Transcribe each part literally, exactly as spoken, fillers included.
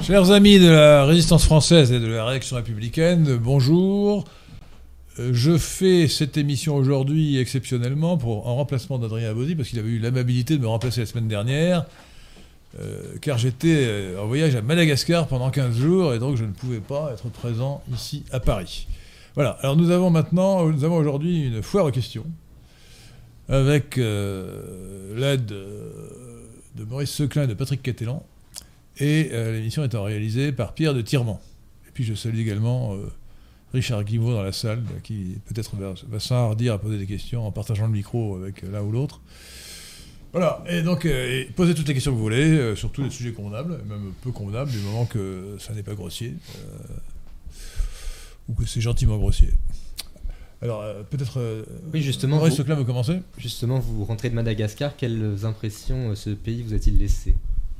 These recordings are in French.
Chers amis de la résistance française et de la réaction républicaine, bonjour. Je fais cette émission aujourd'hui exceptionnellement pour, en remplacement d'Adrien Abaudy, parce qu'il avait eu l'amabilité de me remplacer la semaine dernière, euh, car j'étais euh, en voyage à Madagascar pendant quinze jours, et donc je ne pouvais pas être présent ici à Paris. Voilà, alors nous avons maintenant, nous avons aujourd'hui une foire aux questions, avec euh, l'aide de Maurice Seclin et de Patrick Catelan, et euh, l'émission étant réalisée par Pierre de Tirement. Et puis je salue également euh, Richard Guimau dans la salle, qui peut-être va, va s'enhardir à poser des questions en partageant le micro avec l'un ou l'autre. Voilà, et donc euh, et posez toutes les questions que vous voulez, euh, sur tous les sujets convenables, même peu convenables, du moment que ça n'est pas grossier, euh, ou que c'est gentiment grossier. Alors, euh, peut-être... Euh, oui, justement, Maurice vous, Seclin veut commencer. Justement, vous rentrez de Madagascar, quelles impressions ce pays vous a-t-il laissé ?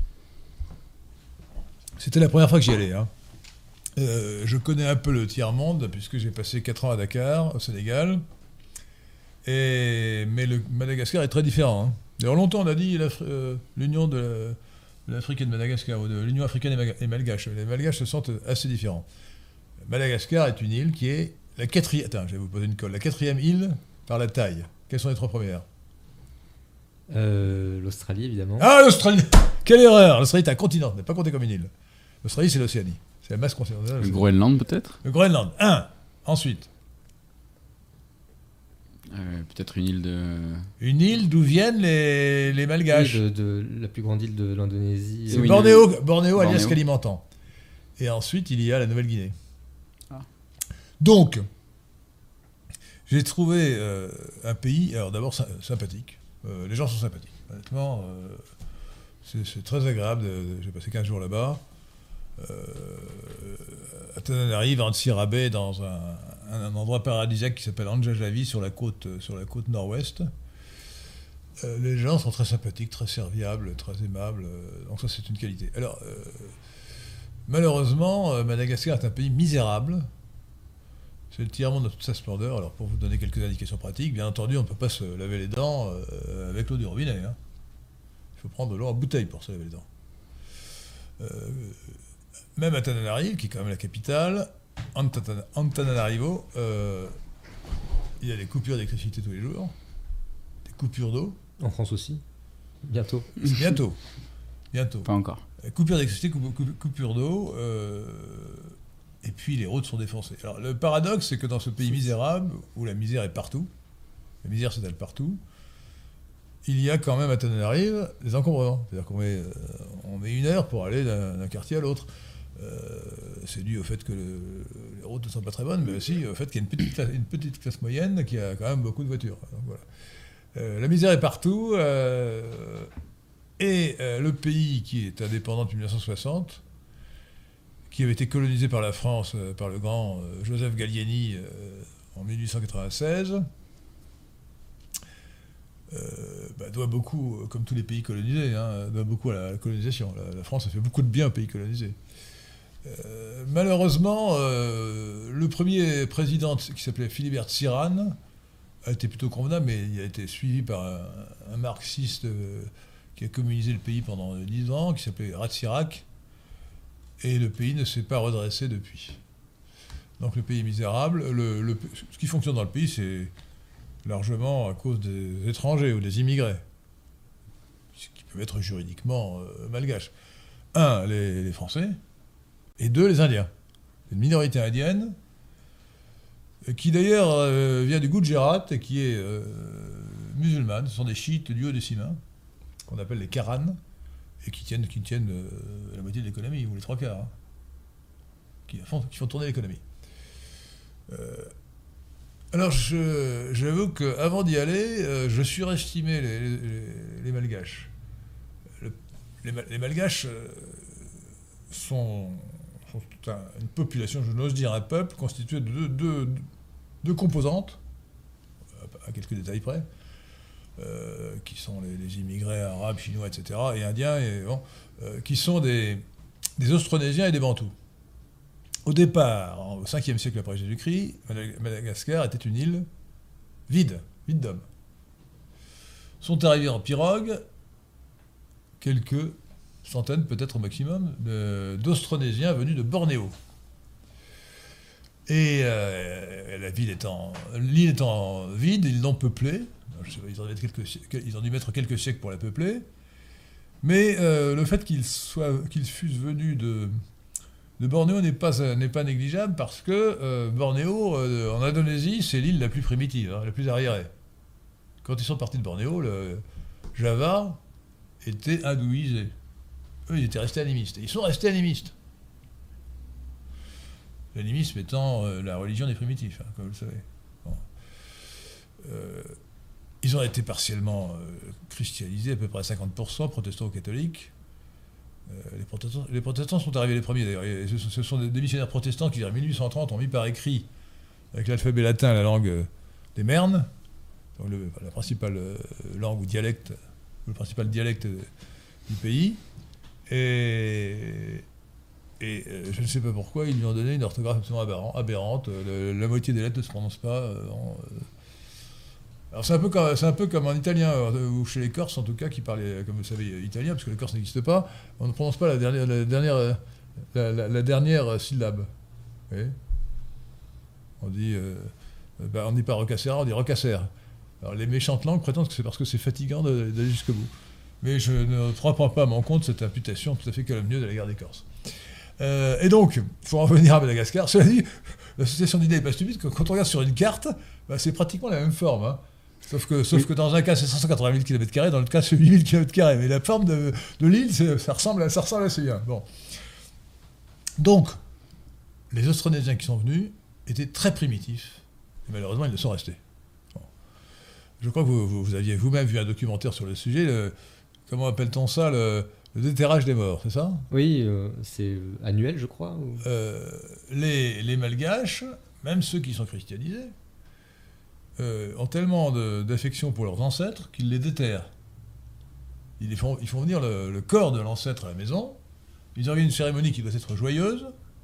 C'était la première fois que j'y allais, hein. Euh, je connais un peu le tiers-monde, puisque j'ai passé quatre ans à Dakar, au Sénégal. Et, mais le Madagascar est très différent. Hein. D'ailleurs, longtemps, on a dit euh, l'union de, de l'Afrique et de Madagascar, ou de l'Union africaine et, et malgache. Les Malgaches se sentent assez différents. Madagascar est une île qui est la quatrième... Attends, je vais vous poser une colle. La quatrième île par la taille. Quelles sont les trois premières ? euh, L'Australie, évidemment. Ah, l'Australie ! Quelle erreur ! L'Australie est un continent, n'est pas compté comme une île. L'Australie, c'est l'Océanie. C'est la masse continentale. Le Groenland, peut-être ? Le Groenland. Un. Ensuite. Euh, peut-être une île de... Une île d'où viennent les, les Malgaches. Oui, de, de la plus grande île de l'Indonésie. C'est oui, Bornéo, Bornéo, Bornéo alias Bornéo. Kalimantan. Et ensuite, il y a la Nouvelle-Guinée. Ah. Donc, j'ai trouvé euh, un pays, alors d'abord sy- sympathique. Euh, les gens sont sympathiques. Honnêtement, euh, c'est, c'est très agréable. De, de, j'ai passé quinze jours là-bas. Euh, à Tananarive, à Antsirabe, dans un, un, un endroit paradisiaque qui s'appelle Anjajavi, sur la côte, sur la côte nord-ouest. Euh, les gens sont très sympathiques, très serviables, très aimables. Euh, donc ça, c'est une qualité. Alors, euh, malheureusement, euh, Madagascar est un pays misérable. C'est le tiers-monde dans toute sa splendeur. Alors, pour vous donner quelques indications pratiques, bien entendu, on ne peut pas se laver les dents euh, avec l'eau du robinet. Hein. Il faut prendre de l'eau en bouteille pour se laver les dents. Euh, même à Tananarive, qui est quand même la capitale, Antana- Antananarivo, euh, il y a des coupures d'électricité tous les jours, des coupures d'eau. En France aussi, bientôt. C'est bientôt. Bientôt. Pas encore. Coupure d'électricité, coup- coup- coupure d'eau, euh, et puis les routes sont défoncées. Alors le paradoxe, c'est que dans ce pays misérable, où la misère est partout, la misère s'étale partout, il y a quand même à Tananarive des encombrements. C'est-à-dire qu'on met, euh, on met une heure pour aller d'un, d'un quartier à l'autre. Euh, c'est dû au fait que le, les routes ne sont pas très bonnes, mais aussi au fait qu'il y a une petite, classe, une petite classe moyenne qui a quand même beaucoup de voitures. Donc, voilà. euh, la misère est partout, euh, et euh, le pays qui est indépendant depuis dix-neuf cent soixante, qui avait été colonisé par la France, euh, par le grand euh, Joseph Gallieni euh, en dix-huit cent quatre-vingt-seize, Euh, bah, doit beaucoup, comme tous les pays colonisés, hein, doit beaucoup à la, à la colonisation. La, la France a fait beaucoup de bien aux pays colonisés. Euh, malheureusement, euh, le premier président qui s'appelait Philibert Tsiran a été plutôt convenable, mais il a été suivi par un, un marxiste euh, qui a communisé le pays pendant dix ans, qui s'appelait Ratsirak, et le pays ne s'est pas redressé depuis. Donc le pays est misérable. Le, le, ce qui fonctionne dans le pays, c'est largement à cause des étrangers ou des immigrés, qui peuvent être juridiquement euh, malgaches. Un, les, les Français, et deux, les Indiens. Une minorité indienne, qui d'ailleurs euh, vient du Gujarat et qui est euh, musulmane. Ce sont des chiites du Haut-des-Simains, qu'on appelle les Karanes, et qui tiennent, qui tiennent euh, la moitié de l'économie, ou les trois quarts, hein, qui, font, qui font tourner l'économie. Euh, Alors, je, j'avoue qu'avant d'y aller, euh, je surestimais les, les, les Malgaches. Le, les, les Malgaches euh, sont, sont un, une population, je n'ose dire un peuple, constitué de deux, deux, deux composantes, à quelques détails près, euh, qui sont les, les immigrés arabes, chinois, et cetera, et indiens, et, bon, euh, qui sont des, des Austronésiens et des Bantous. Au départ, au cinquième siècle après Jésus-Christ, Madagascar était une île vide, vide d'hommes. Sont arrivés en pirogue quelques centaine peut-être au maximum, de, d'Austronésiens venus de Bornéo. Et euh, la ville étant, l'île étant vide, ils l'ont peuplée. Je sais pas, ils, en quelques, ils ont dû mettre quelques siècles pour la peupler. Mais euh, le fait qu'ils, soient, qu'ils fussent venus de, de Bornéo n'est pas, n'est pas négligeable parce que euh, Bornéo, euh, en Indonésie, c'est l'île la plus primitive, hein, la plus arriérée. Quand ils sont partis de Bornéo, le Java était hindouisé. Eux, ils étaient restés animistes. Et ils sont restés animistes. L'animisme étant euh, la religion des primitifs, hein, comme vous le savez. Bon. Euh, ils ont été partiellement euh, christianisés, à peu près à cinquante pour cent, protestants ou catholiques. Euh, les, protestants, les protestants sont arrivés les premiers, d'ailleurs. Et ce, ce sont des missionnaires protestants qui, en mille huit cent trente, ont mis par écrit, avec l'alphabet latin, la langue euh, des Mernes, donc le, la principale euh, langue ou dialecte, le principal dialecte euh, du pays. Et... Et euh, je ne sais pas pourquoi, ils lui ont donné une orthographe absolument aberrant, aberrante. Le, la moitié des lettres ne se prononcent pas. Euh, en, euh... Alors c'est un, peu comme, c'est un peu comme en italien, ou chez les Corses en tout cas, qui parlaient, comme vous le savez, italien, parce que le Corse n'existe pas. On ne prononce pas la dernière, la dernière, la, la, la dernière syllabe. Vous voyez, on dit, euh, bah, on ne dit pas rocassera, on dit rocassère. Alors les méchantes langues prétendent que c'est parce que c'est fatigant d'aller jusqu'au bout. Mais je ne prends pas à mon compte cette imputation tout à fait calomnieuse de la guerre des Corses. Euh, et donc, il faut en revenir à Madagascar. Cela dit, l'association d'idées n'est pas stupide. Quand on regarde sur une carte, bah, c'est pratiquement la même forme. Hein. Sauf, que, sauf oui. que dans un cas, c'est cinq cent quatre-vingt mille kilomètres carrés, dans l'autre cas, c'est huit mille kilomètres carrés. Mais la forme de, de l'île, ça ressemble, ça ressemble assez bien. Bon. Donc, les Austronésiens qui sont venus étaient très primitifs. Et malheureusement, ils le sont restés. Bon. Je crois que vous, vous, vous aviez vous-même vu un documentaire sur le sujet. Le, comment appelle-t-on ça le, Le déterrage des morts, c'est ça ? Oui, euh, c'est annuel, je crois. Ou... Euh, les, les Malgaches, même ceux qui sont christianisés, euh, ont tellement de, d'affection pour leurs ancêtres qu'ils les déterrent. Ils, les font, ils font venir le, le corps de l'ancêtre à la maison, ils organisent une cérémonie qui doit être joyeuse.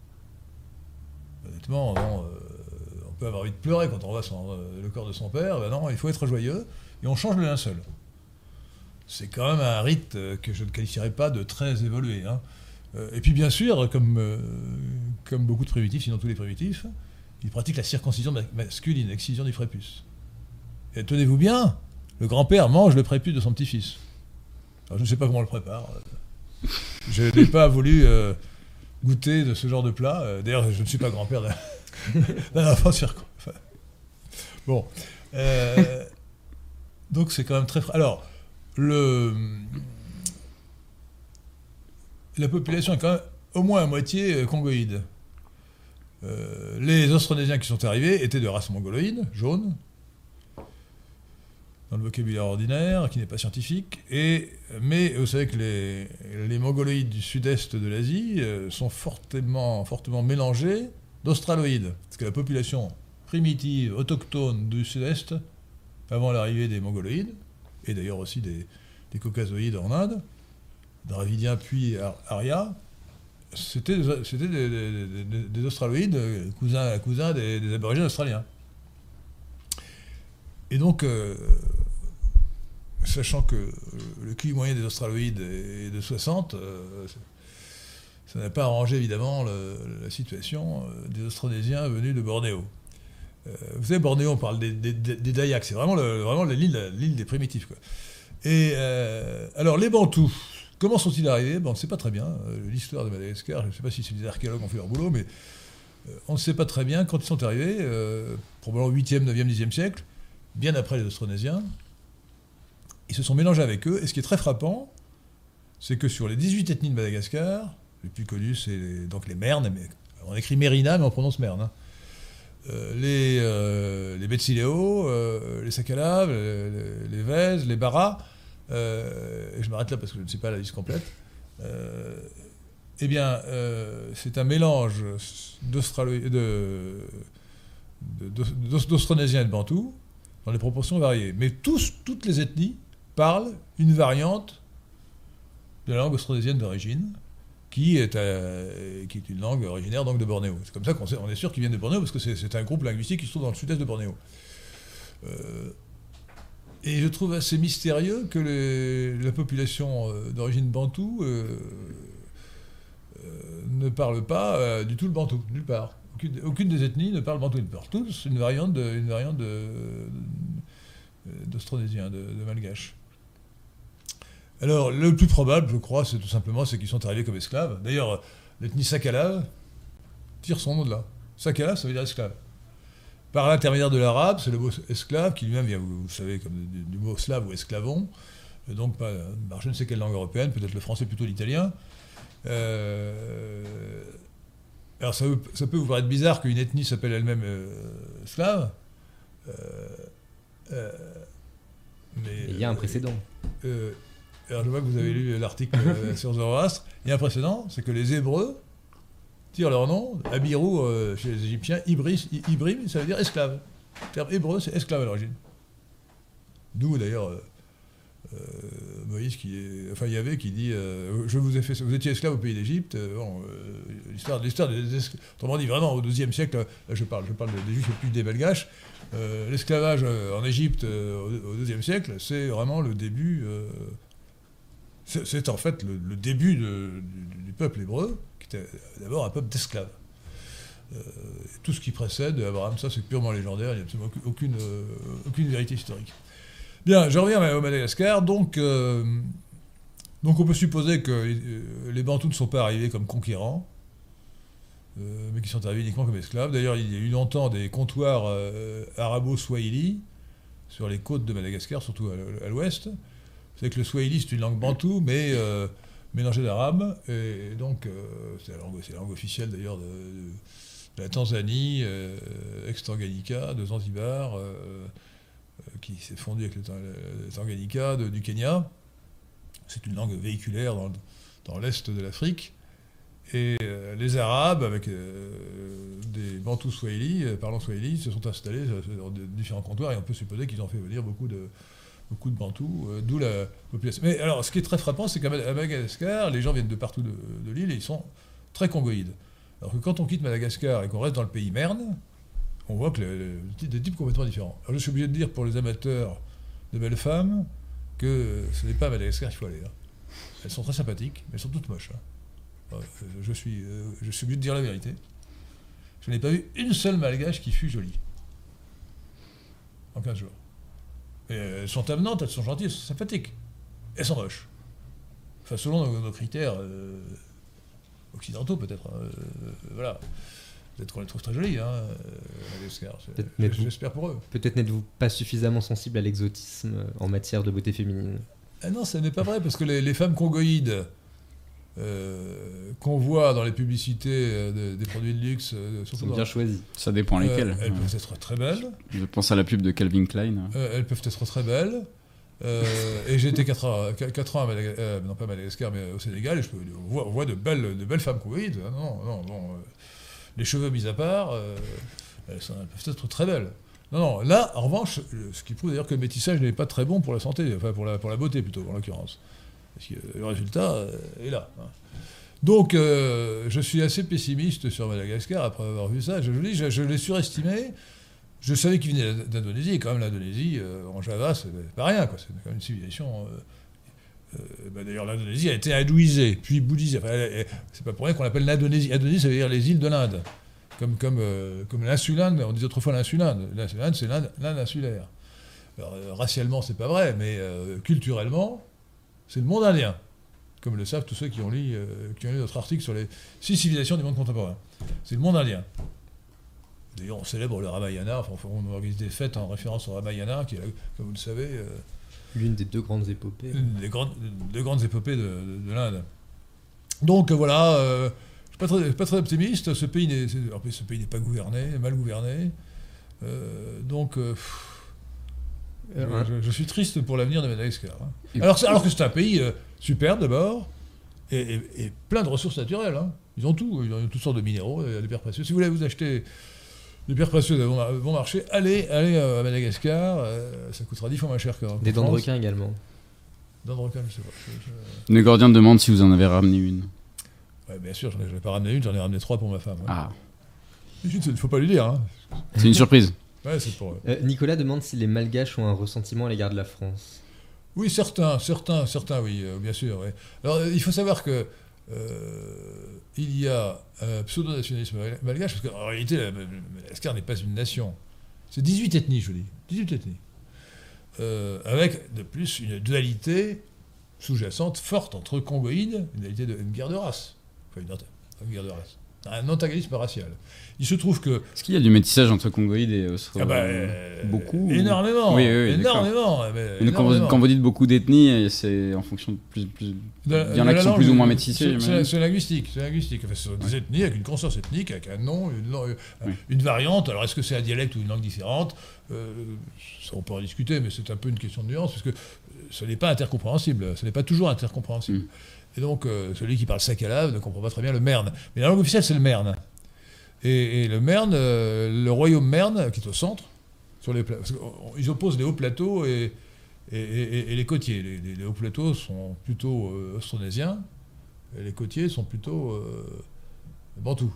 Honnêtement, non, euh, on peut avoir envie de pleurer quand on voit son, euh, le corps de son père, ben non, il faut être joyeux, et on change le linceul. C'est quand même un rite que je ne qualifierais pas de très évolué. Hein. Et puis bien sûr, comme, euh, comme beaucoup de primitifs, sinon tous les primitifs, ils pratiquent la circoncision masculine, l'excision du prépuce. Et tenez-vous bien, le grand-père mange le prépuce de son petit-fils. Alors je ne sais pas comment on le prépare. Je n'ai pas voulu euh, goûter de ce genre de plat. D'ailleurs, je ne suis pas grand-père d'un, d'un enfant circoncis. Enfin, bon. Euh, donc c'est quand même très... Alors... Le, la population est quand même au moins à moitié congoïde. Euh, les Austronésiens qui sont arrivés étaient de race mongoloïde, jaune, dans le vocabulaire ordinaire, qui n'est pas scientifique, et, mais vous savez que les, les mongoloïdes du sud-est de l'Asie euh, sont fortement, fortement mélangés d'australoïdes, parce que la population primitive, autochtone du sud-est, avant l'arrivée des mongoloïdes, et d'ailleurs aussi des, des caucasoïdes en Inde, dravidiens puis Arya, c'était, c'était des, des, des, des australoïdes, cousins, cousins des, des aborigènes australiens. Et donc, euh, sachant que le Q I moyen des australoïdes est de soixante, euh, ça n'a pas arrangé évidemment le, la situation des Austronésiens venus de Bornéo. Vous savez, Bornéo, on parle des, des, des Dayaks, c'est vraiment, le, vraiment l'île, l'île des primitifs, quoi. Et euh, alors, les Bantous, comment sont-ils arrivés ? Bon, on ne sait pas très bien. L'histoire de Madagascar, je ne sais pas si c'est les archéologues qui ont fait leur boulot, mais euh, on ne sait pas très bien quand ils sont arrivés, euh, probablement au huitième, neuvième, dixième siècle, bien après les Austronésiens. Ils se sont mélangés avec eux, et ce qui est très frappant, c'est que sur les dix-huit ethnies de Madagascar, les plus connues, c'est les, donc les Mernes, mais, on écrit Mérina, mais on prononce Merne, hein. Euh, les, euh, les Betsileo, euh, les Sakalaves, les, les Vèze, les Bara, euh, et je m'arrête là parce que je ne sais pas la liste complète, euh, eh bien, euh, c'est un mélange d'Australo- de, de, de, d'Austronésiens et de Bantous, dans des proportions variées. Mais tous, toutes les ethnies parlent une variante de la langue austronésienne d'origine, Qui est, euh, qui est une langue originaire donc de Bornéo. C'est comme ça qu'on sait, on est sûr qu'ils viennent de Bornéo, parce que c'est, c'est un groupe linguistique qui se trouve dans le sud-est de Bornéo. Euh, Et je trouve assez mystérieux que les, la population euh, d'origine bantoue euh, euh, ne parle pas euh, du tout le bantou, nulle part. Aucune, aucune des ethnies ne parle bantou, ils parlent tous une variante, de, une variante de, de, d'austronésien, de, de malgache. Alors, le plus probable, je crois, c'est tout simplement c'est qu'ils sont arrivés comme esclaves. D'ailleurs, l'ethnie Sakalav tire son nom de là. Sakalav, ça veut dire esclave. Par l'intermédiaire de l'arabe, c'est le mot esclave qui lui-même vient, vous, vous savez, comme du, du mot slave ou esclavon, donc pas, par je ne sais quelle langue européenne, peut-être le français, plutôt l'italien. Euh, alors ça, ça peut vous paraître bizarre qu'une ethnie s'appelle elle-même euh, slave, euh, euh, mais... Il y a un précédent. Euh, alors je vois que vous avez lu l'article euh, sur Zoroastre. Il y a un précédent, c'est que les Hébreux tirent leur nom, Abirou euh, chez les Égyptiens, Ibris, Ibrim, ça veut dire esclave. Le terme hébreu, c'est esclave à l'origine. D'où d'ailleurs euh, euh, Moïse qui est, enfin Yahvé qui dit, euh, je vous ai fait, vous étiez esclave au pays d'Égypte. Euh, bon, euh, l'histoire, l'histoire des esclaves, autrement dit vraiment au douzième siècle. Là, je parle, je parle des Juifs et plus des Malgaches. Euh, l'esclavage en Égypte euh, au douzième siècle, c'est vraiment le début. Euh, c'est, c'est en fait le, le début de, du, du peuple hébreu, qui était d'abord un peuple d'esclaves. Euh, tout ce qui précède Abraham, ça c'est purement légendaire, il n'y a absolument aucune, euh, aucune vérité historique. Bien, je reviens au Madagascar. Donc, euh, donc on peut supposer que euh, les Bantous ne sont pas arrivés comme conquérants, euh, mais qui sont arrivés uniquement comme esclaves. D'ailleurs, il y a eu longtemps des comptoirs euh, arabo-swahili sur les côtes de Madagascar, surtout à, à l'ouest. C'est que le swahili, c'est une langue bantoue, mais euh, mélangée d'arabe. Et donc, euh, c'est, la langue, c'est la langue officielle d'ailleurs de, de, de la Tanzanie, euh, ex-Tanganyika, de Zanzibar, euh, qui s'est fondue avec le, le Tanganyika, de, du Kenya. C'est une langue véhiculaire dans, dans l'est de l'Afrique. Et euh, les Arabes, avec euh, des Bantous Swahili, euh, parlant Swahili, se sont installés dans de, différents comptoirs, et on peut supposer qu'ils ont fait venir beaucoup de, beaucoup de Bantous, euh, d'où la population. Mais alors, ce qui est très frappant, c'est qu'à Madagascar, les gens viennent de partout de, de l'île et ils sont très congoïdes. Alors que quand on quitte Madagascar et qu'on reste dans le pays Merne, on voit que le, le, des types complètement différents. Alors je suis obligé de dire pour les amateurs de belles femmes que ce n'est pas à Madagascar qu'il faut aller. Hein. Elles sont très sympathiques, mais elles sont toutes moches. Hein. Je, suis, euh, je suis obligé de dire la vérité. Je n'ai pas vu une seule malgache qui fût jolie. En quinze jours. Et elles sont amenantes, elles sont gentilles, elles sont sympathiques. Elles sont moches. Enfin, selon nos, nos critères euh, occidentaux, peut-être. Hein. Euh, voilà. Peut-être qu'on les trouve très jolies, hein, Madagascar. J'espère pour eux. Peut-être n'êtes-vous pas suffisamment sensible à l'exotisme en matière de beauté féminine. Ah non, ce n'est pas vrai, parce que les, les femmes congoïdes euh, qu'on voit dans les publicités euh, de, des produits de luxe... Euh, sont bien choisies. Ça dépend lesquelles. Euh, elles ouais. peuvent être très belles. Je pense à la pub de Calvin Klein. Euh, elles peuvent être très belles. Euh, et j'ai été quatre ans, quatre ans à Madagascar, euh, non pas à Madagascar, mais au Sénégal, et je peux, on, voit, on voit de belles, de belles femmes congoïdes. Ah non, non, bon... Euh, les cheveux mis à part, euh, elles, sont, elles peuvent être très belles. Non, non, là, en revanche, ce qui prouve d'ailleurs que le métissage n'est pas très bon pour la santé, enfin pour la, pour la beauté plutôt, en l'occurrence. Parce que le résultat euh, est là. Hein. Donc, euh, je suis assez pessimiste sur Madagascar après avoir vu ça. Je, je, je, je l'ai surestimé. Je savais qu'il venait d'Indonésie, et quand même l'Indonésie, euh, en Java, c'est pas rien, quoi. C'est quand même une civilisation... Euh, Euh, bah d'ailleurs, l'Indonésie a été hindouisée, puis bouddhisée. Enfin, elle, elle, c'est pas pour rien qu'on l'appelle l'Indonésie. Indonésie, ça veut dire les îles de l'Inde. Comme, comme, euh, comme l'insulinde, on disait autrefois l'insulinde. L'insulinde, c'est l'Inde, l'Inde insulaire. Alors, euh, racialement, c'est pas vrai, mais euh, culturellement, c'est le monde indien. Comme le savent tous ceux qui ont lu, euh, qui ont lu notre article sur les six civilisations du monde contemporain. C'est le monde indien. D'ailleurs, on célèbre le Ramayana, enfin, on organise des fêtes en référence au Ramayana, qui est, comme vous le savez... Euh, l'une des deux grandes épopées. Une des grandes, deux grandes épopées de, de, de l'Inde. Donc voilà, euh, je ne suis pas très, pas très optimiste. Ce pays n'est, ce pays n'est pas gouverné, mal gouverné. Euh, donc, euh, je, je, je suis triste pour l'avenir de Madagascar. Hein. Alors, alors que c'est un pays euh, superbe d'abord, et, et, et plein de ressources naturelles. Hein. Ils ont tout, ils ont toutes sortes de minéraux, des pierres précieuses. Si vous voulez vous acheter des pierres précieuses à bon, bon marché, allez, allez à Madagascar, euh, ça coûtera dix fois moins cher qu'en Des dents de requin également. Dents de requin, je sais pas. Je, je... Le gardien demande si vous en avez ramené une. Ouais, bien sûr, j'en ai, j'en ai pas ramené une, j'en ai ramené trois pour ma femme. Ouais. Ah. Il ne faut pas lui dire. Hein. C'est une surprise. Ouais, c'est pour eux. Euh, Nicolas demande si les Malgaches ont un ressentiment à l'égard de la France. Oui, certains, certains, certains, oui, euh, bien sûr. Ouais. Alors, euh, il faut savoir que euh, il y a un pseudo-nationalisme malgache, parce qu'en réalité, la- Madagascar n'est pas une nation. C'est dix-huit ethnies, je vous dis. dix-huit ethnies. Euh, avec, de plus, une dualité sous-jacente forte entre congoïdes, une dualité de une guerre de race. Enfin, une, une guerre de race. Un antagonisme racial. Il se trouve que... Est-ce qu'il y a du métissage entre congoïdes et Austro... Ah bah, euh, beaucoup ou- Énormément. Oui, oui, oui, énormément. mais Mais quand, vous, énormément. quand vous dites beaucoup d'ethnies, c'est en fonction de plus... plus... De- Il y en de a la qui sont langue, plus ou moins c'est- métissés, C'est, j'imagine. c'est linguistique, c'est linguistique. Enfin, ce sont des ethnies avec une conscience ethnique, avec un nom, une, lang- Oui. une variante. Alors, est-ce que c'est un dialecte ou une langue différente Euh, Ça, on peut en discuter, mais c'est un peu une question de nuance, parce que ce n'est pas intercompréhensible. Ce n'est pas toujours intercompréhensible. Mm. Et donc, euh, celui qui parle sakalave ne comprend pas très bien le merne. Mais la langue officielle, c'est le merne. Et, et le merne, euh, le royaume merne, qui est au centre, sur les pla- parce qu'on- ils opposent les hauts plateaux et, et, et- et les côtiers. Les, les- les hauts plateaux sont plutôt euh, austronésiens, et les côtiers sont plutôt euh, bantous.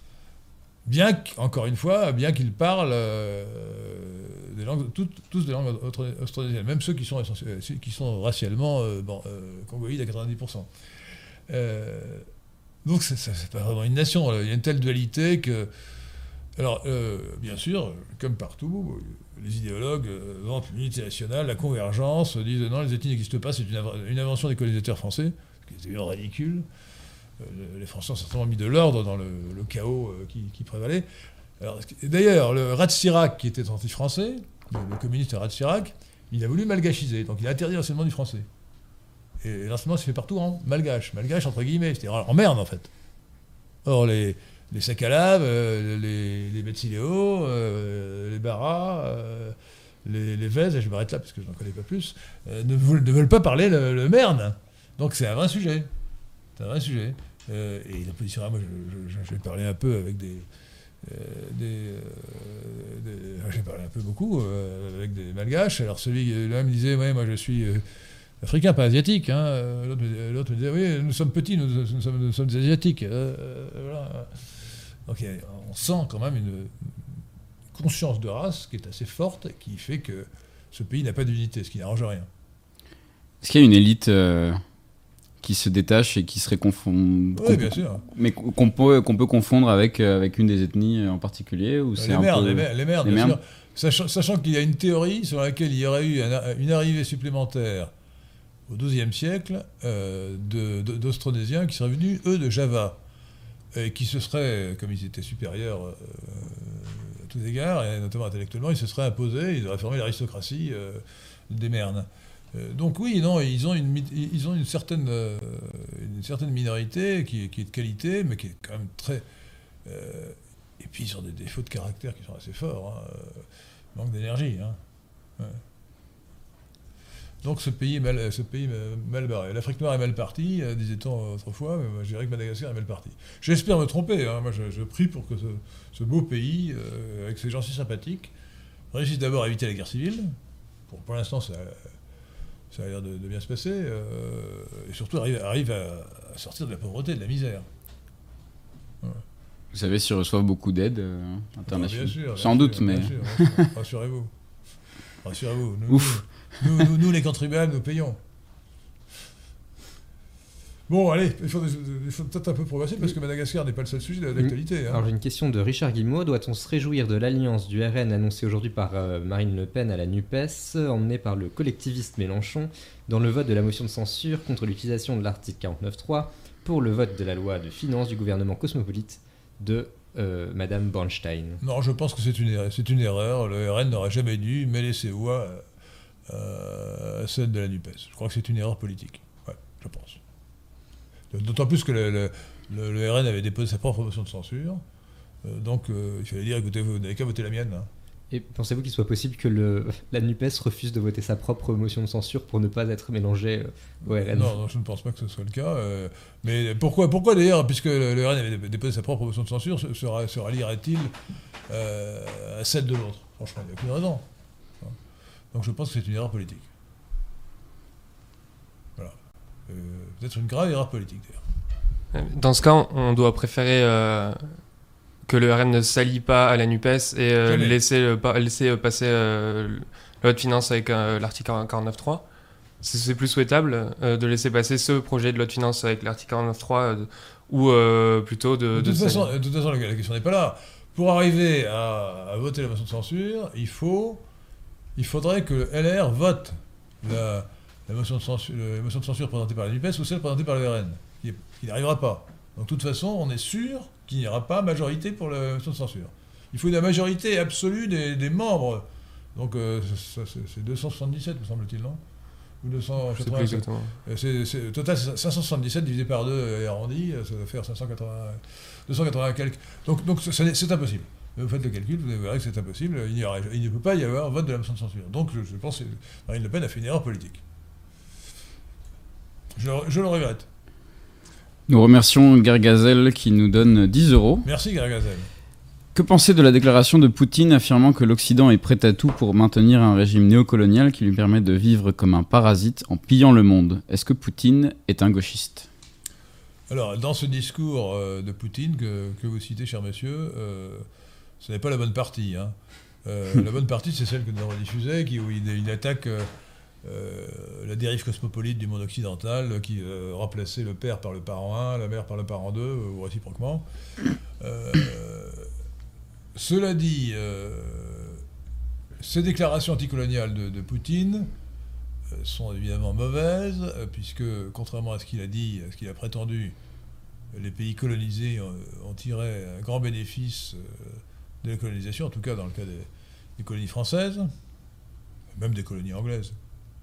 Bien qu'- encore une fois, bien qu'ils parlent euh, des langues, toutes- tous des langues austro- austronésiennes, même ceux qui sont, essentiels- ceux qui sont racialement euh, bon, euh, congoïdes à quatre-vingt-dix pour cent. Euh, donc c'est, c'est pas vraiment une nation. Il y a une telle dualité que... Alors, euh, bien sûr, comme partout, les idéologues euh, vantent l'unité nationale, la convergence, disent non, les ethnies n'existent pas, c'est une, inv- une invention des colonisateurs français, ce qui est évidemment ridicule. Euh, les Français ont certainement mis de l'ordre dans le, le chaos euh, qui, qui prévalait. Alors, ce qui- d'ailleurs, le Ratsirac, qui était anti-français, le, le communiste Ratsirac, il a voulu malgachiser, donc il a interdit l'enseignement du français. Et l'enseignement se fait partout en malgache, malgache entre guillemets, c'est-à-dire en merde en fait. Or, les, les Sakalaves, euh, les, les Betsiléo, euh, les Bara, euh, les, les Vèzes, et je m'arrête là parce que je n'en connais pas plus, euh, ne, veulent, ne veulent pas parler le, le merne. Donc c'est un vrai sujet. C'est un vrai sujet. Euh, et la position, moi je, je, je vais parler un peu avec des. Euh, des, euh, des- j'ai parlé un peu beaucoup euh, avec des malgaches. Alors celui euh, là me disait, ouais, moi je suis euh, africain, pas asiatique. Hein. Euh, L'autre, me- l'autre me disait, oui, nous sommes petits, nous, nous sommes, nous sommes des asiatiques. Euh, euh, voilà. Donc il y a- on sent quand même une conscience de race qui est assez forte et qui fait que ce pays n'a pas d'unité, ce qui n'arrange rien. Est-ce qu'il y a une élite euh, qui se détache et qui serait confond... Oui, bien sûr. mais qu'on peut, qu'on peut confondre avec, euh, avec une des ethnies en particulier ou c'est Les un merdes, peu... les merdes, les merdes, les bien merdes. sûr. Sachant, sachant qu'il y a une théorie sur laquelle il y aurait eu un- une arrivée supplémentaire au douzième siècle euh, de- de- d'Austronésiens qui seraient venus, eux, de Java, et qui se seraient, comme ils étaient supérieurs euh, à tous égards, et notamment intellectuellement, ils se seraient imposés, ils auraient formé l'aristocratie euh, des Mernes. Euh, donc oui, non, ils ont une, mi- ils ont une, certaine, euh, une certaine minorité qui, est- qui est de qualité, mais qui est quand même très... euh, et puis ils ont des défauts de caractère qui sont assez forts, hein, euh, manque d'énergie. Hein. Ouais. Donc ce pays est mal, ce pays est mal barré. L'Afrique noire est mal partie, euh, disait-on autrefois, mais moi, je dirais que Madagascar est mal parti. J'espère me tromper, hein. Moi je, je prie pour que ce, ce beau pays, euh, avec ses gens si sympathiques, réussisse d'abord à éviter la guerre civile. Pour, pour l'instant, ça, ça a l'air de, de bien se passer, euh, et surtout arrive, arrive à, à sortir de la pauvreté, de la misère. Voilà. Vous savez s'ils reçoivent beaucoup d'aide euh, Ah, internationale. bien sûr, bien Sans sûr, doute, bien mais... sûr, rassure- rassurez-vous. Rassurez-vous. Nous, Ouf. Nous, nous, nous, les contribuables, nous payons. Bon, allez, il faut, il faut peut-être un peu progresser parce que Madagascar n'est pas le seul sujet d'actualité. Hein. Alors j'ai une question de Richard Guillemot. Doit-on se réjouir de l'alliance du R N annoncée aujourd'hui par euh, Marine Le Pen à la NUPES, emmenée par le collectiviste Mélenchon, dans le vote de la motion de censure contre l'utilisation de l'article quarante-neuf point trois pour le vote de la loi de finances du gouvernement cosmopolite de euh, Madame Bornstein? Non, je pense que c'est une, erreur- c'est une erreur. Le R N n'aurait jamais dû mêler ses voix euh, à celles de la NUPES. Je crois que c'est une erreur politique. Ouais, je pense. D'autant plus que le, le, le- le R N avait déposé sa propre motion de censure. Euh, donc euh, il fallait dire, écoutez, vous n'avez qu'à voter la mienne. Hein. Et pensez-vous qu'il soit possible que le, la NUPES refuse de voter sa propre motion de censure pour ne pas être mélangée euh, au R N? Non, non, je ne pense pas que ce soit le cas. euh, mais pourquoi, pourquoi d'ailleurs, puisque le, le R N avait déposé sa propre motion de censure, se, se, ra- se rallierait-il euh, à celle de l'autre? Franchement, il n'y a aucune raison. Donc je pense que c'est une erreur politique. Voilà. Euh, peut-être une grave erreur politique d'ailleurs. Dans ce cas, on doit préférer euh, que le R N ne s'allie pas à la NUPES et euh, Jamais. laisser, euh, pas, laisser euh, passer euh, la loi de finances avec euh, l'article quarante-neuf trois. C'est, c'est plus souhaitable euh, de laisser passer ce projet de loi de finances avec l'article quarante-neuf trois euh, ou euh, plutôt de... De de toute, s'allier. façon, de toute façon, la, la question n'est pas là. Pour arriver à, à voter la motion de censure, il, faut, il faudrait que L R vote la, la, motion de censure, la motion de censure présentée par la NUPES ou celle présentée par le R N. Il il n'arrivera pas. Donc, de toute façon, on est sûr qu'il n'y aura pas majorité pour la motion de censure. Il faut une majorité absolue des, des membres. Donc, euh, ça, c'est, c'est deux cent soixante-dix-sept, me semble-t-il, non? Ou deux cent quatre-vingt-sept. Je sais plus exactement. Euh, C'est, c'est, total, c'est cinq cent soixante-dix-sept divisé par deux et arrondi, ça doit faire cinq cent quatre-vingts, deux cent quatre-vingts quelques. Donc, donc c'est, c'est impossible. Vous faites le calcul, vous verrez que c'est impossible. Il, n'y aura, il ne peut pas y avoir vote de la motion de censure. Donc, je, je pense que Marine Le Pen a fait une erreur politique. Je, je le regrette. Nous remercions Gargazel qui nous donne dix euros. Merci, Gargazel. Que penser de la déclaration de Poutine affirmant que l'Occident est prêt à tout pour maintenir un régime néocolonial qui lui permet de vivre comme un parasite en pillant le monde? Est-ce que Poutine est un gauchiste? Alors, dans ce discours euh, de Poutine que, que vous citez, cher monsieur, euh, ce n'est pas la bonne partie. Hein. Euh, la bonne partie, c'est celle que nous avons diffusée, qui, où il, il attaque euh, euh, la dérive cosmopolite du monde occidental, qui euh, remplaçait le père par le parent un, la mère par le parent deux, ou réciproquement. Euh, cela dit, euh, ces déclarations anticoloniales de, de Poutine euh, sont évidemment mauvaises, euh, puisque, contrairement à ce qu'il a dit, à ce qu'il a prétendu, les pays colonisés ont, ont tiré un grand bénéfice euh, de la colonisation, en tout cas dans le cas des, des colonies françaises, même des colonies anglaises.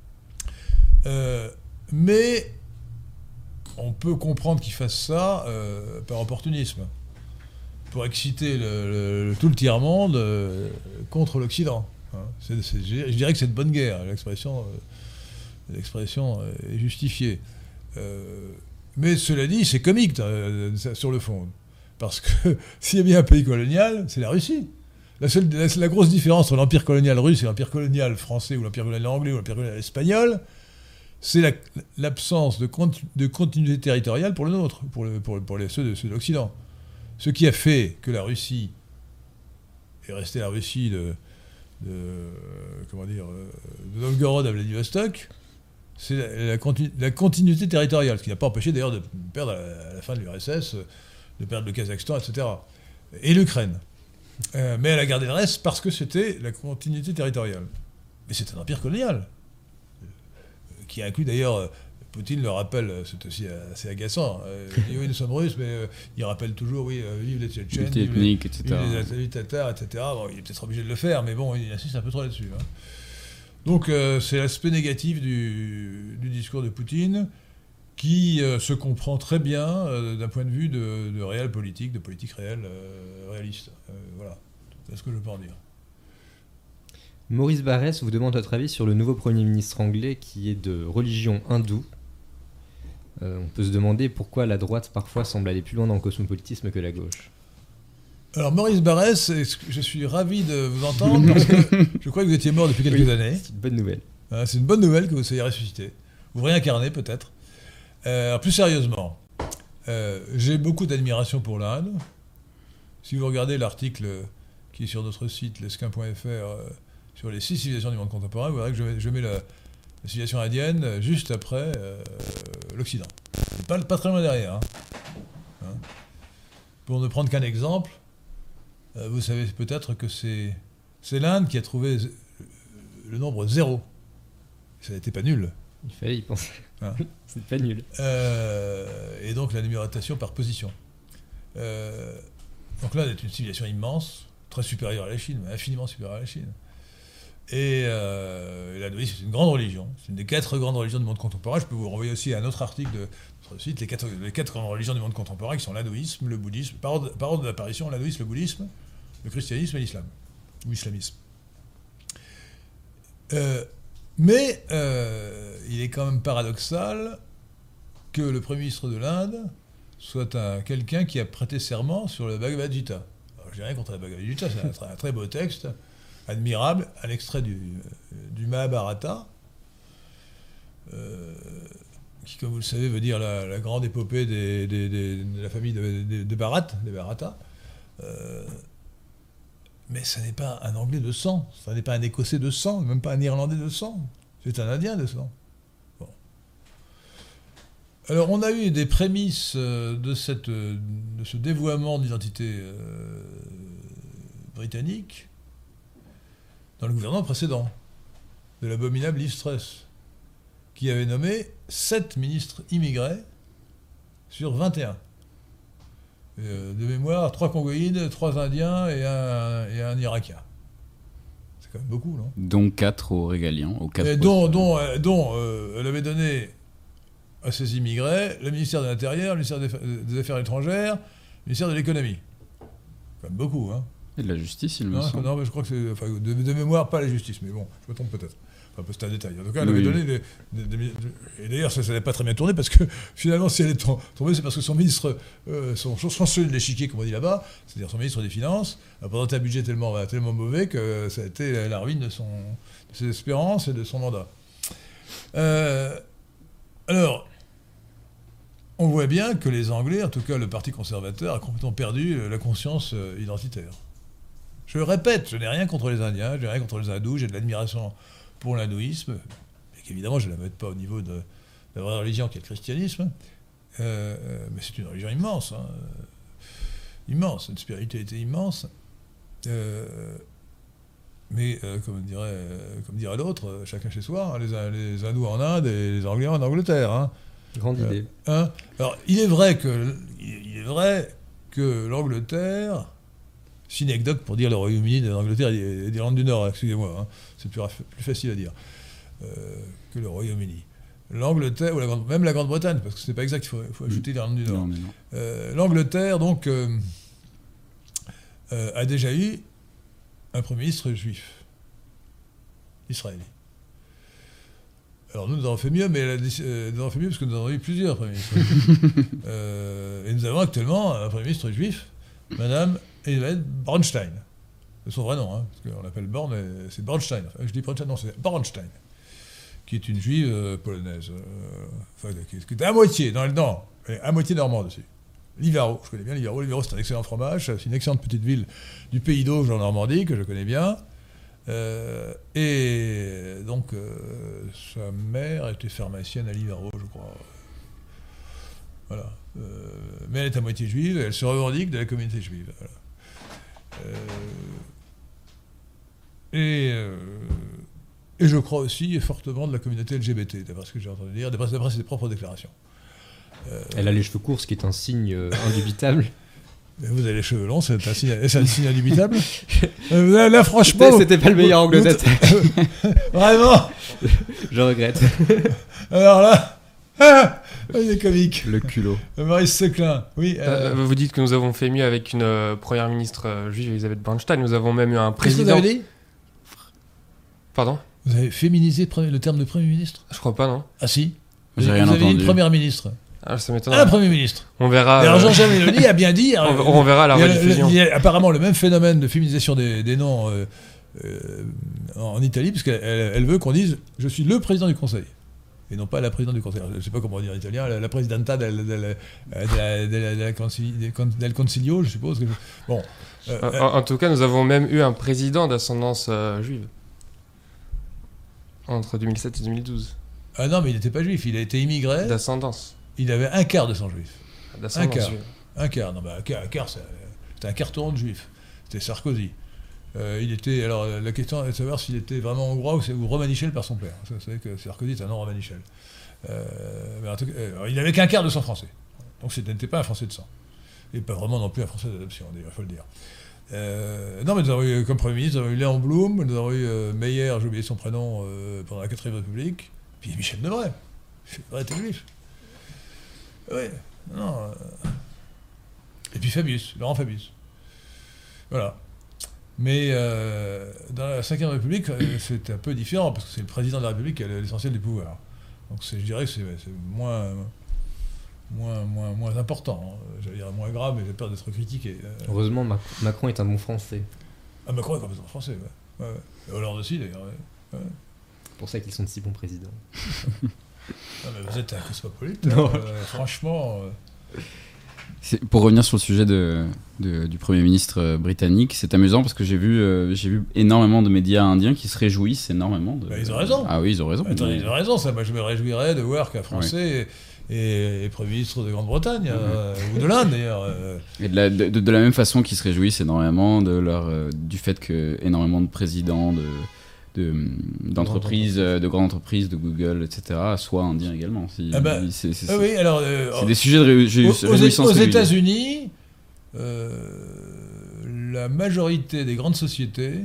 Euh, mais on peut comprendre qu'il fasse ça euh, par opportunisme, pour exciter le, le, tout le tiers-monde euh, contre l'Occident. Hein. C'est, c'est, je dirais que c'est de bonne guerre, l'expression, euh, l'expression est justifiée. Euh, mais cela dit, c'est comique euh, sur le fond. Parce que s'il y a bien un pays colonial, c'est la Russie. La, seule, la, la grosse différence entre l'empire colonial russe et l'empire colonial français, ou l'empire colonial anglais, ou l'empire colonial espagnol, c'est la, l'absence de, continu, de continuité territoriale pour le nôtre, pour, le, pour, pour les, ceux, de, ceux de l'Occident. Ce qui a fait que la Russie est restée la Russie de, de comment dire, de Novgorod à Vladivostok, c'est la, la, continu, la continuité territoriale, ce qui n'a pas empêché d'ailleurs de perdre à la, à la fin de l'U R S S, de perdre le Kazakhstan, et cetera. Et l'Ukraine. Euh, mais elle a gardé le reste parce que c'était la continuité territoriale. Mais c'est un empire colonial, euh, qui inclut d'ailleurs, euh, Poutine le rappelle, c'est aussi assez agaçant, euh, il dit oui nous sommes russes, mais euh, il rappelle toujours, oui, euh, vive les Tchétchènes, vive les, et cetera. Vive les Tatars, et cetera. Bon, il est peut-être obligé de le faire, mais bon, il insiste un peu trop là-dessus. Hein. Donc euh, c'est l'aspect négatif du, du discours de Poutine, qui euh, se comprend très bien euh, d'un point de vue de, de réel politique, de politique réelle, euh, réaliste. Euh, voilà, c'est ce que je peux en dire. Maurice Barrès vous demande votre avis sur le nouveau Premier ministre anglais qui est de religion hindoue. Euh, on peut se demander pourquoi la droite parfois semble aller plus loin dans le cosmopolitisme que la gauche. Alors Maurice Barrès, je suis ravi de vous entendre parce que je crois que vous étiez mort depuis quelques oui, années. C'est une bonne nouvelle. Euh, c'est une bonne nouvelle que vous soyez ressuscité. Vous réincarnez peut-être. Euh, alors plus sérieusement, euh, j'ai beaucoup d'admiration pour l'Inde. Si vous regardez l'article qui est sur notre site, lesquin point f r, euh, sur les six civilisations du monde contemporain, vous verrez que je mets, je mets la, la civilisation indienne juste après euh, l'Occident. C'est pas, pas très loin derrière. Hein. Hein. Pour ne prendre qu'un exemple, euh, vous savez peut-être que c'est, c'est l'Inde qui a trouvé le nombre zéro. Ça n'était pas nul. Il fallait y penser. Hein. C'est pas nul. Euh, et donc la numérotation par position. Euh, donc l'Inde est une civilisation immense, très supérieure à la Chine, infiniment supérieure à la Chine. Et, euh, et l'hindouisme, c'est une grande religion. C'est une des quatre grandes religions du monde contemporain. Je peux vous renvoyer aussi à un autre article de notre site, les quatre, les quatre grandes religions du monde contemporain, qui sont l'hindouisme, le bouddhisme, par ordre, par ordre d'apparition, l'hindouisme, le bouddhisme, le christianisme et l'islam, ou l'islamisme. Euh, mais euh, il est quand même paradoxal que le Premier ministre de l'Inde soit un, quelqu'un qui a prêté serment sur le Bhagavad Gita. Alors, je n'ai rien contre le Bhagavad Gita, c'est un, un très beau texte, admirable, un extrait du, du Mahabharata, euh, qui, comme vous le savez, veut dire la, la grande épopée des, des, des, de la famille de, de, de Bharat, des Bharata. Euh, mais ça n'est pas un Anglais de sang, ça n'est pas un Écossais de sang, même pas un Irlandais de sang. C'est un Indien de sang. Bon. Alors on a eu des prémices de, cette, de ce dévoiement d'identité euh, britannique dans le gouvernement précédent, de l'abominable Liz Truss, qui avait nommé sept ministres immigrés sur vingt et un. Euh, de mémoire, trois Congoïdes, trois Indiens et un, et un Irakien. C'est quand même beaucoup, non ? Dont quatre aux régaliens. Aux quatre et dont dont, euh, dont euh, elle avait donné à ces immigrés le ministère de l'Intérieur, le ministère des, des Affaires étrangères, le ministère de l'Économie. Quand même beaucoup, hein. Et de la justice, il me Non, semble. non mais je crois que c'est... Enfin, de, de mémoire, pas la justice, mais bon, je me trompe peut-être. Enfin, c'est un détail. En tout cas, elle Oui. avait donné des... des- des- et d'ailleurs, ça n'avait pas très bien tourné, parce que finalement, si elle est tom- tombée, c'est parce que son ministre, euh, son son chancelier de l'échiquier, comme on dit là-bas, c'est-à-dire son ministre des Finances, a présenté un budget tellement, tellement mauvais que ça a été la ruine de, son, de ses espérances et de son mandat. Euh, alors, on voit bien que les Anglais, en tout cas le Parti conservateur, a complètement perdu la conscience euh, identitaire. Je le répète, je n'ai rien contre les Indiens, je n'ai rien contre les hindous, j'ai de l'admiration pour l'hindouisme, mais qu'évidemment je ne la mets pas au niveau de, de la vraie religion qui est le christianisme, euh, mais c'est une religion immense, hein, immense, une spiritualité immense, euh, mais euh, comme, dirait, euh, comme dirait l'autre, euh, chacun chez soi, hein, les, les hindous en Inde et les Anglais en Angleterre. Hein. Grande idée. Euh, hein Alors, il est vrai que, il est vrai que l'Angleterre, synecdoque pour dire le Royaume-Uni de l'Angleterre et d'Irlande du Nord, excusez-moi, hein, c'est plus, plus facile à dire euh, que le Royaume-Uni. L'Angleterre, ou la Grande, même la Grande-Bretagne, parce que ce n'est pas exact, il faut, il faut ajouter l'Irlande du Nord. Non, mais non. Euh, L'Angleterre, donc, euh, euh, a déjà eu un Premier ministre juif, israélien. Alors nous, nous avons fait mieux, mais elle a, euh, nous avons fait mieux parce que nous avons eu plusieurs Premiers ministres juifs. euh, et nous avons actuellement un Premier ministre juif, Madame Elisabeth Bornstein. C'est son vrai nom, hein, parce qu'on l'appelle Born, mais c'est Bornstein. Enfin, je dis Bornstein, non, c'est Bornstein, qui est une juive euh, polonaise. Euh, enfin, qui, qui est à moitié, dans le non, à moitié normande aussi. Livaro, je connais bien Livaro. Livaro, c'est un excellent fromage, c'est une excellente petite ville du Pays d'Auge en Normandie, que je connais bien. Euh, et donc, euh, sa mère était pharmacienne à Livaro, je crois. Voilà. Euh, mais elle est à moitié juive, et elle se revendique de la communauté juive. Voilà. Euh, et, euh, et je crois aussi fortement de la communauté L G B T, d'après ce que j'ai entendu dire, d'après, d'après ses propres déclarations. Euh, Elle a les cheveux courts, ce qui est un signe euh, indubitable. Mais vous avez les cheveux longs, c'est un signe, c'est un signe indubitable. euh, là, là, franchement... C'était, c'était pas le meilleur angle d'attaque. Vraiment. Je regrette. Alors là... Ah, il est comique. Le culot. Maurice Seclin, oui. Euh, Euh, vous dites que nous avons fait mieux avec une euh, première ministre euh, juive, Elisabeth Bornstein. Nous avons même eu un Qu'est-ce que vous président. avez dit ? Pardon ? Vous avez féminisé pre- le terme de Premier ministre ? Je crois pas, non. Ah si. J'ai vous rien avez dit entendu. une Première ministre. Ah, ça Un m'étonnerait. Premier ministre. On verra. Et alors euh, Jean-Jean Mélanie a bien dit... on, euh, on verra la il y a le- rediffusion. il y a apparemment le même phénomène de féminisation des, des noms euh, euh, en Italie, puisqu'elle elle, elle veut qu'on dise « je suis le président du Conseil ». Et non pas la présidente du Conseil. Je ne sais pas comment on dit en italien, la, la presidenta del, del, del, del, del, concili- del Consiglio, je suppose. Que je... Bon. Euh, En, en- en tout cas, nous avons même eu un président d'ascendance euh, juive. Entre deux mille sept et deux mille douze. ah non, mais il n'était pas juif, il a été immigré, D'ascendance. il avait un quart de sang juif. D'ascendance Un quart. juive. Un quart, non, bah, un quart, un quart c'est- c'était un carton de juif. C'était Sarkozy. Euh, il était, alors la question est de savoir s'il était vraiment hongrois ou, ou romanichel par son père. Vous savez que Sarkozy est un nom romanichel. Euh, mais en tout cas, euh, il n'avait qu'un quart de sang français. Donc ce n'était pas un français de sang. Et pas vraiment non plus un français d'adoption, d'ailleurs, il faut le dire. Euh, non, mais nous avons eu comme Premier ministre, nous avons eu Léon Blum, nous avons eu euh, Meyer, j'ai oublié son prénom, euh, pendant la quatrième République, puis Michel Debré. Michel Debré était juif. Oui, non. euh, Et puis Fabius, Laurent Fabius. Voilà. Mais euh, dans la cinquième République, euh, c'est un peu différent, parce que c'est le président de la République qui a l'essentiel du pouvoir. Donc c'est, je dirais que c'est, c'est moins, moins, moins, moins important. Hein. J'allais dire moins grave, mais j'ai peur d'être critiqué. Euh, Heureusement, Mac- Macron est un bon français. Ah, Macron est complètement français, ouais. ouais, ouais. Et Hollande aussi, d'ailleurs. Ouais. Ouais. C'est pour ça qu'ils sont de si bons présidents. Non, mais vous êtes un cosmopolite. Non. Euh, franchement. Euh... C'est- Pour revenir sur le sujet de, de- du Premier ministre euh, britannique, c'est amusant parce que j'ai vu, euh, j'ai vu énormément de médias indiens qui se réjouissent énormément. De, Bah, ils ont raison. Ah oui, ils ont raison. Attends, Mais- ils ont raison, ça. Moi, je me réjouirais de voir qu'un Français est, est- est Premier ministre de Grande-Bretagne, euh, ou de l'Inde d'ailleurs. euh. Et de la, de, de- de la même façon qu'ils se réjouissent énormément de leur, euh, du fait que énormément de présidents de, de, d'entreprises, euh, de grandes entreprises, de Google, et cetera, soient indiens également. Si- Ah bah, c'est, c'est- Ah oui, alors. euh, c'est des sujets de réjou- Aux, aux- réjouissance aux réguliers. États-Unis, euh, la majorité des grandes sociétés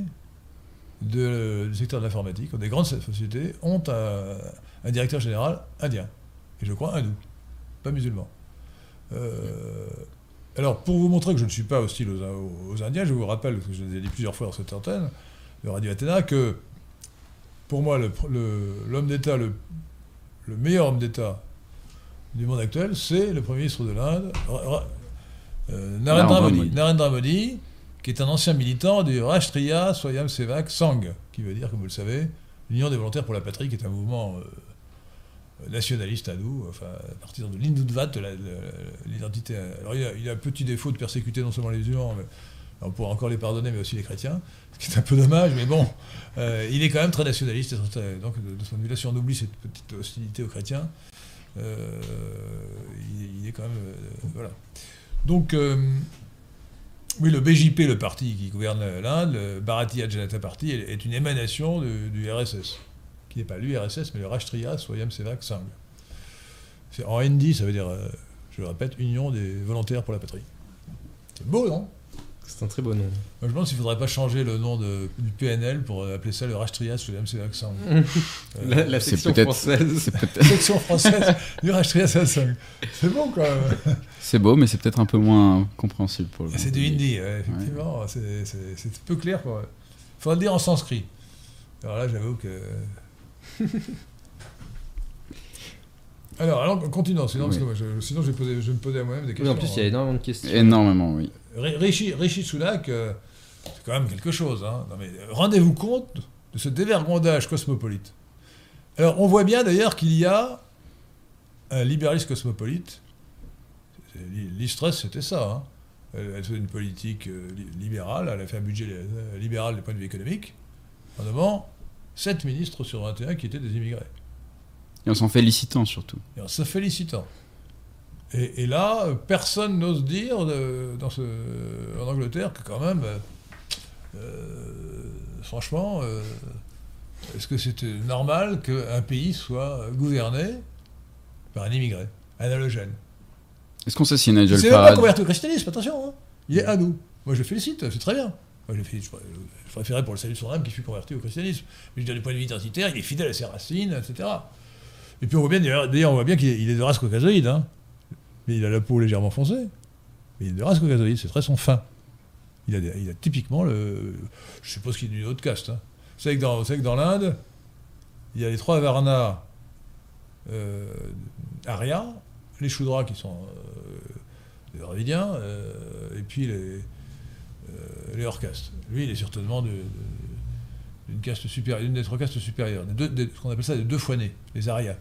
de- du secteur de l'informatique, des grandes sociétés, ont un, un directeur général indien. Et je crois hindou, pas musulman. Euh, alors, pour vous montrer que je ne suis pas hostile aux, aux- aux Indiens, je vous rappelle, parce que je l'ai dit plusieurs fois dans cette antenne de Radio Athéna, que pour moi, le- le- l'homme d'État, le, le meilleur homme d'État du monde actuel, c'est le Premier ministre de l'Inde, Ra- Ra- euh, Narendra Narendra Modi. Modi. Narendra Modi, qui est un ancien militant du Rashtriya Swayamsevak Sangh, qui veut dire, comme vous le savez, l'Union des volontaires pour la patrie, qui est un mouvement euh, nationaliste hindou, enfin, à partir de l'Hindutvat, la- la- l'identité. Alors, il a, il a un petit défaut de persécuter non seulement les musulmans, mais on pourrait encore les pardonner, mais aussi les chrétiens, ce qui est un peu dommage, mais bon, euh, il est quand même très nationaliste, et très- donc de, de ce point de vue-là, si on oublie cette petite hostilité aux chrétiens, euh, il, il est quand même... euh, voilà. Donc, euh, oui, le B J P, le parti qui gouverne l'Inde, le Bharatiya Janata Party, est est une émanation de- du R S S, qui n'est pas l'U R S S, mais le Rashtriya Swayamsevak Sangh. C'est- En hindi, ça veut dire, euh, je le répète, Union des volontaires pour la patrie. C'est beau, non? C'est un très beau nom. Moi, je me demande s'il ne faudrait pas changer le nom de- du P N L pour appeler ça le Rashtriya Swayamsevak Sangh. La, la c'est section peut-être- française. C'est, peut-être- Section française du Rashtriya Swayamsevak Sangh. C'est bon, quand même. c'est beau, mais c'est peut-être un peu moins compréhensible pour le C'est du hindi, ouais, effectivement. C'est, c'est- c'est peu clair. Il faudrait le dire en sanskrit. Alors là, j'avoue que... Alors, alors continuons, sinon, parce Oui. que moi, je, sinon je, vais poser- je vais me posais à moi-même des Oui, questions. en plus, il y a énormément de questions. Énormément, oui. Ri- Rishi, Rishi Sunak, euh, c'est quand même quelque chose. Hein. Non, mais euh, rendez-vous compte de ce dévergondage cosmopolite. Alors, on voit bien d'ailleurs qu'il y a un libéralisme cosmopolite. C'est- L'Istress, c'était ça. Hein. Elle, elle faisait une politique euh, li- libérale, elle a fait un budget euh, libéral du point de vue économique, en nommant sept ministres sur vingt et un qui étaient des immigrés. Et en s'en félicitant surtout. Et en se félicitant. Et, et là, euh, personne n'ose dire de- dans ce, en Angleterre que quand même, euh, euh, franchement, euh, est-ce que c'était normal qu'un pays soit gouverné par un immigré, un halogène? Est-ce qu'on sait si Nigel C'est même pas Farage... converti au christianisme, attention, hein. Il est hindou. Moi je le félicite, c'est très bien. Moi, je, le félicite, je, je préférais pour le salut de son âme qu'il fût converti au christianisme. Mais je veux dire, du point de vue identitaire, il est fidèle à ses racines, et cetera. Et puis on voit bien, d'ailleurs, d'ailleurs, on voit bien qu'il est, il est de race caucasoïde, hein. Mais il a la peau légèrement foncée. Mais il est de race caucasoïde, c'est très son fin. Il a, des- il a typiquement le. Je suppose qu'il est d'une autre caste. Hein. Vous savez que dans, vous savez que dans l'Inde, il y a les trois Varnas euh, Arya, les Shudras qui sont euh, les Dravidiens, euh, et puis les, euh, les hors castes. Lui, il est certainement de, de- d'une caste supérieure, d'une des trois castes supérieures, des deux, des- ce qu'on appelle ça des deux fois nés, les Aryas.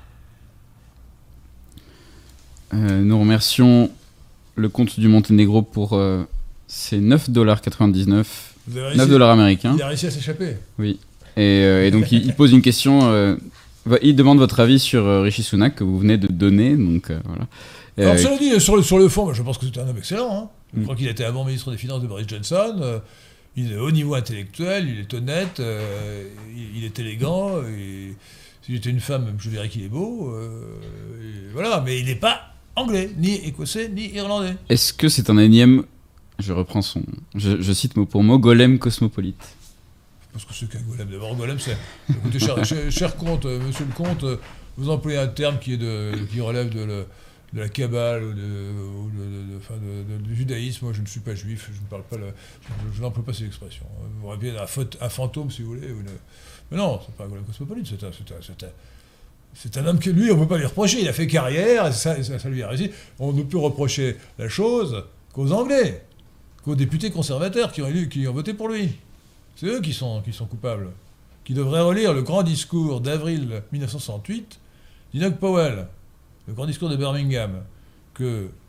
Euh, nous remercions le comte du Monténégro pour euh, ses neuf dollars quatre-vingt-dix-neuf, Vous avez neuf réussi- dollars américains. Il a réussi à s'échapper. Oui. Et, euh, et donc il, il pose une question, euh, va- il demande votre avis sur euh, Rishi Sunak que vous venez de donner. Donc euh, voilà. Alors, Euh, cela dit, sur le, sur le fond, moi, je pense que c'est un homme excellent. Hein. Je Mm. crois qu'il était un bon ministre des Finances de Boris Johnson. euh, il est au niveau intellectuel, il est honnête, euh, il, il est élégant. Et si j'étais une femme, je verrais qu'il est beau. euh, et voilà, mais il n'est pas anglais, ni écossais, ni irlandais. Est-ce que c'est un énième, je reprends son, je, je cite mot pour mot, golem cosmopolite? Parce que c'est qu'un golem. D'abord, golem, c'est. Écoutez, cher, cher, cher comte, euh, monsieur le comte, euh, vous employez un terme qui, est de, qui relève de, le- de la Kabbale ou, de, ou de- de- de- enfin, de- de- du judaïsme. Moi, je ne suis pas juif, je ne parle pas. Le, je je n'emploie pas ces expressions. Vous aurez bien un, faute- un fantôme, si vous voulez. Ou une- mais non, c'est pas un golem cosmopolite, c'est un. C'est un, c'est un c'est un homme que lui, on ne peut pas lui reprocher. Il a fait carrière, et ça, ça, ça lui a réussi. On ne peut reprocher la chose qu'aux Anglais, qu'aux députés conservateurs qui ont, élu, qui ont voté pour lui. C'est eux qui sont, qui sont coupables, qui devraient relire le grand discours d'avril mille neuf cent soixante-huit d'Enoch Powell, le grand discours de Birmingham, que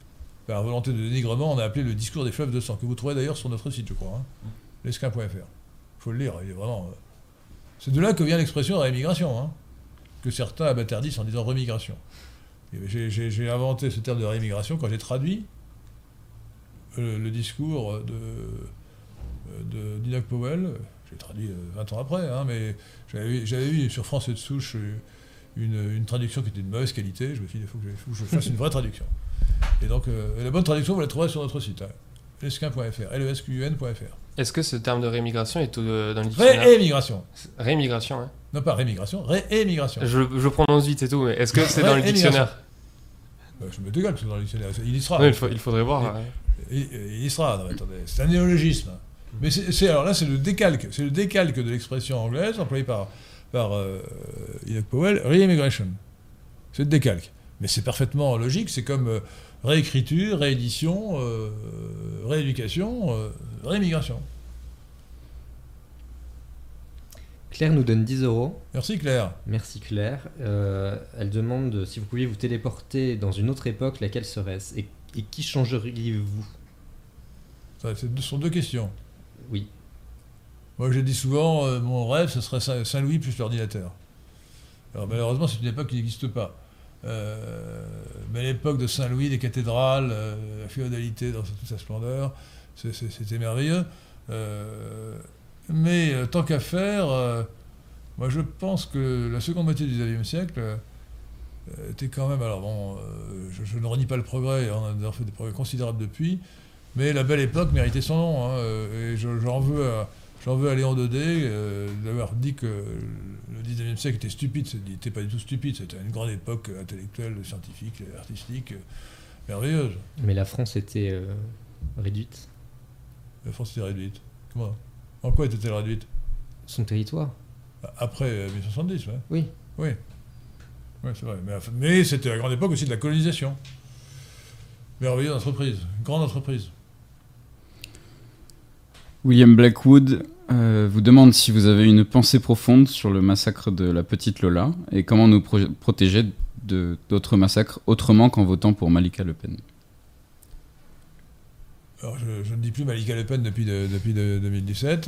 par volonté de dénigrement, on a appelé le discours des fleuves de sang, que vous trouverez d'ailleurs sur notre site, je crois, hein, lesquin point f r. Il faut le lire, il est vraiment... Euh... C'est de là que vient l'expression de rémigration, hein, que certains abâtardissent en disant remigration. J'ai, j'ai, j'ai inventé ce terme de rémigration quand j'ai traduit le, le discours de, de d'Enoch Powell. J'ai traduit vingt ans après, hein, mais j'avais, j'avais vu sur France et de Souche une, une traduction qui était de mauvaise qualité. Je me suis dit, il faut que je, faut que je fasse une vraie traduction. Et donc, euh, la bonne traduction, vous la trouverez sur notre site, hein, lesquin point f r, L E S Q U N point f r. Est-ce que ce terme de rémigration est au, dans le dictionnaire ? Réémigration. Rémigration, hein. Non, pas rémigration, réémigration. Je, je prononce vite et tout, mais est-ce que c'est dans le dictionnaire ? Bah, je me dégage que c'est dans le dictionnaire. Il y sera. Oui, il, faut, il faudrait voir. Il, il, il y sera. Non, attendez, c'est un néologisme. Mais c'est, c'est, alors là, c'est le décalque. C'est le décalque de l'expression anglaise employée par, par euh, Enoch Powell, re-immigration. C'est le décalque. Mais c'est parfaitement logique. C'est comme euh, réécriture, réédition, euh, rééducation, euh, réémigration. Claire nous donne dix euros. Merci Claire. Merci Claire. Euh, elle demande si vous pouviez vous téléporter dans une autre époque, laquelle serait-ce ? Et, et qui changeriez-vous ? Ça, ce sont deux questions. Oui. Moi, j'ai dit souvent, euh, mon rêve, ce serait Saint-Louis plus l'ordinateur. Alors malheureusement, c'est une époque qui n'existe pas. Euh, mais l'époque de Saint-Louis, les cathédrales, euh, la féodalité dans toute sa splendeur, c'est, c'est, c'était merveilleux. Euh, mais euh, tant qu'à faire, euh, moi je pense que la seconde moitié du dix-neuvième siècle euh, était quand même... Alors bon, euh, je, je ne renie pas le progrès, on a d'ailleurs fait des progrès considérables depuis, mais la belle époque méritait son nom, hein, et je, j'en, veux à, j'en veux à Léon Daudet euh, d'avoir dit que le dix-neuvième siècle était stupide. Il n'était pas du tout stupide, c'était une grande époque intellectuelle, scientifique, artistique, euh, merveilleuse. Mais la France était euh, réduite. La France était réduite. Comment ? En quoi était-elle réduite ? Son territoire. Après euh, mille neuf cent soixante-dix, ouais. Oui. Oui. Oui, c'est vrai. Mais, mais c'était la grande époque aussi de la colonisation. Merveilleuse entreprise, grande entreprise. William Blackwood euh, vous demande si vous avez une pensée profonde sur le massacre de la petite Lola et comment nous pro- protéger de, d'autres massacres autrement qu'en votant pour Malika Le Pen. Alors, je, je ne dis plus Malika Le Pen depuis, de, depuis de, deux mille dix-sept.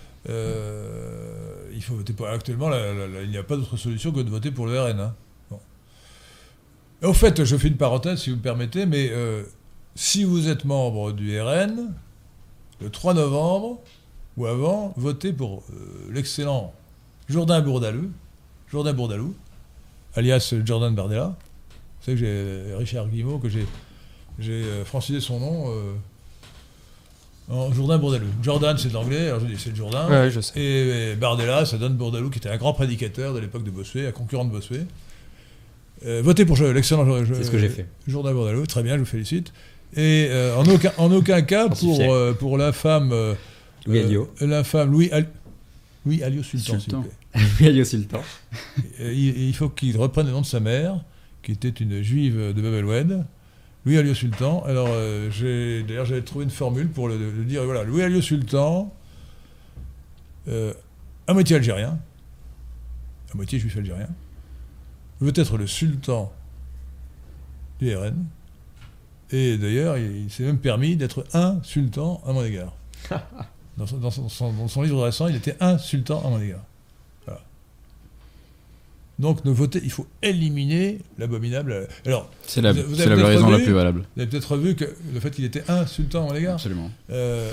Euh, il faut voter pour... Actuellement, la, la, la, il n'y a pas d'autre solution que de voter pour le R N. Hein. Bon. Au fait, je fais une parenthèse, si vous me permettez, mais euh, si vous êtes membre du R N, le trois novembre, ou avant, votez pour euh, l'excellent Jourdain Bourdaloue, Jourdain Bourdaloue, alias Jordan Bardella. Vous savez que j'ai Richard Guillemot, que j'ai, j'ai euh, francisé son nom... Euh, en Jourdain Bourdaloue. Jordan, c'est de l'anglais, alors je dis c'est le Jourdain. Ouais, je sais. Et, et Bardella, ça donne Bourdaloue, qui était un grand prédicateur de l'époque de Bossuet, un concurrent de Bossuet. Euh, votez pour l'excellent je, c'est ce que j'ai fait. Jourdain Bourdaloue, très bien, je vous félicite. Et euh, en, aucun, en aucun cas pour, euh, pour l'infâme euh, Louis Alliot. Euh, l'infâme Louis, Al- Louis Alliot Sultan, Sultan. s'il vous plaît. Louis Alliot Sultan. Et, il, il faut qu'il reprenne le nom de sa mère, qui était une juive de Bab el-Oued. Louis Alliot Sultan. Alors, euh, j'ai, d'ailleurs, j'avais trouvé une formule pour le, le dire. Voilà, Louis Alliot Sultan, euh, à moitié algérien, à moitié juif algérien, veut être le sultan du R N. Et d'ailleurs, il, il s'est même permis d'être un sultan à mon égard. Dans son, dans son, son, dans son livre récent, il était un sultan à mon égard. Voilà. Donc, nos voter, il faut éliminer l'abominable. Alors, c'est la, vous, vous c'est la raison revu, la plus valable. Vous avez peut-être vu que le fait qu'il était un sultan à mon égard. Absolument. Euh,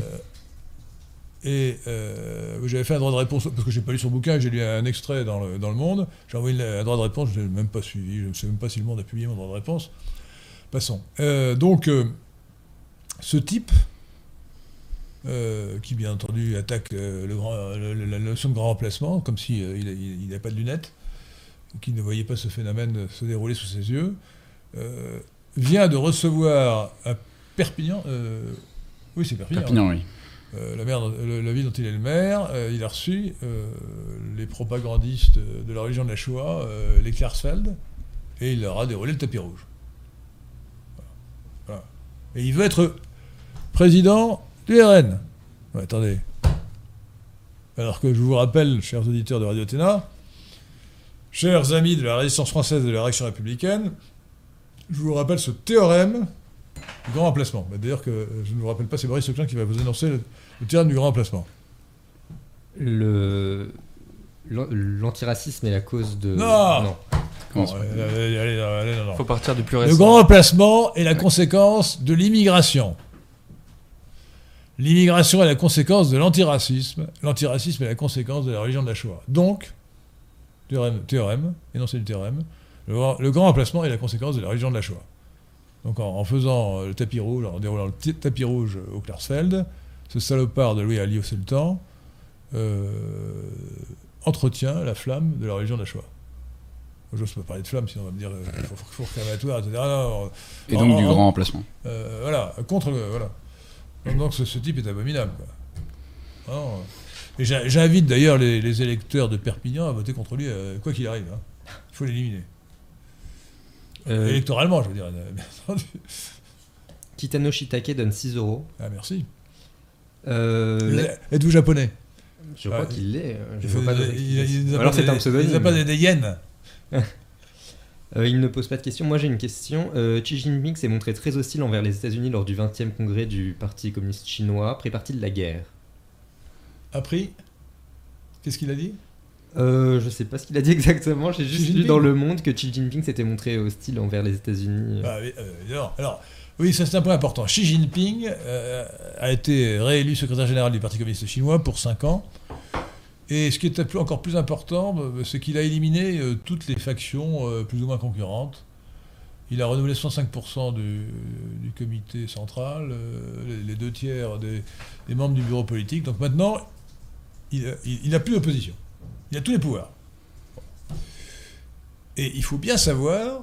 et euh, j'avais fait un droit de réponse, parce que j'ai pas lu son bouquin, j'ai lu un extrait dans le, dans le Monde. J'ai envoyé un droit de réponse, je ne l'ai même pas suivi, je ne sais même pas si le Monde a publié mon droit de réponse. Passons. Euh, donc, euh, ce type, euh, qui bien entendu attaque euh, le grand, le, la notion de grand remplacement, comme s'il si, euh, il n'avait pas de lunettes, qui ne voyait pas ce phénomène se dérouler sous ses yeux, euh, vient de recevoir à Perpignan, euh, oui c'est Perpignan, Perpignan oui. euh, la, maire, le, la ville dont il est le maire, euh, il a reçu euh, les propagandistes de la religion de la Shoah, euh, les Klarsfeld, et il leur a déroulé le tapis rouge. Voilà. Voilà. Et il veut être président du R N. Ouais, attendez. Alors que je vous rappelle, chers auditeurs de Radio Téna, chers amis de la résistance française et de la réaction républicaine, je vous rappelle ce théorème du grand remplacement. Bah, d'ailleurs, que je ne vous rappelle pas, c'est Boris Seclin qui va vous annoncer le, le terme du grand remplacement. Le... L'antiracisme est la cause de... Non, non. Bon, allez, allez, allez, allez, non, non. Faut partir du plus récent. Le grand remplacement est la conséquence de l'immigration. L'immigration est la conséquence de l'antiracisme. L'antiracisme est la conséquence de la religion de la Shoah. Donc, théorème, théorème énoncé du théorème, le grand, le grand remplacement est la conséquence de la religion de la Shoah. Donc en, en faisant le tapis rouge, en déroulant le t- tapis rouge au Klarsfeld, ce salopard de Louis Ali au Sultan euh, entretient la flamme de la religion de la Shoah. Je ne peux pas parler de flamme, sinon on va me dire qu'il faut, faut réclamatoire, et cetera. Non, et donc en, du en, grand remplacement. Euh, voilà, contre le... Voilà. Donc, donc ce, ce type est abominable. Quoi. Non, et j'a, j'invite d'ailleurs les, les électeurs de Perpignan à voter contre lui, euh, quoi qu'il arrive. Hein. Il faut l'éliminer. Euh, Électoralement, je veux dire. Kitano Shitake donne six euros. Ah, merci. Euh, les... Êtes-vous japonais? Je crois ah, qu'il l'est. Je il, vois pas il, il, il Alors c'est des, un pseudonyme. Il n'a pas des, des yens. euh, il ne pose pas de questions. Moi j'ai une question. Euh, Xi Jinping s'est montré très hostile envers les États-Unis lors du vingtième congrès du Parti communiste chinois. Prépare-t-il la guerre? Appris? Qu'est-ce qu'il a dit? Euh, je sais pas ce qu'il a dit exactement, j'ai juste lu dans Le Monde que Xi Jinping s'était montré hostile envers les États-Unis. Bah, euh, alors, alors, oui, ça c'est un point important. Xi Jinping euh, a été réélu secrétaire général du Parti communiste chinois pour cinq ans. Et ce qui est encore plus important, c'est qu'il a éliminé euh, toutes les factions euh, plus ou moins concurrentes. Il a renouvelé soixante-cinq pour cent du, du comité central, euh, les, les deux tiers des, des membres du bureau politique. Donc maintenant, il n'a plus d'opposition. Il a tous les pouvoirs. Et il faut bien savoir,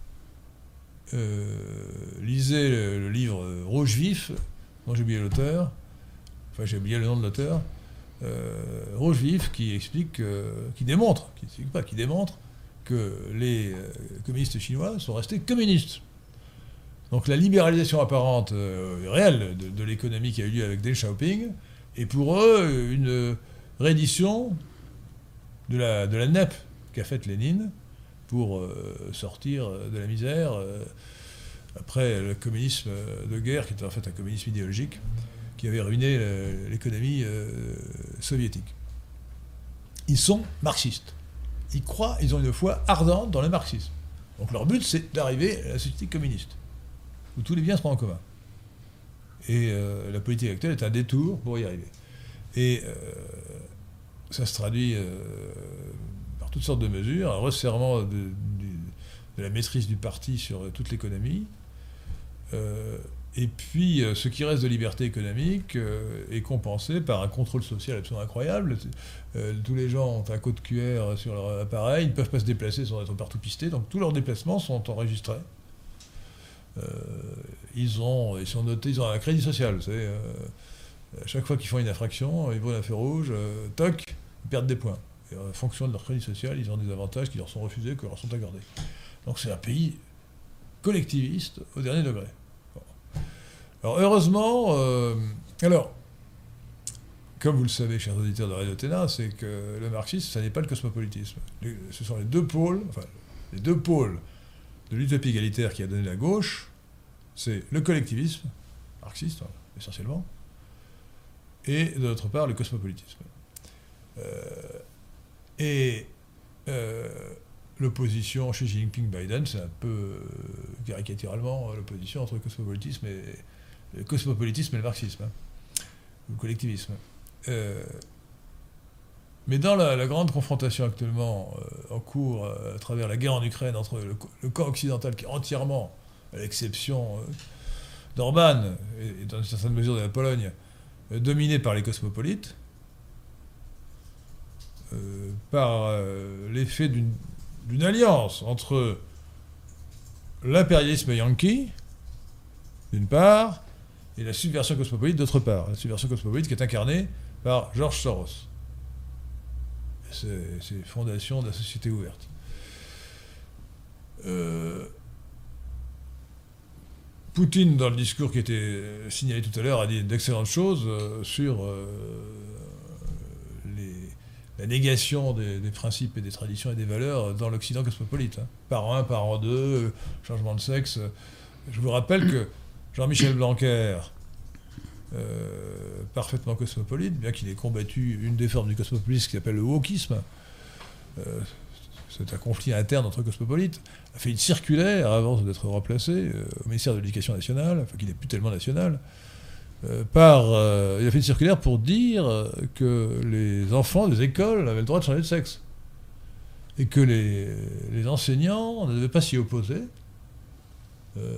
euh, lisez le, le livre Rouge Vif, dont j'ai oublié l'auteur, enfin j'ai oublié le nom de l'auteur, euh, Rouge Vif, qui explique, euh, qui démontre, qui explique pas, qui démontre que les euh, communistes chinois sont restés communistes. Donc la libéralisation apparente, euh, réelle, de, de l'économie qui a eu lieu avec Deng Xiaoping, est pour eux une réédition de la, de la N E P qu'a faite Lénine pour euh, sortir de la misère euh, après le communisme de guerre, qui était en fait un communisme idéologique, qui avait ruiné le, l'économie euh, soviétique. Ils sont marxistes. Ils croient, ils ont une foi ardente dans le marxisme. Donc leur but, c'est d'arriver à la société communiste, où tous les biens seront en commun. Et euh, la politique actuelle est un détour pour y arriver. Et euh, ça se traduit euh, par toutes sortes de mesures, un resserrement de, de, de la maîtrise du parti sur toute l'économie, euh, et puis euh, ce qui reste de liberté économique euh, est compensé par un contrôle social absolument incroyable. Euh, tous les gens ont un code Q R sur leur appareil, ils ne peuvent pas se déplacer sans être partout pistés, donc tous leurs déplacements sont enregistrés. Euh, ils, ont, ils sont notés, ils ont un crédit social, vous savez, euh, à chaque fois qu'ils font une infraction, ils brûlent un feu rouge, euh, toc, ils perdent des points. Et en fonction de leur crédit social, ils ont des avantages qui leur sont refusés, que leur sont accordés. Donc c'est un pays collectiviste au dernier degré. Bon. Alors heureusement, euh, alors, comme vous le savez, chers auditeurs de Radio Ténin, c'est que le marxisme, ça n'est pas le cosmopolitisme. Les, ce sont les deux pôles, enfin, les deux pôles de l'utopie égalitaire qui a donné la gauche, c'est le collectivisme, marxiste, hein, essentiellement, et de l'autre part, le cosmopolitisme. Euh, et euh, l'opposition Xi Jinping-Biden, c'est un peu euh, caricaturalement l'opposition entre le cosmopolitisme et le cosmopolitisme et le marxisme, hein, ou le collectivisme. Euh, mais dans la, la grande confrontation actuellement euh, en cours euh, à travers la guerre en Ukraine entre le, le camp occidental qui est entièrement, à l'exception euh, d'Orban et, et dans une certaine mesure de la Pologne, euh, dominé par les cosmopolites, euh, par euh, l'effet d'une, d'une alliance entre l'impérialisme yankee, d'une part, et la subversion cosmopolite, d'autre part. La subversion cosmopolite qui est incarnée par George Soros. C'est, c'est fondation de la société ouverte. Euh, Poutine, dans le discours qui a été signalé tout à l'heure, a dit d'excellentes choses euh, sur euh, les, la négation des, des principes et des traditions et des valeurs dans l'Occident cosmopolite. Hein. Par un, par an deux, euh, changement de sexe. Je vous rappelle que Jean-Michel Blanquer, euh, parfaitement cosmopolite, bien qu'il ait combattu une des formes du cosmopolitisme qui s'appelle le wokisme, euh, c'est un conflit interne entre cosmopolites, a fait une circulaire avant d'être remplacé euh, au ministère de l'Éducation nationale, enfin qui n'est plus tellement national, euh, par, euh, il a fait une circulaire pour dire que les enfants des écoles avaient le droit de changer de sexe. Et que les, les enseignants ne devaient pas s'y opposer. Euh,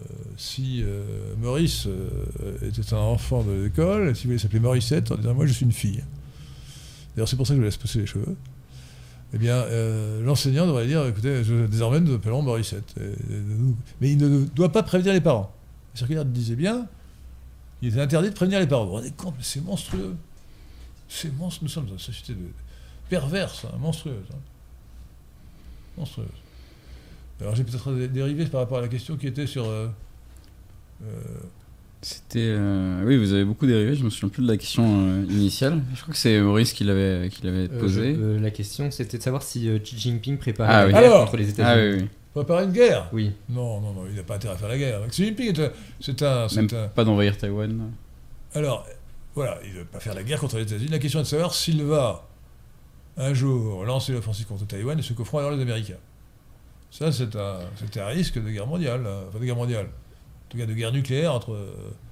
si euh, Maurice euh, était un enfant de l'école, s'il voulait s'appeler Morissette, en disant « moi je suis une fille ». D'ailleurs c'est pour ça que je laisse pousser les cheveux. Eh bien, euh, l'enseignant devrait dire « écoutez, je, désormais nous appelons Morissette ». Et, et, mais il ne doit pas prévenir les parents. La circulaire disait bien qu'il était interdit de prévenir les parents. Vous vous rendez compte, mais c'est monstrueux. C'est monstrueux. Nous sommes dans une société de, perverse, hein, monstrueuse. Hein. Monstrueuse. Alors j'ai peut-être dérivé par rapport à la question qui était sur... Euh, euh... C'était... Euh... Oui, vous avez beaucoup dérivé, je me souviens plus de la question euh, initiale. Je crois que c'est Maurice qui l'avait, qui l'avait euh, posée. Je, euh, la question, c'était de savoir si euh, Xi Jinping préparait ah, la oui. guerre Alors, contre les États-Unis. Ah oui, oui. Préparer une guerre ? Oui. Non, non, non, il n'a pas intérêt à faire la guerre. Xi Jinping, est un, c'est un... C'est Même un... pas d'envahir Taïwan. Alors, voilà, il ne veut pas faire la guerre contre les États-Unis. La question est de savoir s'il va un jour lancer l'offensive contre Taïwan et se qu'offront alors les Américains. Ça, c'est un, c'est un risque de guerre mondiale, enfin de guerre mondiale, en tout cas de guerre nucléaire entre... Euh,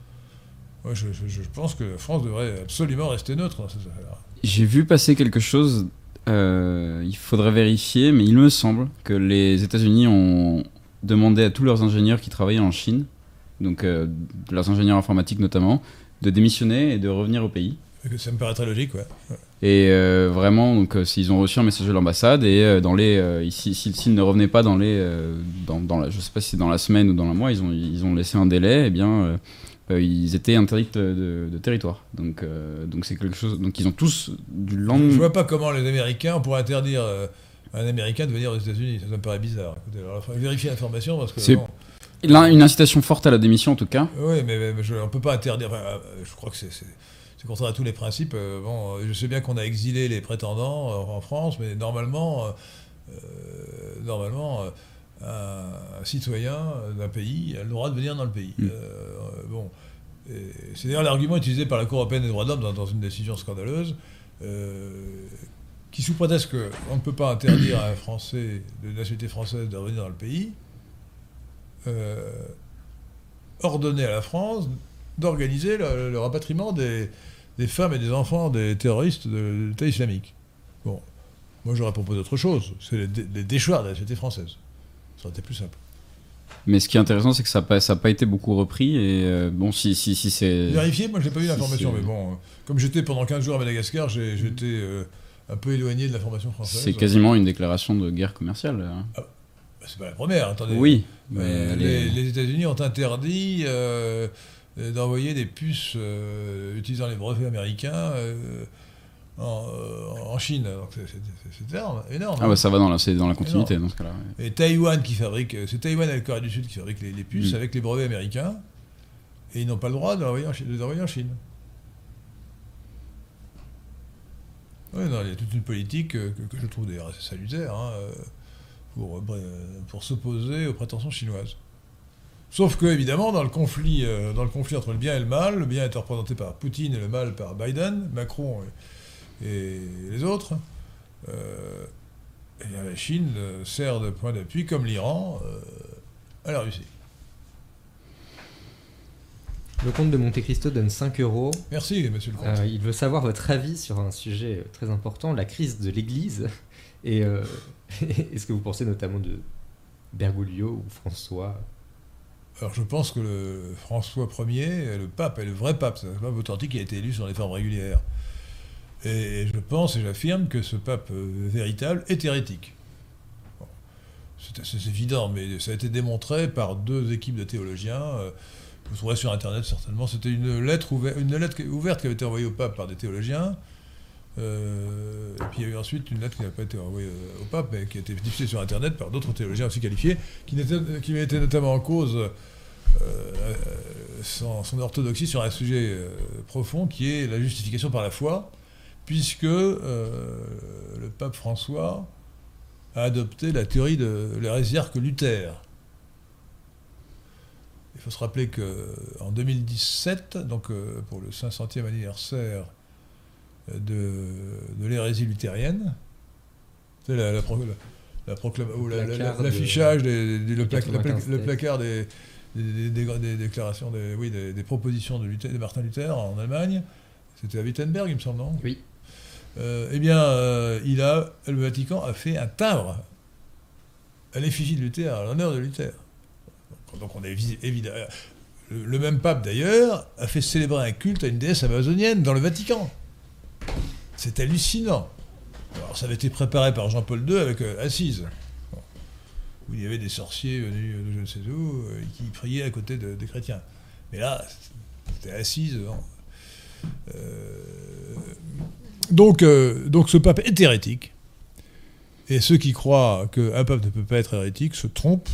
ouais, je, je, je pense que la France devrait absolument rester neutre dans cette affaire. J'ai vu passer quelque chose, euh, il faudrait vérifier, mais il me semble que les États-Unis ont demandé à tous leurs ingénieurs qui travaillaient en Chine, donc euh, leurs ingénieurs informatiques notamment, de démissionner et de revenir au pays. Ça me paraît très logique, ouais. ouais. Et euh, vraiment, donc, euh, ils ont reçu un message de l'ambassade et euh, dans les, euh, ici, s'ils ne revenaient pas dans les, euh, dans, dans la, je sais pas si c'est dans la semaine ou dans le mois, ils ont, ils ont laissé un délai. Et bien, euh, euh, ils étaient interdits de, de, de territoire. Donc, euh, donc c'est quelque chose. Donc ils ont tous du lendemain. Je vois pas comment les Américains pourraient interdire euh, un Américain de venir aux États-Unis. Ça me paraît bizarre. Écoutez, alors, il faut vérifier l'information parce que. C'est Bon, là, une incitation forte à la démission en tout cas. oui, mais, mais je, on peut pas interdire. Enfin, je crois que c'est. c'est... C'est contraire à tous les principes. Euh, bon, je sais bien qu'on a exilé les prétendants euh, en France, mais normalement, euh, normalement euh, un, un citoyen d'un pays a le droit de venir dans le pays. Mm. Euh, bon, et c'est d'ailleurs l'argument utilisé par la Cour européenne des droits de l'homme dans, dans une décision scandaleuse, euh, qui sous prétexte qu'on ne peut pas interdire à un Français de nationalité française de revenir dans le pays, euh, ordonnait à la France d'organiser le, le rapatriement des des femmes et des enfants des terroristes de l'État islamique. Bon, moi j'aurais proposé autre chose, c'est les, dé- les déchoirs de la société française. Ça aurait été plus simple. Mais ce qui est intéressant, c'est que ça n'a pas, ça a pas été beaucoup repris. Et euh, bon, si, si, si c'est. Vérifié, moi je n'ai pas eu l'information, si mais bon, euh, comme j'étais pendant quinze jours à Madagascar, j'ai, j'étais euh, un peu éloigné de l'information française. C'est quasiment une déclaration de guerre commerciale. Hein. Ah, bah, c'est pas la première, attendez. Oui, mais euh, les, les... les États-Unis ont interdit. Euh, d'envoyer des puces euh, utilisant les brevets américains euh, en, euh, en Chine. Donc c'est, c'est, c'est, c'est énorme. énorme ah hein. bah ça va dans la, c'est dans la continuité énorme. Dans ce cas-là. Ouais. Et Taïwan qui fabrique, c'est Taïwan et la Corée du Sud qui fabriquent les, les puces mmh. avec les brevets américains, et ils n'ont pas le droit de, en Chine, de les envoyer en Chine. Oui, non, il y a toute une politique que, que je trouve d'ailleurs assez salutaire hein, pour, pour s'opposer aux prétentions chinoises. Sauf que, évidemment, dans le, conflit, euh, dans le conflit entre le bien et le mal, le bien est représenté par Poutine et le mal par Biden, Macron et, et les autres, euh, et bien la Chine euh, sert de point d'appui, comme l'Iran, euh, à la Russie. Le comte de Monte Cristo donne cinq euros. Merci, monsieur le comte. Euh, il veut savoir votre avis sur un sujet très important, la crise de l'Église. Et euh, est-ce que vous pensez notamment de Bergoglio ou François ? Alors je pense que le François Ier, le pape, est le vrai pape, c'est un pape authentique qui a été élu sur les formes régulières. Et je pense et j'affirme que ce pape véritable est hérétique. Bon, c'est assez évident, mais ça a été démontré par deux équipes de théologiens. Vous trouverez sur Internet certainement. C'était une lettre, ouverte, une lettre ouverte qui avait été envoyée au pape par des théologiens. Euh, et puis il y a eu ensuite une lettre qui n'a pas été envoyée au pape, mais qui a été diffusée sur Internet par d'autres théologiens aussi qualifiés, qui, qui mettaient notamment en cause euh, son, son orthodoxie sur un sujet euh, profond qui est la justification par la foi, puisque euh, le pape François a adopté la théorie de l'hérésiarque Luther. Il faut se rappeler qu'en deux mille dix-sept, donc euh, pour le cinq centième anniversaire de, de l'hérésie luthérienne, c'est la, la, la, la proclama- ou la, la, la, l'affichage, des, des, le, plac, le placard des, des, des, des, des déclarations, des, oui, des, des propositions de, Luther, de Martin Luther en Allemagne, c'était à Wittenberg, il me semble, non ? Oui. Euh, eh bien, euh, il a, le Vatican a fait un timbre à l'effigie de Luther, à l'honneur de Luther. Donc on est évidemment... Le, le même pape, d'ailleurs, a fait célébrer un culte à une déesse amazonienne dans le Vatican. C'est hallucinant. Alors, ça avait été préparé par Jean-Paul deux avec euh, Assise, bon, où il y avait des sorciers venus de je ne sais où, euh, qui priaient à côté de, des chrétiens. Mais là, c'était Assise. Euh, donc, euh, donc ce pape est hérétique. Et ceux qui croient qu'un pape ne peut pas être hérétique se trompent.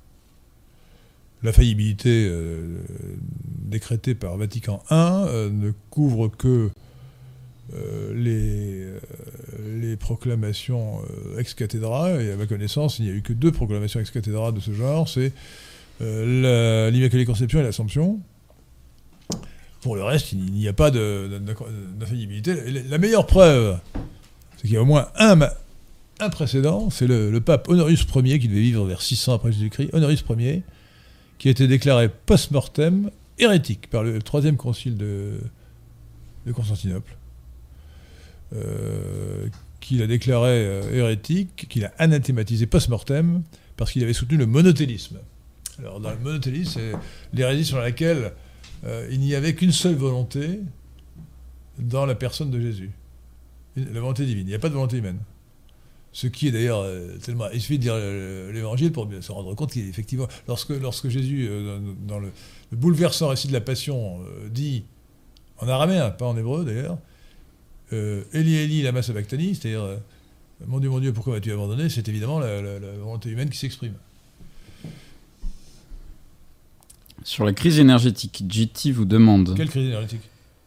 La faillibilité euh, décrétée par Vatican un euh, ne couvre que euh, les, euh, les proclamations euh, ex cathedra, et à ma connaissance, il n'y a eu que deux proclamations ex cathedra de ce genre, c'est euh, la, l'Immaculée Conception et l'Assomption. Pour le reste, il n'y a pas de, de, de, d'infaillibilité. La meilleure preuve, c'est qu'il y a au moins un, un précédent, c'est le, le pape Honorius Ier, qui devait vivre vers six cents après Jésus-Christ, Honorius Ier, qui a été déclaré post-mortem hérétique par le troisième concile de, de Constantinople, euh, qu'il a déclaré euh, hérétique, qu'il a anathématisé post-mortem, parce qu'il avait soutenu le monothélisme. Alors, dans le monothélisme, c'est l'hérésie sur laquelle euh, il n'y avait qu'une seule volonté dans la personne de Jésus, la volonté divine. Il n'y a pas de volonté humaine. Ce qui est d'ailleurs euh, tellement... Il suffit de lire l'Évangile pour bien se rendre compte qu'effectivement, lorsque, lorsque Jésus, euh, dans, dans le, le bouleversant récit de la Passion, euh, dit, en araméen, pas en hébreu d'ailleurs, euh, Eli Eli lama sabachthani, c'est-à-dire euh, mon Dieu, mon Dieu, pourquoi m'as-tu abandonné ? C'est évidemment la, la, la volonté humaine qui s'exprime. Sur la crise énergétique, G T vous demande... Quelle crise énergétique ?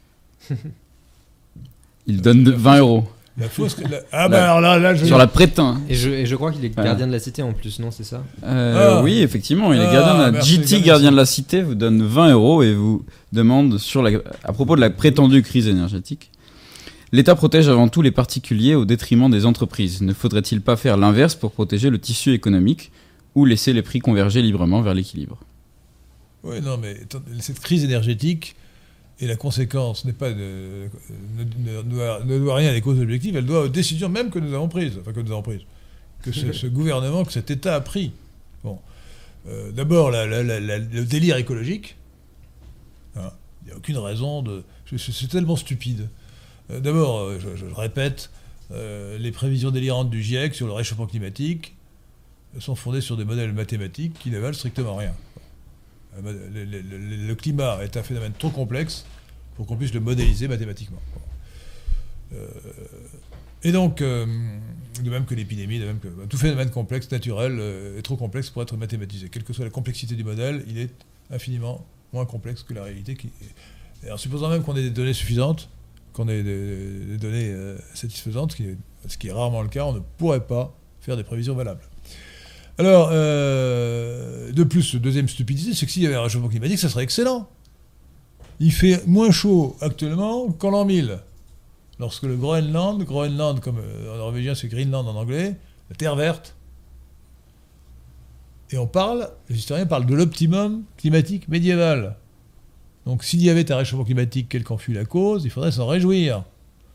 Il donne de vingt euros. La fausse... La... Ah bah alors là, là je... Sur la prétin. Et je, et je crois qu'il est gardien de la cité en plus, non, c'est ça ? euh, ah. Oui, effectivement, il est gardien de la... Ah, G T, gardien de la cité, vous donne vingt euros et vous demande, sur la... à propos de la prétendue crise énergétique, l'État protège avant tout les particuliers au détriment des entreprises. Ne faudrait-il pas faire l'inverse pour protéger le tissu économique ou laisser les prix converger librement vers l'équilibre ? Oui, non, mais cette crise énergétique... Et la conséquence n'est pas de, ne, ne, doit, ne doit rien à des causes objectives, elle doit aux décisions même que nous avons prises, enfin que nous avons prises, que ce, ce gouvernement, que cet État a pris. Bon, euh, d'abord la, la, la, la, le délire écologique. Hein, il n'y a aucune raison de. C'est tellement stupide. Euh, d'abord, je, je le répète, euh, les prévisions délirantes du GIEC sur le réchauffement climatique sont fondées sur des modèles mathématiques qui ne valent strictement rien. Le, le, le, le climat est un phénomène trop complexe pour qu'on puisse le modéliser mathématiquement. Euh, et donc, euh, de même que l'épidémie, de même que tout phénomène complexe, naturel, euh, est trop complexe pour être mathématisé. Quelle que soit la complexité du modèle, il est infiniment moins complexe que la réalité. Qui est... Et en supposant même qu'on ait des données suffisantes, qu'on ait des, des données euh, satisfaisantes, ce qui, est, ce qui est rarement le cas, on ne pourrait pas faire des prévisions valables. Alors, euh, de plus, deuxième stupidité, c'est que s'il y avait un réchauffement climatique, ça serait excellent. Il fait moins chaud actuellement qu'en l'an mille. Lorsque le Groenland, Groenland comme en norvégien c'est Greenland en anglais, la terre verte, et on parle, les historiens parlent de l'optimum climatique médiéval. Donc s'il y avait un réchauffement climatique, quelle qu'en fût la cause, il faudrait s'en réjouir.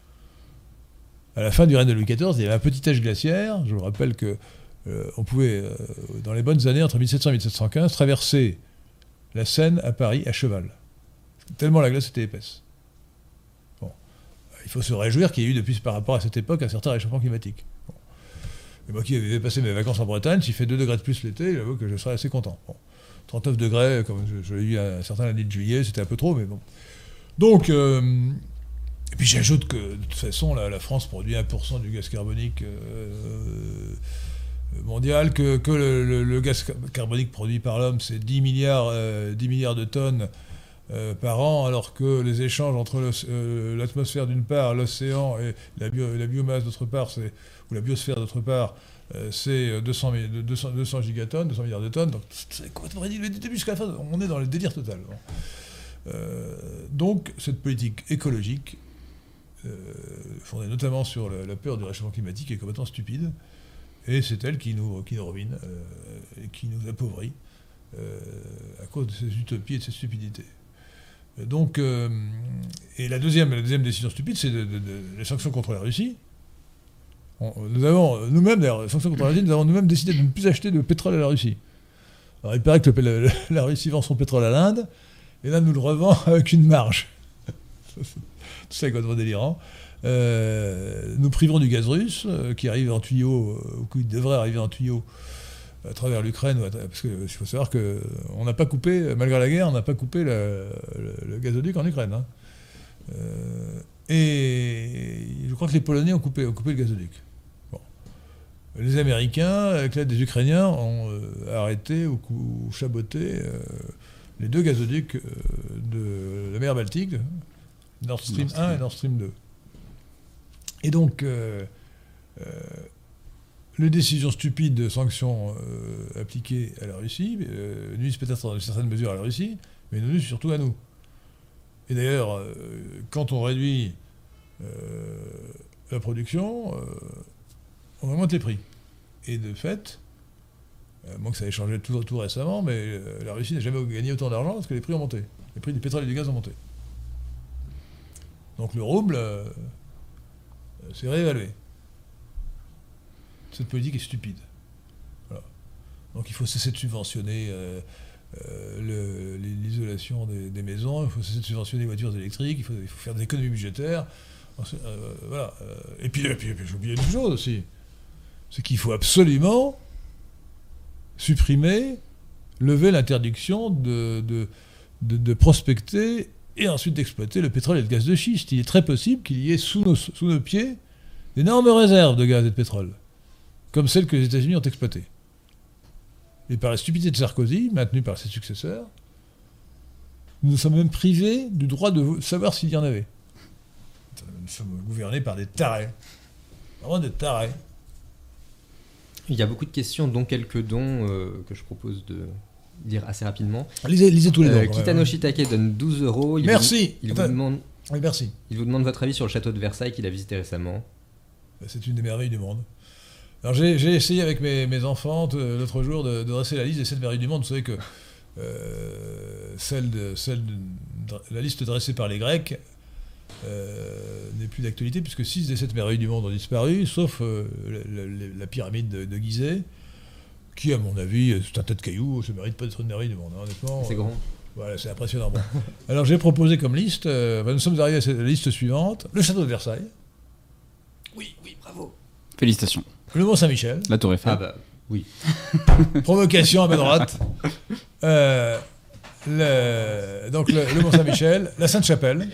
À la fin du règne de Louis quatorze, il y avait un petit âge glaciaire, je vous rappelle que Euh, on pouvait, euh, dans les bonnes années, entre mille sept cents et mille sept cent quinze, traverser la Seine à Paris à cheval. Tellement la glace était épaisse. Bon. Il faut se réjouir qu'il y ait eu, depuis, par rapport à cette époque, un certain réchauffement climatique. Bon. Et moi qui avais passé mes vacances en Bretagne, s'il fait deux degrés de plus l'été, j'avoue que je serais assez content. Bon. trente-neuf degrés, comme je, je l'ai eu un certain lundi de juillet, c'était un peu trop, mais bon. Donc, euh, et puis j'ajoute que, de toute façon, la, la France produit un pour cent du gaz carbonique euh, mondial, que, que le, le, le gaz carbonique produit par l'homme, c'est dix milliards, euh, dix milliards de tonnes euh, par an, alors que les échanges entre le, euh, l'atmosphère d'une part, l'océan et la, bio, la biomasse d'autre part, c'est, ou la biosphère d'autre part, euh, c'est deux cents, deux cents, deux cents gigatonnes, deux cents milliards de tonnes, donc c'est complètement ridicule. Du début jusqu'à la fin, on est dans le délire total. Bon. Euh, donc, cette politique écologique, euh, fondée notamment sur la, la peur du réchauffement climatique, est complètement stupide, et c'est elle qui nous, qui nous ruine, euh, et qui nous appauvrit, euh, à cause de ces utopies et de ces stupidités. Donc, euh, et la deuxième, la deuxième décision stupide, c'est de, de, de, les sanctions contre la Russie. On, nous avons, nous-mêmes, d'ailleurs, les sanctions contre la Russie, nous avons nous-mêmes décidé de ne plus acheter de pétrole à la Russie. Alors, il paraît que le, le, la Russie vend son pétrole à l'Inde, et là, nous le revend avec une marge. Tout ça est complètement délirant. Euh, nous priverons du gaz russe, euh, qui arrive en tuyau, euh, ou qui devrait arriver en tuyau, à travers l'Ukraine, parce qu'il faut savoir qu'on n'a pas coupé, malgré la guerre, on n'a pas coupé le, le, le gazoduc en Ukraine. Hein. Euh, et je crois que les Polonais ont coupé, ont coupé le gazoduc. Bon. Les Américains, avec l'aide des Ukrainiens, ont euh, arrêté ou, ou chaboté euh, les deux gazoducs euh, de la mer Baltique, Nord Stream un et Nord Stream deux. Et donc, euh, euh, les décisions stupides de sanctions euh, appliquées à la Russie euh, nuisent peut-être dans une certaine mesure à la Russie, mais nous nuisent surtout à nous. Et d'ailleurs, euh, quand on réduit euh, la production, euh, on augmente les prix. Et de fait, euh, moi que ça ait changé tout, tout récemment, mais euh, la Russie n'a jamais gagné autant d'argent parce que les prix ont monté. Les prix du pétrole et du gaz ont monté. Donc le rouble euh, s'est réévalué. Cette politique est stupide. Voilà. Donc il faut cesser de subventionner euh, euh, le, l'isolation des, des maisons, il faut cesser de subventionner les voitures électriques, il faut, il faut faire des économies budgétaires. Euh, voilà. Et puis, et puis, et puis j'ai oublié une chose aussi, c'est qu'il faut absolument supprimer, lever l'interdiction de, de, de, de prospecter et ensuite d'exploiter le pétrole et le gaz de schiste. Il est très possible qu'il y ait sous nos, sous nos pieds d'énormes réserves de gaz et de pétrole, comme celles que les États-Unis ont exploitées. Et par la stupidité de Sarkozy, maintenue par ses successeurs, nous nous sommes même privés du droit de savoir s'il y en avait. Nous sommes gouvernés par des tarés. Vraiment des tarés. Il y a beaucoup de questions, dont quelques dons euh, que je propose de dire assez rapidement. Lisez, lisez tous les dons. Euh, Kitano Shitake donne douze euros. Il merci. Vous, il, vous demande, oui, merci. Il vous demande votre avis sur le château de Versailles qu'il a visité récemment. C'est une des merveilles du monde. Alors j'ai, j'ai essayé avec mes, mes enfants de, l'autre jour de, de dresser la liste des sept merveilles du monde. Vous savez que euh, celle de, celle de, la liste dressée par les Grecs euh, n'est plus d'actualité puisque six des sept merveilles du monde ont disparu, sauf euh, la, la, la pyramide de, de Gizeh, qui à mon avis, c'est un tas de cailloux, ça ne mérite pas d'être une merveille du monde. Hein, honnêtement. C'est grand. Voilà, c'est impressionnant. Bon. Alors j'ai proposé comme liste, euh, ben, nous sommes arrivés à la liste suivante, le château de Versailles. Oui, oui, bravo. Félicitations. Le Mont-Saint-Michel. La Tour Eiffel. Ah bah, oui. Provocation à ma droite. Euh, le, donc le, le Mont-Saint-Michel, la Sainte-Chapelle.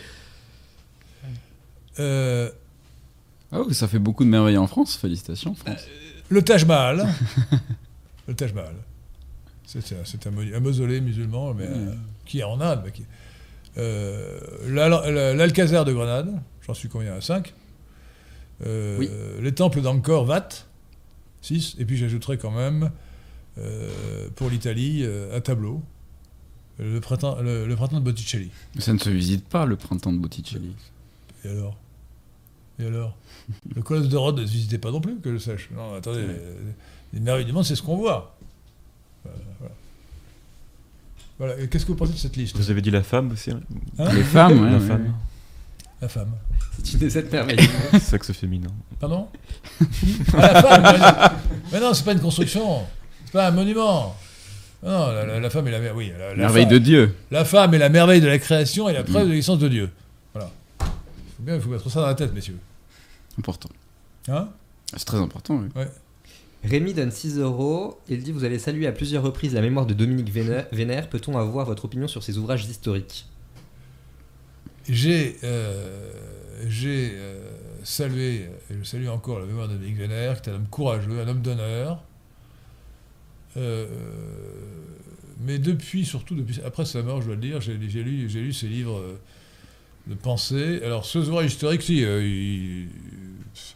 Euh, ah oui, ça fait beaucoup de merveilles en France. Félicitations, France. Euh, le Taj Mahal. Le Taj Mahal. C'est, c'est, c'est un, un mausolée musulman, mais, mmh. euh, qui est en Inde. Mais qui, euh, la, la, l'Alcazar de Grenade, j'en suis combien ? cinq. Euh, oui. Les temples d'Angkor Wat, six, et puis j'ajouterai quand même, euh, pour l'Italie, euh, un tableau, le printemps, le, le printemps de Botticelli. Ça ne se visite pas, le printemps de Botticelli. Et alors Et alors Le colosse de Rhodes ne se visitait pas non plus, que je sache. Non, attendez, ouais. les, les merveilles du monde, c'est ce qu'on voit. Voilà. voilà. voilà. Et qu'est-ce que vous pensez de cette liste ? Vous avez dit la femme aussi, hein Les femmes, ouais, la ouais, femme. Ouais. La femme. C'est une des sept merveilles. Sexe féminin. Pardon ? Ah, la femme mais non, c'est pas une construction. C'est pas un monument. Non, la, la, la femme est la merveille. Oui, la, la merveille femme, de Dieu. La femme est la merveille de la création et la preuve mmh. de l'existence de Dieu. Voilà. Il faut bien, il faut mettre ça dans la tête, messieurs. Important. Hein ? C'est très important, oui. Ouais. Rémi donne six euros. Il dit « Vous avez salué à plusieurs reprises la mémoire de Dominique Vénère. Peut-on avoir votre opinion sur ses ouvrages historiques ?» J'ai, euh, j'ai euh, salué, et je salue encore la mémoire de Dominique Vénère, qui est un homme courageux, un homme d'honneur. Euh, mais depuis, surtout depuis, après sa mort, je dois le dire, j'ai, j'ai, lu, j'ai lu ses livres de pensée. Alors, ce ouvrage historique, si, euh, il,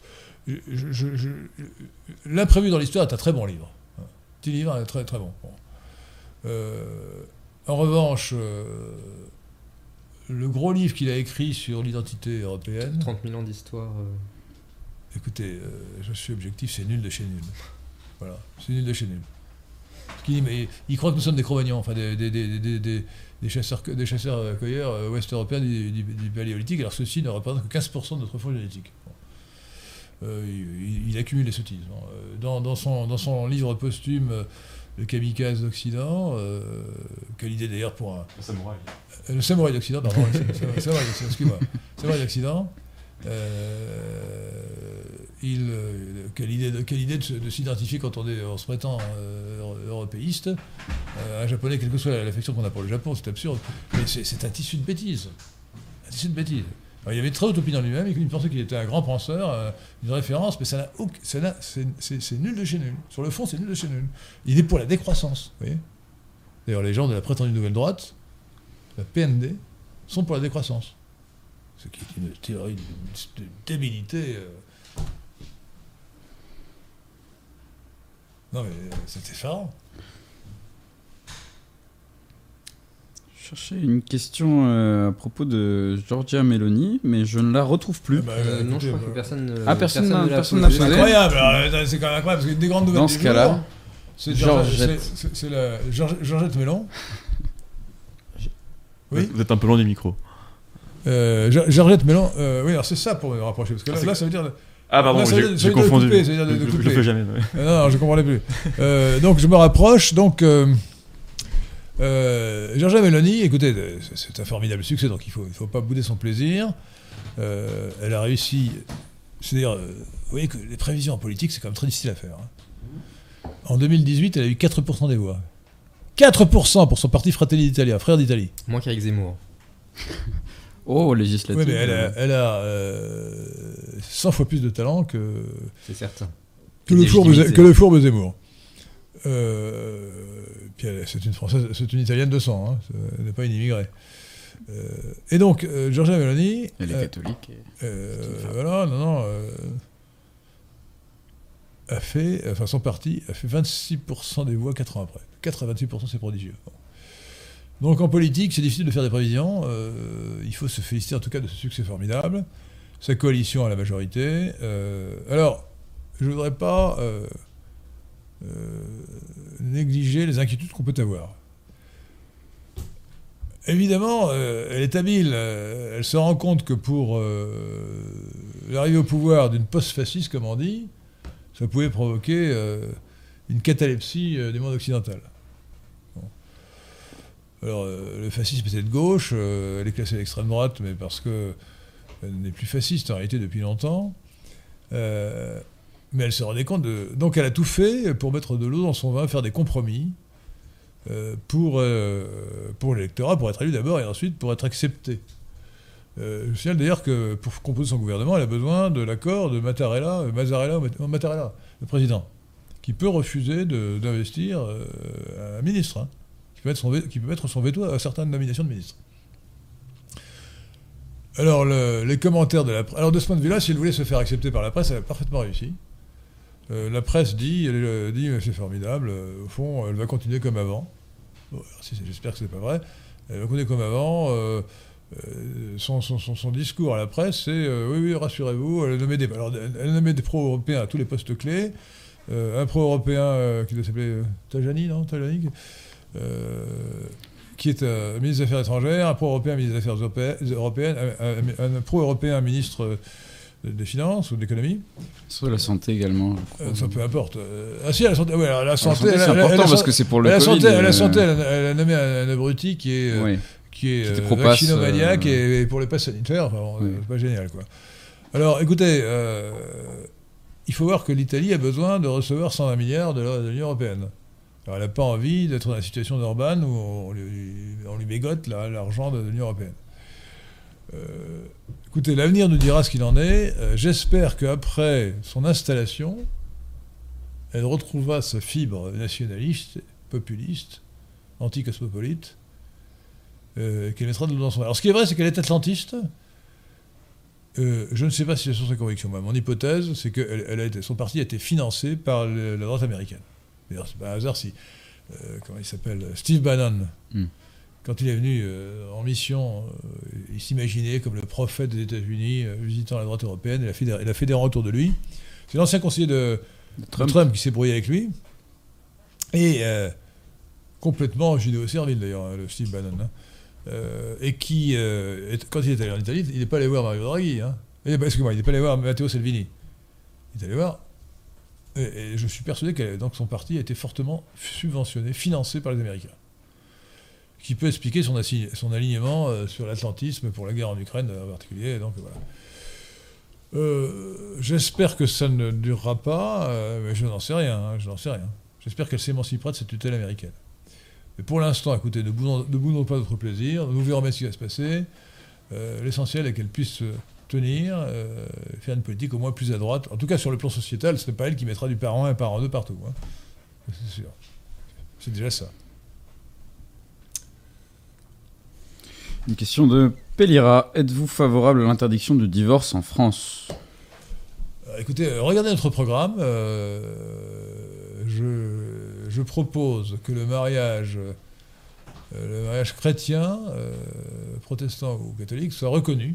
je, je, je, L'imprévu dans l'histoire est un très bon livre. Un petit livre, un très très bon. bon. Euh, en revanche, euh, le gros livre qu'il a écrit sur l'identité européenne... trente mille ans d'histoire. Euh... Écoutez, euh, je suis objectif, c'est nul de chez nul. Voilà, c'est nul de chez nul. Il, mais, il croit que nous sommes des Cro-Magnons, enfin des, des, des, des, des, des chasseurs, des chasseurs-cueilleurs euh, ouest-européens du, du, du paléolithique, alors ceux-ci ne représentent que quinze pour cent de notre fonds génétique. Bon. Euh, il, il accumule les sottises. Bon. Dans, dans, son, dans son livre posthume, euh, Le Kamikaze d'Occident, euh, quelle idée d'ailleurs pour un... Le samouraï. Euh, le samouraï d'Occident, pardon, le samouraï d'Occident, excuse-moi. Le samouraï d'Occident. Euh, il, euh, quelle idée, de, quelle idée de, se, de s'identifier quand on, est, on se prétend euh, européiste. Euh, un japonais, quelle que soit l'affection qu'on a pour le Japon, c'est absurde. Mais c'est, c'est un tissu de bêtises. Un tissu de bêtises. Alors, il avait très haute opinion de lui-même, il pensait qu'il était un grand penseur, euh, une référence, mais ça n'a aucun, ça n'a, c'est, c'est, c'est nul de chez nul. Sur le fond, c'est nul de chez nul. Il est pour la décroissance. Vous voyez. D'ailleurs, les gens de la prétendue nouvelle droite, la P N D, sont pour la décroissance. Ce qui est une théorie de, de débilité. Euh... Non, mais c'est effarant. Je cherchais une question euh, à propos de Giorgia Meloni, mais je ne la retrouve plus. Ah bah, Euh, non, écoutez, je crois bah, que personne ne Ah, personne n'a- ne l'a personne posé. n'a c'est posé. incroyable, alors, c'est quand même incroyable, parce qu'une des grandes nouvelles Dans du ce jour, cas-là, c'est, Georgette. c'est, c'est, c'est la George- Georgette Melon. Oui. Vous êtes un peu loin du micro. Euh, Geor- Georgette Melon, euh, oui, alors c'est ça pour me rapprocher, parce que là, Ah, c'est- là ça veut dire... Ah pardon, Là, ça j'ai, veut- ça j'ai veut dire de confondu. couper, ça veut dire de- de je, je- je couper. le fais jamais. ouais. Euh, non, non, je ne comprenais plus. Euh, donc je me rapproche, donc... Euh, Euh, Giorgia Meloni, écoutez, c'est, c'est un formidable succès, donc il ne faut, il faut pas bouder son plaisir. Euh, elle a réussi. C'est-à-dire, euh, vous voyez que les prévisions en politique, c'est quand même très difficile à faire. Hein. En deux mille dix-huit, elle a eu quatre pour cent des voix. quatre pour cent pour son parti Fratelli d'Italia, Frères d'Italie. Moins qu'avec Zemmour. Oh, législative. Oui, mais elle a, elle a euh, cent fois plus de talent que, C'est certain. que, le, fourbe, Légitimité. que le fourbe Zemmour. Euh, puis elle, c'est une française, c'est une italienne de sang, hein, elle n'est pas une immigrée. Euh, et donc, euh, Giorgia Meloni. Elle est euh, catholique. et- euh, voilà, non, non. Euh, a fait, enfin son parti a fait vingt-six pour cent des voix quatre ans après. quatre-vingt-six pour cent, c'est prodigieux. Bon. Donc en politique, c'est difficile de faire des prévisions. Euh, il faut se féliciter en tout cas de ce succès formidable. Sa coalition a la majorité. Euh, alors, je ne voudrais pas euh, euh, négliger les inquiétudes qu'on peut avoir. Évidemment, euh, elle est habile. Euh, elle se rend compte que pour euh, l'arrivée au pouvoir d'une post-fasciste, comme on dit, ça pouvait provoquer euh, une catalepsie euh, du monde occidental. Bon. Alors, euh, le fascisme était de gauche, euh, elle est classée à l'extrême droite, mais parce qu'elle n'est plus fasciste en réalité depuis longtemps. Euh, mais elle se rendait compte de... Donc elle a tout fait pour mettre de l'eau dans son vin, faire des compromis euh, pour, euh, pour l'électorat, pour être élu d'abord et ensuite pour être accepté. Euh, je signale d'ailleurs que pour composer son gouvernement, elle a besoin de l'accord de Mattarella, euh, Mazzarella, ou Mattarella, le président, qui peut refuser de, d'investir euh, un ministre, hein, qui, peut mettre son, qui peut mettre son veto à certaines nominations de ministres. Alors, le, les commentaires de la presse... Alors, de ce point de vue-là, si elle voulait se faire accepter par la presse, elle a parfaitement réussi. Euh, la presse dit, elle, euh, dit c'est formidable, euh, au fond, elle va continuer comme avant. Bon, alors, si, j'espère que ce n'est pas vrai. Elle va continuer comme avant. Euh, euh, son, son, son, son discours à la presse, c'est euh, oui, oui, rassurez-vous, elle a nommé des, alors, elle a nommé des pro-européens à tous les postes clés. Euh, un pro-européen euh, qui doit s'appeler euh, Tajani, non Tajani euh, qui est euh, ministre des Affaires étrangères, un pro-européen ministre des Affaires européennes, un, un, un pro-européen ministre des Finances ou de l'économie. Sur la santé également. Euh, ça peu importe. Euh, ah si, à la santé, ouais, alors, la santé, la santé, elle, c'est elle, important elle, parce que c'est pour le la Covid. Santé, euh... La santé, elle, elle a nommé un, un abruti qui est, euh, oui. qui est qui euh, vaccinomaniaque euh... et, et pour les passes sanitaires, enfin, bon, oui. c'est pas génial, quoi. Alors, écoutez, euh, il faut voir que l'Italie a besoin de recevoir cent vingt milliards de, de l'Union européenne. Alors, elle n'a pas envie d'être dans la situation d'Orban où on lui, on lui bégote là, l'argent de l'Union européenne. Euh, écoutez, l'avenir nous dira ce qu'il en est. Euh, j'espère qu'après son installation, elle retrouvera sa fibre nationaliste, populiste, anti-cosmopolite, euh, qu'elle mettra dans son... Alors, ce qui est vrai, c'est qu'elle est atlantiste. Euh, je ne sais pas si c'est sur sa conviction. Moi, mon hypothèse, c'est que elle, elle a été, son parti a été financé par le, la droite américaine. D'ailleurs, c'est pas un hasard si, euh, comment il s'appelle, Steve Bannon, Mm. quand il est venu euh, en mission, euh, il s'imaginait comme le prophète des États-Unis, euh, visitant la droite européenne, et il a, il a fait des rangs autour de lui. C'est l'ancien conseiller de Trump, Trump qui s'est brouillé avec lui, et euh, complètement judéo-servile d'ailleurs, hein, le Steve Bannon, hein, euh, et qui, euh, est, quand il est allé en Italie, il n'est pas allé voir Mario Draghi, hein, et, excuse-moi, il n'est pas allé voir Matteo Salvini, il est allé voir, et, et je suis persuadé que donc, son parti a été fortement subventionné, financé par les Américains, qui peut expliquer son, assi- son alignement euh, sur l'atlantisme pour la guerre en Ukraine en particulier, donc voilà. Euh, j'espère que ça ne durera pas, euh, mais je n'en sais rien, hein, je n'en sais rien. J'espère qu'elle s'émancipera de cette tutelle américaine. Mais pour l'instant, écoutez, ne boudons, ne boudons pas notre plaisir, nous verrons bien ce qui va se passer. Euh, l'essentiel est qu'elle puisse se tenir, euh, faire une politique au moins plus à droite. En tout cas, sur le plan sociétal, ce n'est pas elle qui mettra du parent un, parent deux partout. Hein. C'est sûr. C'est déjà ça. Une question de Pellira. Êtes-vous favorable à l'interdiction du divorce en France ? Alors, écoutez, euh, regardez notre programme. Euh, je, je propose que le mariage, euh, le mariage chrétien, euh, protestant ou catholique, soit reconnu.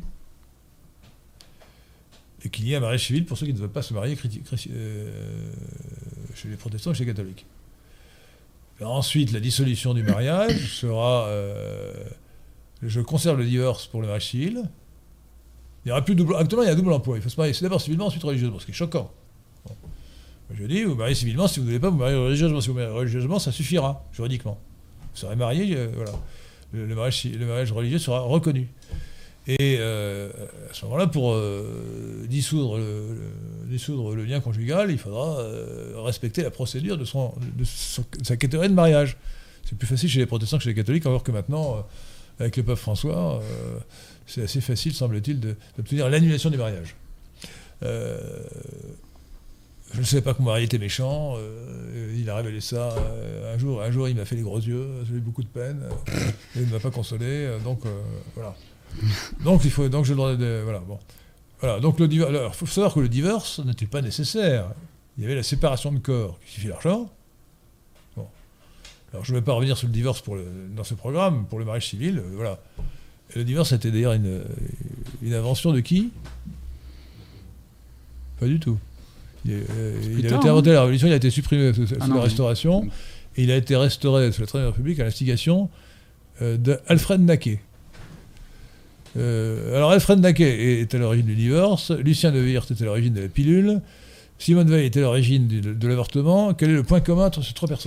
Et qu'il y ait un mariage civil pour ceux qui ne veulent pas se marier chréti- chréti- euh, chez les protestants et chez les catholiques. Et ensuite, la dissolution du mariage sera... Euh, je conserve le divorce pour le mariage civil. Il n'y aura plus de double... Actuellement, il y a un double emploi. Il faut se marier d'abord civilement, ensuite religieusement, ce qui est choquant. Bon. Je dis, vous mariez civilement, si vous ne voulez pas, vous mariez religieusement. Si vous mariez religieusement, ça suffira, juridiquement. Vous serez marié, euh, voilà. Le, le, mariage, le mariage religieux sera reconnu. Et euh, à ce moment-là, pour euh, dissoudre, le, le, dissoudre le lien conjugal, il faudra euh, respecter la procédure de, son, de, son, de sa catégorie de mariage. C'est plus facile chez les protestants que chez les catholiques, alors que maintenant... Euh, avec le pape François, euh, c'est assez facile, semble-t-il, de, d'obtenir l'annulation du mariage. Euh, je ne savais pas que mon mari était méchant, euh, il a révélé ça euh, un jour, un jour il m'a fait les gros yeux, j'ai eu beaucoup de peine, euh, et il ne m'a pas consolé, euh, donc euh, voilà. Donc il faut, donc je le de, voilà, bon. Voilà, donc le divorce, alors il faut savoir que le divorce n'était pas nécessaire. Il y avait la séparation de corps qui suffit l'argent. Alors, je ne vais pas revenir sur le divorce pour le, dans ce programme, pour le mariage civil, euh, voilà. Et le divorce, c'était d'ailleurs une, une invention de qui ? Pas du tout. Il, euh, il a été inventé à la Révolution, il a été supprimé sous, sous ah non, la Restauration, oui. Et il a été restauré sous la Troisième République à l'instigation euh, d'Alfred Naquet. Euh, alors, Alfred Naquet est à l'origine du divorce, Lucien de Wirth est à l'origine de la pilule, Simone Veil est à l'origine de, de l'avortement. Quel est le point commun entre ces trois personnes ?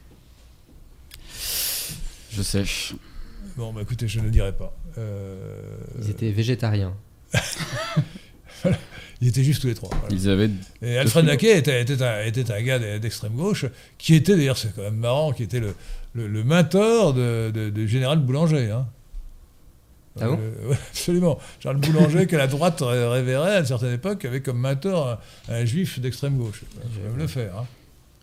Je sais. Bon, bah écoutez, je ne le dirai pas. Euh... Ils étaient végétariens. Voilà. Ils étaient juste tous les trois. Voilà. Ils avaient... Et Alfred Naquet était, était, un, était un gars d'extrême gauche, qui était, d'ailleurs, c'est quand même marrant, qui était le, le, le mentor de, de, de Général Boulanger. Hein. Ah bon euh, Absolument. Général Boulanger, que la droite révérait à une certaine époque, avait comme mentor un, un juif d'extrême gauche. Il faut même le faire. Hein.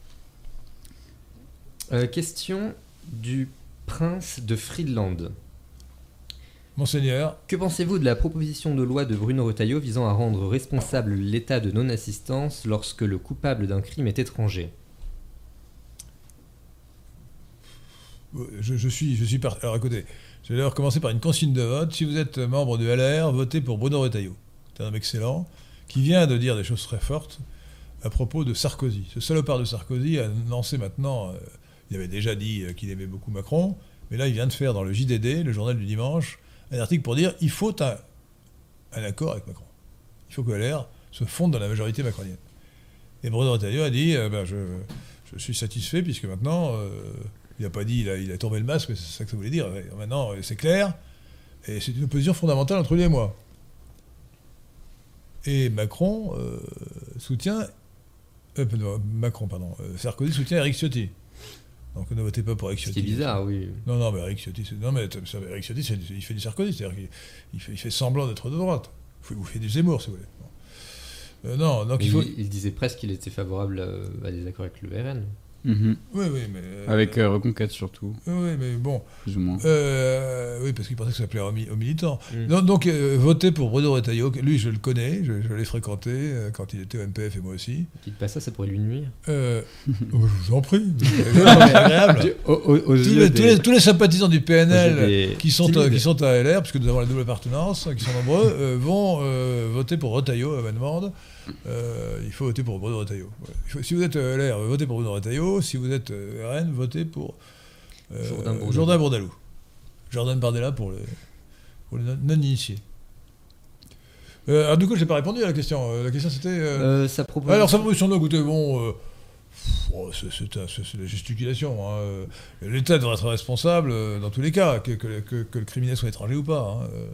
Euh, question du Prince de Friedland. Monseigneur. Que pensez-vous de la proposition de loi de Bruno Retailleau visant à rendre responsable l'État de non-assistance lorsque le coupable d'un crime est étranger ? Je, je suis... Je suis par... Alors écoutez, je vais d'abord commencer par une consigne de vote. Si vous êtes membre de L R, votez pour Bruno Retailleau. C'est un homme excellent, qui vient de dire des choses très fortes à propos de Sarkozy. Ce salopard de Sarkozy a lancé maintenant... Euh, il avait déjà dit qu'il aimait beaucoup Macron, mais là, il vient de faire dans le J D D, le journal du dimanche, un article pour dire qu'il faut un, un accord avec Macron. Il faut que L R se fonde dans la majorité macronienne. Et Bruno Retailleau a dit euh, ben, je, je suis satisfait, puisque maintenant, euh, il n'a pas dit il a, il a tombé le masque, c'est ça que ça voulait dire. Maintenant, c'est clair, et c'est une opposition fondamentale entre lui et moi. Et Macron euh, soutient... Euh, Macron, pardon. Euh, Sarkozy soutient Éric Ciotti. Donc ne votez pas pour Éric Ciotti. C'est bizarre, oui. Non, non, mais Éric Ciotti, c'est... Non, mais Éric Ciotti, c'est... il fait du Sarkozy, c'est-à-dire qu'il il fait, il fait semblant d'être de droite. Vous fait du Zemmour, si vous voulez. Bon. Euh, non, donc il, faut... il, il disait presque qu'il était favorable à, à des accords avec le R N. Mhm. Oui, oui, mais... euh, Avec euh, Reconquête surtout, Oui, oui, mais bon... plus ou moins. Euh, oui, parce qu'il pensait que ça plaît aux, mi- aux militants. Mm. Donc, donc euh, voter pour Bruno Retailleau, lui je le connais, je, je l'ai fréquenté euh, quand il était au M P F et moi aussi. Dites pas ça, ça pourrait lui nuire. Euh, oh, je vous en prie, c'est agréable. Aux, aux- aux Tous yeux les, des- tous les- tous les sympathisants du P N aux yeux L des qui sont, timides. euh, qui sont à L R, puisque nous avons la double appartenance, qui sont nombreux, euh, vont euh, voter pour Retailleau à Vennemande. Euh, il faut voter pour Bruno Retailleau. Ouais. Il faut- si vous êtes euh, L R, votez pour Bruno Retailleau. Si vous êtes euh, R N, votez pour euh, Jourdain Bourdaloue. Jourdain Bourdaloue. Jordan Bardella pour les, pour les non- non-initiés. Euh, alors du coup, je n'ai pas répondu à la question. Euh, La question c'était... euh, Euh, ça propose. alors, sa proposition de loi, écoutez, bon, euh, pff, oh, c'est, c'est, un- c'est- c'est de la gesticulation. Hein. Euh, L'État devrait être responsable euh, dans tous les cas, que, que- que- que le criminel soit étranger ou pas. Hein. Euh,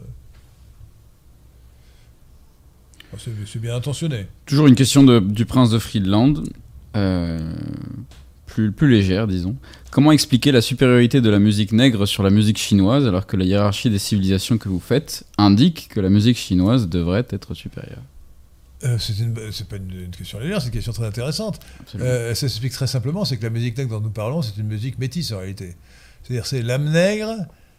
oh, c'est, c'est bien intentionné. Toujours une question de- du prince de Friedland, euh, plus, plus légère, disons. Comment expliquer la supériorité de la musique nègre sur la musique chinoise alors que la hiérarchie des civilisations que vous faites indique que la musique chinoise devrait être supérieure? Euh, c'est, une, c'est pas une, une question légère, c'est une question très intéressante. Absolument. Euh, ça s'explique très simplement, c'est que la musique nègre dont nous parlons, c'est une musique métisse en réalité. C'est-à-dire c'est l'âme nègre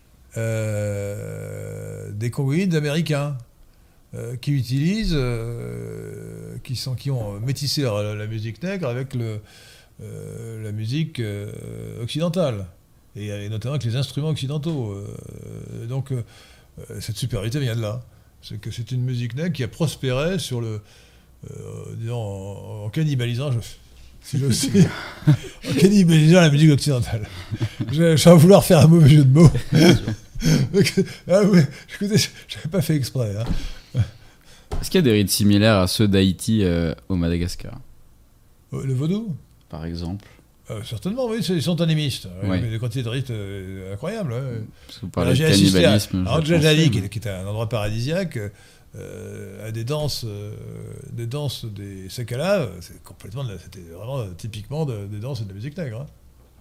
euh, des congoïdes américains euh, qui utilisent, euh, qui, sont, qui ont métissé la, la musique nègre avec le, euh, la musique euh, occidentale, et, et notamment avec les instruments occidentaux. Euh, donc euh, cette supériorité vient de là. C'est que c'est une musique nègre qui a prospéré sur le, euh, disons, en, en cannibalisant, je, si je sais, en cannibalisant la musique occidentale. Je, je vais vouloir faire un mauvais jeu de mots. Ah oui, écoutez, je n'avais pas fait exprès. Hein. Est-ce qu'il y a des rites similaires à ceux d'Haïti euh, au Madagascar, Le vaudou par exemple? euh, Certainement, oui, c'est- ils sont animistes. Oui, Ouais. mais des quantités de rites euh, incroyables. Ouais. Parce que vous parlez Alors, de j'ai assisté à cannibalisme. je à Angel pensais, Jali, mais- qui, qui est un endroit paradisiaque, euh, à des danses, euh, des danses des Sakala, c'est complètement, de la- c'était vraiment euh, typiquement de- des danses et de la musique nègre. Hein.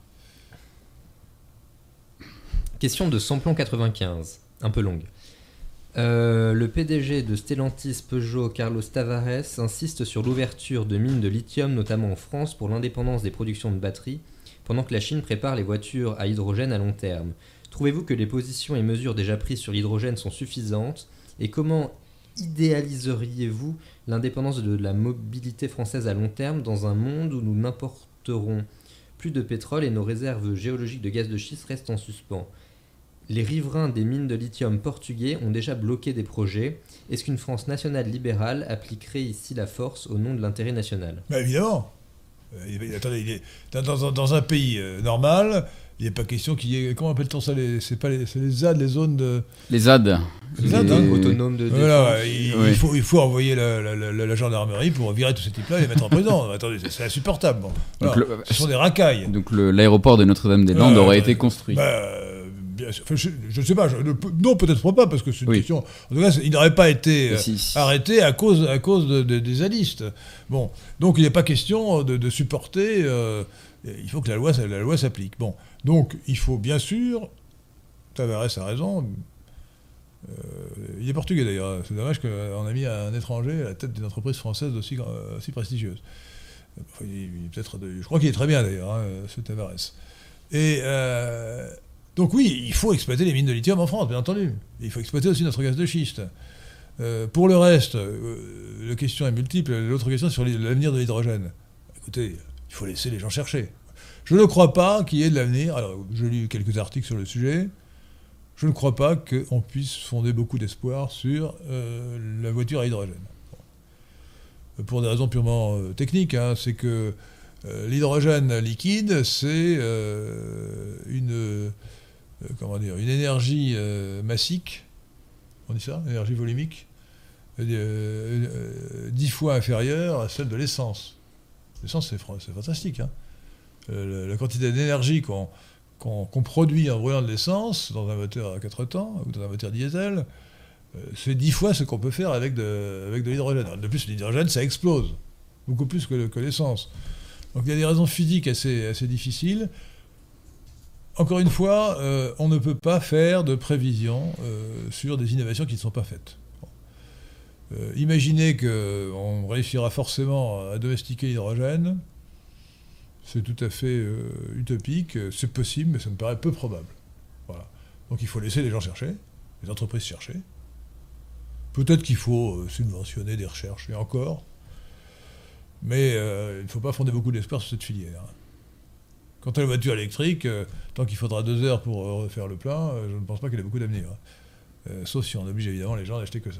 Question de Samplon quatre-vingt-quinze, un peu longue. Euh, le P D G de Stellantis Peugeot, Carlos Tavares, insiste sur l'ouverture de mines de lithium, notamment en France, pour l'indépendance des productions de batteries, pendant que la Chine prépare les voitures à hydrogène à long terme. Trouvez-vous que les positions et mesures déjà prises sur l'hydrogène sont suffisantes? Et comment idéaliseriez-vous l'indépendance de la mobilité française à long terme dans un monde où nous n'importerons plus de pétrole et nos réserves géologiques de gaz de schiste restent en suspens? Les riverains des mines de lithium portugais ont déjà bloqué des projets. Est-ce qu'une France nationale libérale appliquerait ici la force au nom de l'intérêt national? Bah, évidemment. Euh, il- attendez, il est, dans, dans- dans un pays euh, normal, il n'est pas question qu'il y ait. Comment appelle-t-on ça les, c'est, pas les, c'est les Z A D, les zones de. Les Z A D. Les Z A D, hein, Autonome de défense. Voilà, il, Oui. il faut, il faut envoyer la, la- la- la gendarmerie pour virer tous ces types-là et les mettre en prison. Attendez, c'est, c'est insupportable. Bon. Donc Alors, le- ce sont des racailles. Donc le- l'aéroport de Notre-Dame-des-Landes Euh, aurait euh, été construit. Bah, euh, bien sûr. Enfin, je ne sais pas. je- ne peux- non, peut-être pas, parce que c'est une Oui. question. En tout cas, c'est- il n'aurait pas été Et euh, si- si- arrêté à cause, à cause de- de- des zadistes. Bon, donc il n'est pas question de, de supporter. euh, il faut que la loi, la loi s'applique. Bon, donc il faut bien sûr. Tavares a raison. euh, il est portugais d'ailleurs. C'est dommage qu'on a mis un étranger à la tête d'une entreprise française aussi, euh, aussi prestigieuse. Enfin, il, il est peut-être de- je crois qu'il est très bien d'ailleurs, hein, ce Tavares. Et euh, donc oui, il faut exploiter les mines de lithium en France, bien entendu. Il faut exploiter aussi notre gaz de schiste. Euh, pour le reste, euh, la question est multiple. L'autre question, c'est sur l'avenir de l'hydrogène. Écoutez, il faut laisser les gens chercher. Je ne crois pas qu'il y ait de l'avenir. Alors, j'ai lu quelques articles sur le sujet. Je ne crois pas qu'on puisse fonder beaucoup d'espoir sur euh, la voiture à hydrogène. Bon. Pour des raisons purement euh, techniques, hein, c'est que euh, l'hydrogène liquide, c'est euh, une, euh, comment dire, une énergie euh, massique, on dit ça, énergie volumique, euh, euh, dix fois inférieure à celle de l'essence. L'essence, c'est, c'est fantastique. Hein. Euh, la, la quantité d'énergie qu'on, qu'on, qu'on produit en brûlant de l'essence dans un moteur à quatre temps ou dans un moteur diesel, euh, c'est dix fois ce qu'on peut faire avec de, avec de l'hydrogène. De plus, l'hydrogène, ça explose, beaucoup plus que, le, que l'essence. Donc il y a des raisons physiques assez, assez difficiles. Encore une fois, euh, on ne peut pas faire de prévisions euh, sur des innovations qui ne sont pas faites. Bon. Euh, imaginez qu'on réussira forcément à domestiquer l'hydrogène, c'est tout à fait euh, utopique, c'est possible, mais ça me paraît peu probable. Voilà. Donc il faut laisser les gens chercher, les entreprises chercher. Peut-être qu'il faut euh, subventionner des recherches, et encore, mais euh, il ne faut pas fonder beaucoup d'espoir sur cette filière. Quant à la voiture électrique, euh, tant qu'il faudra deux heures pour euh, refaire le plein, euh, je ne pense pas qu'elle ait beaucoup d'avenir. Euh, sauf si on oblige évidemment les gens à n'acheter que ça.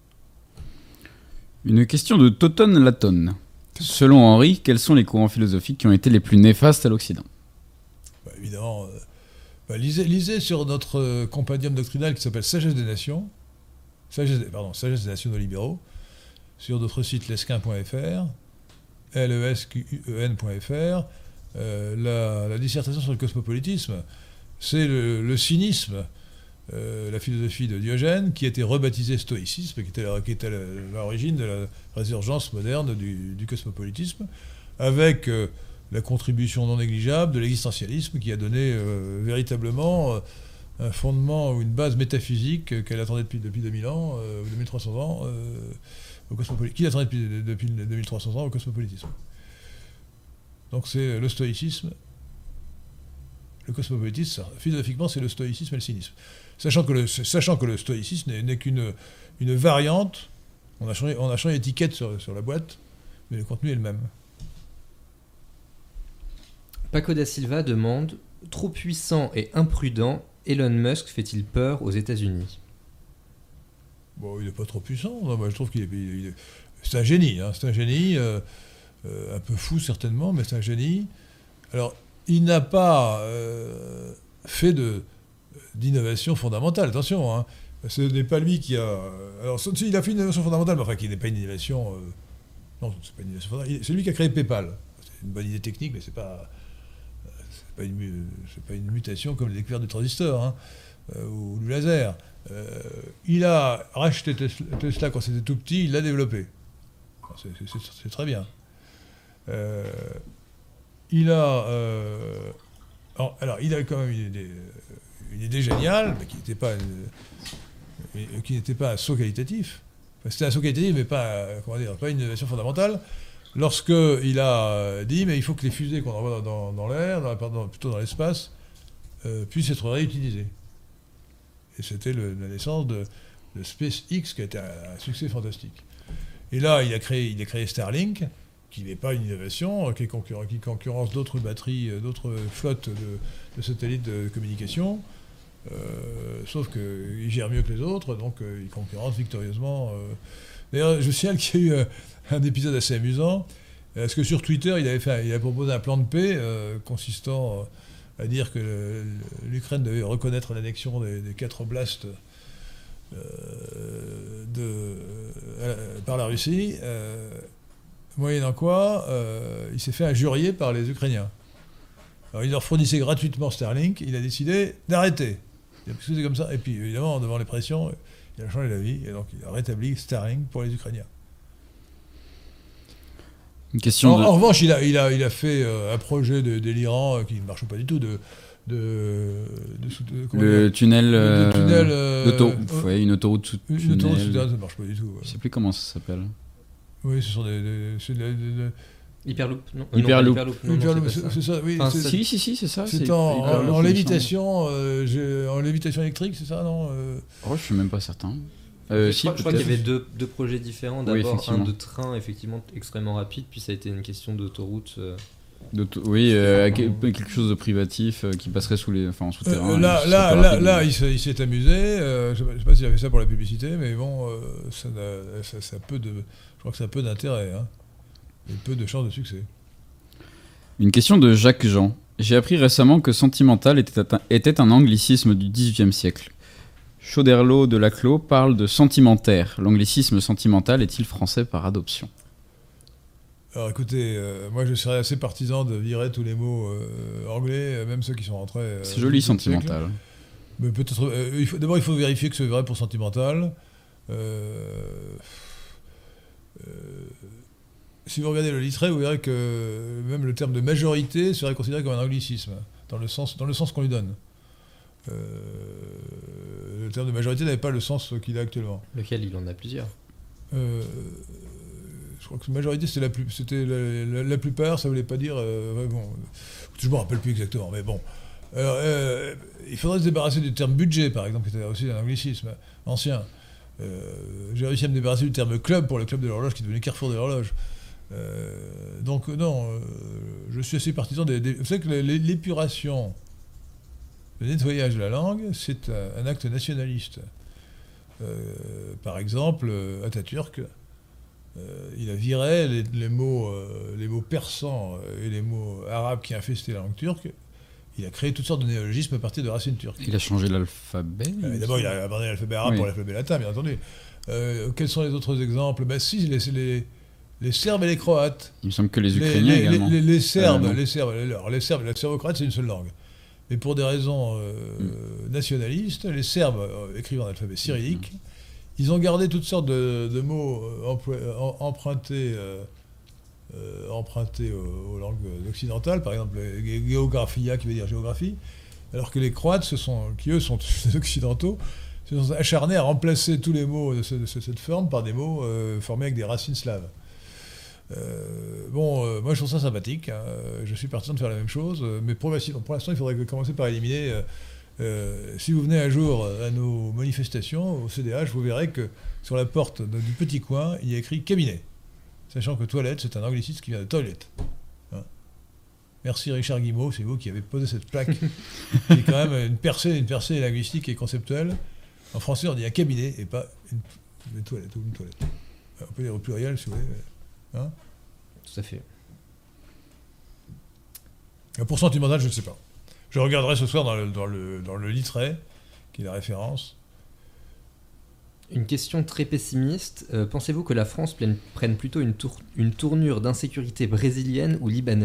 Une question de Toton Laton. Selon Henri, quels sont les courants philosophiques qui ont été les plus néfastes à l'Occident ? Bah, évidemment, euh, bah, lisez, lisez sur notre euh, compendium doctrinal qui s'appelle Sagesse des Nations, Sagesse, pardon, Sagesse des Nationaux Libéraux, sur notre site lesquin point f r, L E S Q U E N point f r. Euh, la, la dissertation sur le cosmopolitisme, c'est le, le cynisme, euh, la philosophie de Diogène, qui a été rebaptisée stoïcisme, qui était, la, qui était la, l'origine de la résurgence moderne du, du cosmopolitisme, avec euh, la contribution non négligeable de l'existentialisme, qui a donné euh, véritablement euh, un fondement ou une base métaphysique qu'elle attendait depuis, depuis deux mille ans, euh, ou deux mille trois cents ans, euh, au cosmopolitisme, qui attendait depuis, depuis deux mille trois cents ans au cosmopolitisme. Donc c'est le stoïcisme, le cosmopolitisme, ça, philosophiquement c'est le stoïcisme et le cynisme. Sachant que le, sachant que le stoïcisme n'est, n'est qu'une une variante, on a changé, on a changé l'étiquette sur, sur la boîte, mais le contenu est le même. Paco da Silva demande « Trop puissant et imprudent, Elon Musk fait-il peur aux États-Unis » Bon, il n'est pas trop puissant, non, moi je trouve qu'il est, il est, c'est un génie, hein, c'est un génie... Euh, Euh, un peu fou certainement, mais c'est un génie. Alors, il n'a pas euh, fait de, d'innovation fondamentale, attention, hein. Ce n'est pas lui qui a... Alors, si, il a fait une innovation fondamentale, mais enfin, qui n'est pas une innovation... Euh, non, c'est pas une innovation fondamentale. C'est lui qui a créé PayPal. C'est une bonne idée technique, mais c'est pas... C'est pas une, c'est pas une mutation comme les découvertes du transistor, hein, euh, ou du laser. Euh, il a racheté Tesla quand c'était tout petit, il l'a développé. C'est, c'est, c'est très bien. Euh, il a euh, alors, alors il a quand même une idée, une idée géniale, mais qui n'était pas une, qui n'était pas un saut qualitatif. Enfin, c'était un saut qualitatif, mais pas comment dire, pas une innovation fondamentale. Lorsque il a dit, mais il faut que les fusées qu'on envoie dans, dans l'air, dans, pardon, plutôt dans l'espace, euh, puissent être réutilisées. Et c'était le, la naissance de, de SpaceX, qui a été un, un succès fantastique. Et là, il a créé, il a créé Starlink, qui n'est pas une innovation, qui, concurrence, qui concurrence d'autres batteries, d'autres flottes de, de satellites de communication, euh, sauf qu'il gère mieux que les autres, donc euh, il concurrence victorieusement. Euh. D'ailleurs, je signale qu'il y a eu euh, un épisode assez amusant, parce que sur Twitter, il avait, fait, il a proposé un plan de paix euh, consistant à dire que le, l'Ukraine devait reconnaître l'annexion des, des quatre oblasts euh, de, euh, par la Russie. Euh, Moyennant quoi, euh, il s'est fait injurier par les Ukrainiens. Alors, il leur fournissait gratuitement Starlink, il a décidé d'arrêter. Il a excusé comme ça, et puis évidemment, devant les pressions, il a changé d'avis, et donc il a rétabli Starlink pour les Ukrainiens. Une question en, de... en revanche, il a, il a, il a fait euh, un projet de, délirant euh, qui ne marche pas du tout, de... de, de, de comment le dire, tunnel... de, Euh, de tunnel euh, d'auto... euh, ouais, une autoroute sous une tunnel. autoroute souterraine, ça ne marche pas du tout. Ouais. Je ne sais plus comment ça s'appelle. Oui, ce sont des... des, c'est des, des, des Hyperloop, non Hyperloop. Non, Hyperloop, non, Hyperloop, non, c'est, c'est, c'est ça, oui. Enfin, c'est, Si, si, si, c'est ça. c'est, c'est en, Hyperloop, en, en il me lévitation, euh, j'ai, en lévitation électrique, c'est ça, non euh... semble. Oh, je suis même pas certain. Euh, je, si, crois, je crois qu'il y peut-être. avait deux, deux projets différents. Oui, D'abord, un effectivement. de train effectivement extrêmement rapide, puis ça a été une question d'autoroute. Euh... D'auto- Oui, euh, quelque chose de privatif euh, qui passerait sous les, enfin, en souterrain. Euh, là, et là, super là, rapide. là, il, s'est, il s'est amusé. Euh, je ne sais pas s'il a fait ça pour la publicité, mais bon, euh, ça, n'a, ça, ça a peu de, je crois que ça a peu d'intérêt, hein, et peu de chances de succès. Une question de Jacques Jean. J'ai appris récemment que sentimental était un, était un anglicisme du dix-huitième siècle. Chauderlot de Laclos parle de sentimentaire. L'anglicisme sentimental est-il français par adoption ? Alors écoutez, euh, moi je serais assez partisan de virer tous les mots euh, anglais, même ceux qui sont rentrés. Euh, C'est joli, sentimental. Siècle. Mais peut-être. Euh, il faut, d'abord, il faut vérifier que c'est vrai pour sentimental. Euh, euh, si vous regardez le littré, vous verrez que même le terme de majorité serait considéré comme un anglicisme, dans le sens, dans le sens qu'on lui donne. Euh, le terme de majorité n'avait pas le sens qu'il a actuellement. Lequel il en a plusieurs. Euh, je crois que la majorité, c'était la, plus, c'était la, la, la plupart, ça ne voulait pas dire... Euh, ouais, bon, je ne me rappelle plus exactement, mais bon. Alors, euh, il faudrait se débarrasser du terme budget, par exemple, qui était aussi un anglicisme ancien. Euh, j'ai réussi à me débarrasser du terme club pour le club de l'horloge, qui est devenu Carrefour de l'horloge. Euh, donc, non, euh, je suis assez partisan des... des vous savez que l'épuration, le nettoyage de la langue, c'est un, un acte nationaliste. Euh, par exemple, Atatürk, euh, il a viré les, les, mots, euh, les mots persans et les mots arabes qui infestaient la langue turque. Il a créé toutes sortes de néologismes à partir de racines turques. Il a changé l'alphabet euh, D'abord, il a abandonné l'alphabet arabe oui. pour l'alphabet latin, bien entendu. Euh, quels sont les autres exemples? Ben, si, les, les, les Serbes et les Croates. Il me semble que les Ukrainiens les, également. Les, les, les Serbes, les Serbes, alors, les Serbes, la serbo-croate, c'est une seule langue. Mais pour des raisons euh, mm. nationalistes, les Serbes euh, écrivent en alphabet cyrillique. Mm. Ils ont gardé toutes sortes de, de mots euh, empruntés, euh, euh, empruntés aux, aux langues occidentales, par exemple géographia qui veut dire géographie, alors que les Croates, ce sont, qui eux sont des occidentaux, se sont acharnés à remplacer tous les mots de, ce, de cette forme par des mots euh, formés avec des racines slaves. Euh, bon, euh, moi je trouve ça sympathique, hein. Je suis partisan de faire la même chose, mais pour, pour l'instant il faudrait commencer par éliminer... Euh, Euh, si vous venez un jour à nos manifestations au C D H, vous verrez que sur la porte du petit coin, il y a écrit cabinet, sachant que toilette, c'est un anglicisme qui vient de toilette. Hein. Merci Richard Guimau, c'est vous qui avez posé cette plaque, qui est quand même une percée, une percée linguistique et conceptuelle. En français, on dit un cabinet et pas une, une toilette ou une toilette. On peut dire au pluriel, si vous voulez. Hein. Tout à fait. Pour sentimental, je ne sais pas. Je regarderai ce soir dans le, dans le, dans le Littré, qui est la référence. Une question très pessimiste. Euh, pensez-vous que la France prenne, prenne plutôt une, tour, une tournure d'insécurité brésilienne ou libanaise ?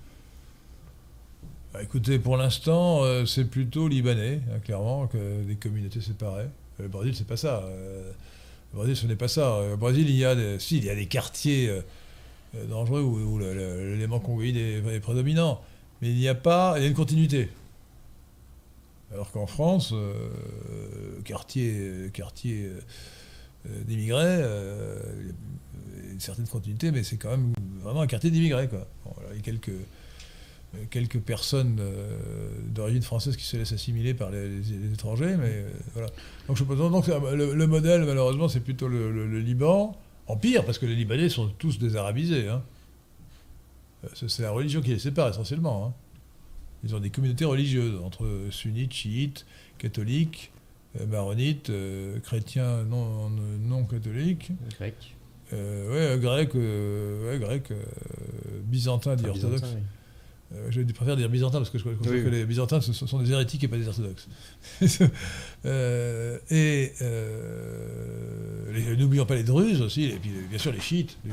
Bah, écoutez, pour l'instant, euh, c'est plutôt libanais, hein, clairement, que des communautés séparées. Euh, le Brésil, c'est pas ça. Euh, le Brésil, ce n'est pas ça. Au Brésil, il y a des, si, il y a des quartiers euh, dangereux où, où l'élément congoïde est, est prédominant. Mais il n'y a pas, il y a une continuité. Alors qu'en France, euh, quartier, quartier euh, d'immigrés, euh, il y a une certaine continuité, mais c'est quand même vraiment un quartier d'immigrés, quoi. Bon, voilà, il y a quelques, quelques personnes euh, d'origine française qui se laissent assimiler par les, les, les étrangers, mais euh, voilà. Donc, je, donc le, le modèle, malheureusement, c'est plutôt le, le, le Liban, en pire, parce que les Libanais sont tous désarabisés, hein. C'est la religion qui les sépare essentiellement. Hein. Ils ont des communautés religieuses entre sunnites, chiites, catholiques, euh, maronites, euh, chrétiens non, non catholiques. Grec. Euh, ouais, grec, euh, ouais, grec, euh, byzantin, dit enfin, orthodoxe. Oui. Euh, je préfère dire byzantin parce que je crois oui, que oui. les byzantins ce sont des hérétiques et pas des orthodoxes. euh, et euh, les, n'oublions pas les druzes aussi, et puis bien sûr les chiites. Les,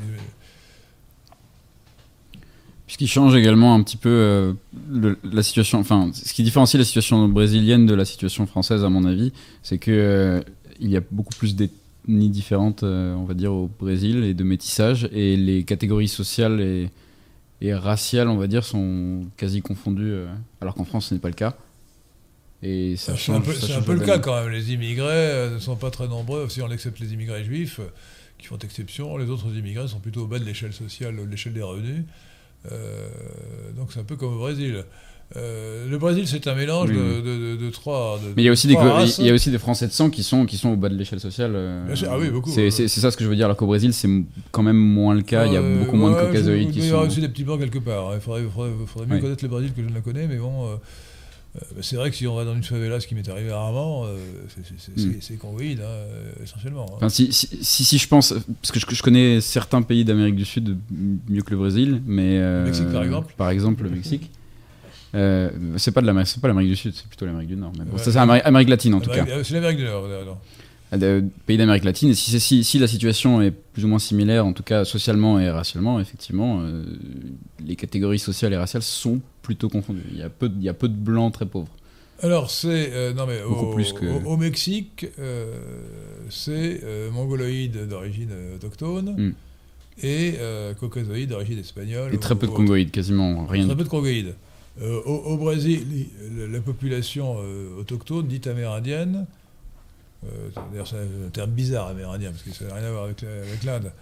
Puisqu'il change également un petit peu euh, le, la situation, enfin, ce qui différencie la situation brésilienne de la situation française, à mon avis, c'est qu'il euh, y a beaucoup plus d'ethnies différentes, euh, on va dire, au Brésil, et de métissage, et les catégories sociales et, et raciales, on va dire, sont quasi confondues, euh, alors qu'en France, ce n'est pas le cas. Et ça c'est change, un peu, ça c'est change un peu le donne. cas quand même. Les immigrés euh, ne sont pas très nombreux, si on accepte les immigrés juifs, euh, qui font exception. Les autres immigrés sont plutôt au bas de l'échelle sociale, de l'échelle des revenus. Euh, donc c'est un peu comme au Brésil. Euh, le Brésil, c'est un mélange oui. de, de, de, de trois. De, Mais il y a aussi des races. il y a aussi des Français de sang qui sont qui sont au bas de l'échelle sociale. Euh, ah oui, beaucoup. C'est, euh, c'est, c'est ça ce que je veux dire. Alors qu'au Brésil, c'est quand même moins le cas. Euh, il y a beaucoup moins ouais, de caucasoïdes qui sont. Il y aura aussi des petits blancs quelque part. Il faudrait, faudrait, faudrait mieux oui. connaître le Brésil que je ne le connais, mais bon. Euh, euh, c'est vrai que si on va dans une favela, ce qui m'est arrivé rarement, euh, c'est, c'est, c'est, mm. c'est, c'est congoïde, hein, essentiellement. Hein. Enfin, si, si, si, si je pense, parce que je, je connais certains pays d'Amérique du Sud mieux que le Brésil, mais euh, le Mexique par exemple. Par exemple, le Mexique. Euh, c'est pas de la, c'est pas l'Amérique du Sud, c'est plutôt l'Amérique du Nord. Mais bon, ouais, ça c'est Amérique, Amérique latine en tout Amérique, cas. C'est l'Amérique du Nord. Non. De, pays d'Amérique latine. Et si, si, si la situation est plus ou moins similaire, en tout cas socialement et racialement, effectivement, euh, les catégories sociales et raciales sont plutôt confondues. Il y a peu, il y a peu de blancs très pauvres. Alors c'est euh, non mais Beaucoup au, plus que... au, au Mexique, euh, c'est euh, mongoloïde d'origine autochtone. Mm. Et euh, caucasoïde d'origine espagnole. Et très peu de congoïdes, quasiment rien. Très peu de congoïdes. Euh, au, au Brésil, la population euh, autochtone, dite amérindienne, euh, d'ailleurs c'est un terme bizarre amérindien, parce que ça n'a rien à voir avec, la, avec l'Inde,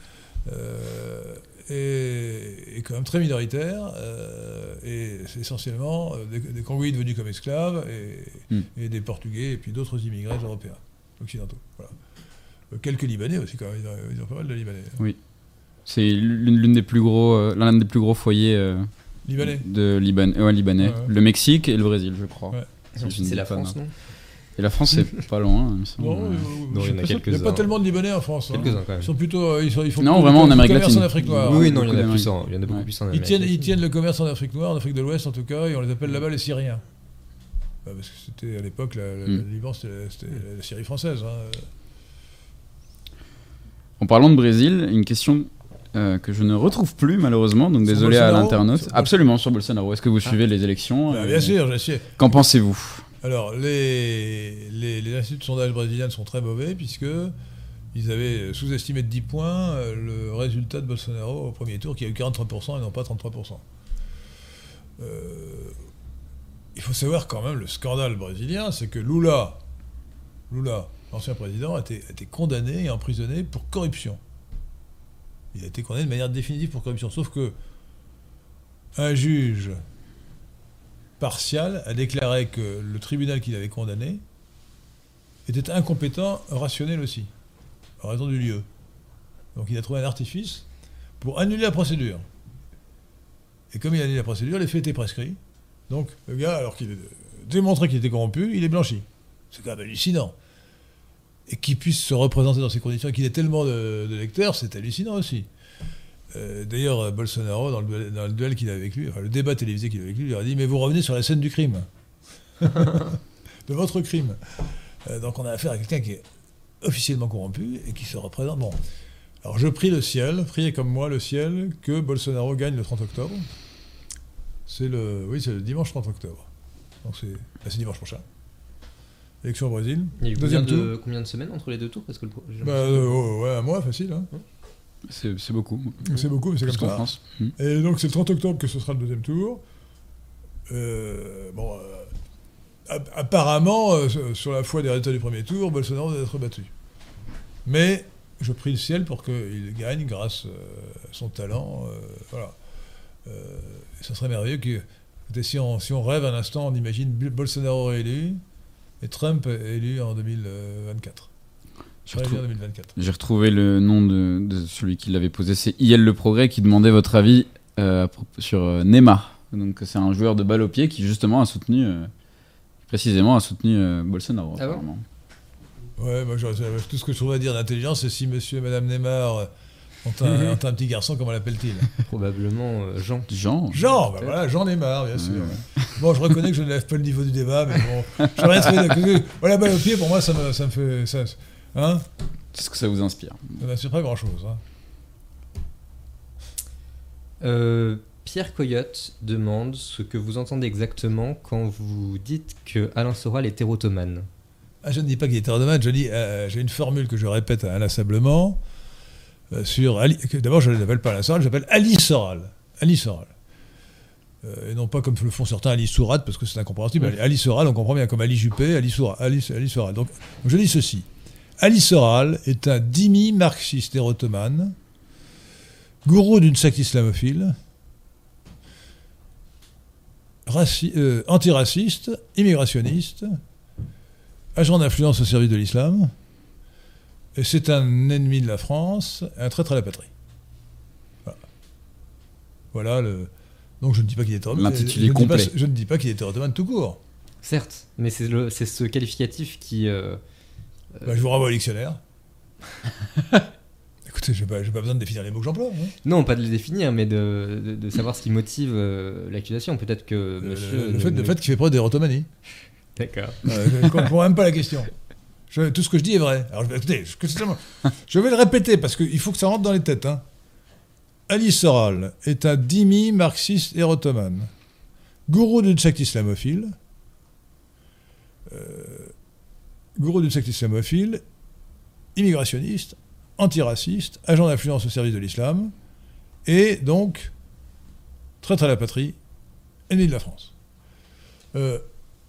euh, est, est quand même très minoritaire, euh, et c'est essentiellement euh, des, des Congolais devenus comme esclaves, et, Mm. et des Portugais, et puis d'autres immigrés européens, occidentaux. Voilà. Euh, quelques Libanais aussi, quand même, ils ont, ils ont pas mal de Libanais. hein. C'est l'une l'une des plus gros, euh, l'un des plus gros foyers euh, Libanais. de Liban, ouais, libanais. Ouais, ouais. Le Mexique et le Brésil, je crois. Ouais. Si je Ensuite, ne c'est dis la pas France, de- non Et la France, c'est pas loin. il me semble. Non, Euh, euh, Non, je il y en a suis pas sûr- quelques-uns. Il n'y a pas tellement de Libanais en France. hein. Quelques-uns quand même. Ils sont plutôt, euh, ils, sont, ils font Non, plutôt vraiment, du en Amérique commerce latine. en Afrique noire. Oui, oui, non, il y en a Beaucoup plus d'Amérique. en, il y en a beaucoup Ouais. plus en Ils Amérique tiennent, ils latine. tiennent le commerce en Afrique noire, en Afrique de l'Ouest en tout cas, et on les appelle là-bas les Syriens. Bah, parce que c'était à l'époque, la- la- Mm. le Liban, c'était c'était la Syrie française. hein. En parlant de Brésil, une question euh, que je ne retrouve plus malheureusement, donc Sur désolé à Bolsonaro l'internaute. Sur- Absolument sur Bolsonaro. Est-ce que vous suivez les élections Bah, euh, bien sûr, bien sûr. Qu'en pensez-vous? Alors, les, les, les instituts de sondage brésiliens sont très mauvais, puisque ils avaient sous-estimé de dix points euh, le résultat de Bolsonaro au premier tour, qui a eu quarante-trois pour cent et non pas trente-trois pour cent. Euh, il faut savoir quand même le scandale brésilien, c'est que Lula, Lula, l'ancien président, a été, a été condamné et emprisonné pour corruption. Il a été condamné de manière définitive pour corruption. Sauf que un juge partial a déclaré que le tribunal qui l'avait condamné était incompétent, rationnel aussi, en raison du lieu. Donc il a trouvé un artifice pour annuler la procédure. Et comme il a annulé la procédure, les faits étaient prescrits. Donc le gars, alors qu'il a démontré qu'il était corrompu, il est blanchi. C'est quand même hallucinant. Et qu'il puisse se représenter dans ces conditions, et qu'il ait tellement de, de lecteurs, c'est hallucinant aussi. Euh, D'ailleurs, Bolsonaro, dans le duel, dans le duel qu'il a avec lui, enfin le débat télévisé qu'il a avec lui, il lui a dit « Mais vous revenez sur la scène du crime. De votre crime. Euh, » Donc on a affaire à quelqu'un qui est officiellement corrompu et qui se représente. Bon. Alors je prie le ciel, priez comme moi le ciel, que Bolsonaro gagne le trente octobre. C'est le, oui, c'est le dimanche trente octobre. Donc c'est, bah, c'est dimanche prochain. Élection au Brésil. Il y a eu combien Deuxième tour. de, combien de semaines entre les deux tours? Parce que le, j'ai Bah, l'impression que- euh, oh, ouais, un mois, facile. Hein. C'est c'est beaucoup. C'est beaucoup, mais c'est Plus comme qu'en ça. France. Hmm. Et donc c'est le trente octobre que ce sera le deuxième tour. Euh, bon, euh, app- apparemment, euh, sur- sur la foi des résultats du premier tour, Bolsonaro doit être battu. Mais je prie le ciel pour qu'il gagne grâce euh, à son talent. euh, voilà. Euh, ça serait merveilleux que, écoutez, si on, si on rêve un instant, on imagine B- Bolsonaro élu et Trump élu en deux mille vingt-quatre. J'ai Réélu en retrouvé, deux mille vingt-quatre. j'ai retrouvé le nom de, de celui qui l'avait posé. C'est I L Le Progrès qui demandait votre avis euh, à propos- sur euh, Neymar. Donc c'est un joueur de balle au pied qui justement a soutenu, euh, précisément a soutenu euh, Bolsonaro. Ah bon apparemment. Ouais, moi, j'aurais- tout ce que je trouve à dire d'intelligence, c'est si monsieur et madame Neymar euh, ont un, ont un petit garçon, comment l'appelle-t-il? Probablement euh, Jean. Jean. Jean, bah Peut-être. voilà, Jean Neymar, bien sûr. Ouais. Bon, je reconnais que je ne lève pas le niveau du débat, mais bon, je rien trouvé d'accord. Voilà, balle au pied, pour moi, ça me, ça me fait. Ça, hein, C'est ce que ça vous inspire. ça m'inspire pas grand-chose. Hein. Euh, Pierre Coyote demande ce que vous entendez exactement quand vous dites que Alain Soral est érotomane. Ah, je ne dis pas qu'il est ergonomane, je dis, euh, j'ai une formule que je répète inlassablement euh, sur Ali, que d'abord je ne l'appelle pas Alain Soral, je l'appelle Ali Soral. Ali Soral. Euh, et non pas comme le font certains Ali Sourate, parce que c'est incompréhensible. Oui. Ali Soral, on comprend bien comme Ali Juppé, Ali Soral. Ali, Ali Soral. Donc, donc je dis ceci. Ali Soral est un dhimmi marxiste érotomane, gourou d'une secte islamophile, raci- euh, antiraciste, immigrationniste, agent d'influence au service de l'islam, et c'est un ennemi de la France, un traître à la patrie. Voilà. Voilà le... Donc je ne dis pas qu'il est hétérotomane. L'intitulé je ne dis pas- complet. Je ne dis pas qu'il est hétérotomane tout court. Certes, mais c'est le- c'est ce qualificatif qui... euh, Bah, je vous renvoie au dictionnaire. Écoutez, je n'ai pas, j'ai pas besoin de définir les mots que j'emploie. hein. Non, pas de le définir, mais de, de- de savoir ce qui motive euh, l'accusation. Peut-être que Le, monsieur... le ne- fait, le ne- fait qu'il fait preuve d'érotomanie. D'accord. Euh, je ne comprends même pas la question. Je- tout ce que je dis est vrai. Alors, écoutez, je, que- je vais le répéter parce qu'il faut que ça rentre dans les têtes. Hein. Ali Soral est un dhimmi marxiste érotomane, gourou d'une secte islamophile, euh, gourou d'une secte islamophile, immigrationniste, antiraciste, agent d'influence au service de l'islam, et donc traître à la patrie, ennemi de la France. Euh,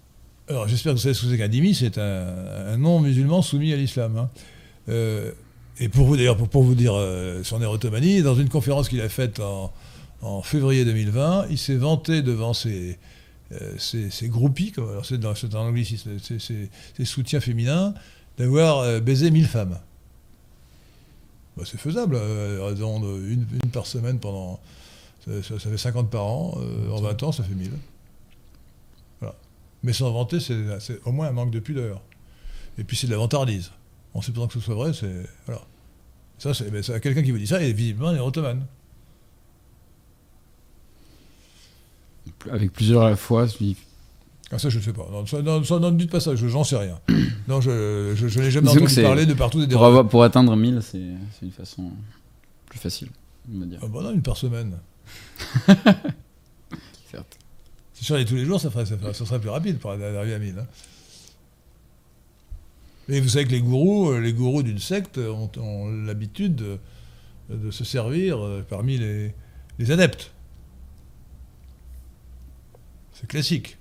alors j'espère que vous savez ce que c'est qu'un dhimmi, c'est un, un non-musulman soumis à l'islam. Hein. Euh, Et pour vous, d'ailleurs, pour, pour vous dire euh, son érotomanie, dans une conférence qu'il a faite en, en février deux mille vingt, il s'est vanté devant ses, euh, ses, ses groupies, comme, alors c'est, dans, c'est un anglicisme, ses, ses, ses soutiens féminins, d'avoir euh, baisé mille femmes. Bah, c'est faisable, euh, raison une, une par semaine pendant... Ça, ça, ça fait cinquante par an, euh, en vingt ans, ça fait mille. Voilà. Mais sans vanter, c'est, c'est au moins un manque de pudeur. Et puis c'est de la vantardise. On sait pas que ce soit vrai, c'est... Voilà. Ça, c'est, ben, c'est quelqu'un qui vous dit ça, il est visiblement un érotomane. Avec plusieurs à la fois. Il... Ah, ça, je ne sais pas. Non, ça, non, ça, non, ne dites pas ça, je, j'en sais rien. Non, je, je, je n'ai jamais Disons entendu parler de partout des pour, avoir, pour atteindre mille, c'est, c'est une façon plus facile, on va dire. Ah, bah non, une par semaine. Certes. C'est sûr, et tous les jours, ça, ferait, ça, ferait, ça serait plus rapide pour arriver à mille. Hein. Et vous savez que les gourous, les gourous d'une secte ont, ont l'habitude de, de se servir parmi les, les adeptes. C'est classique.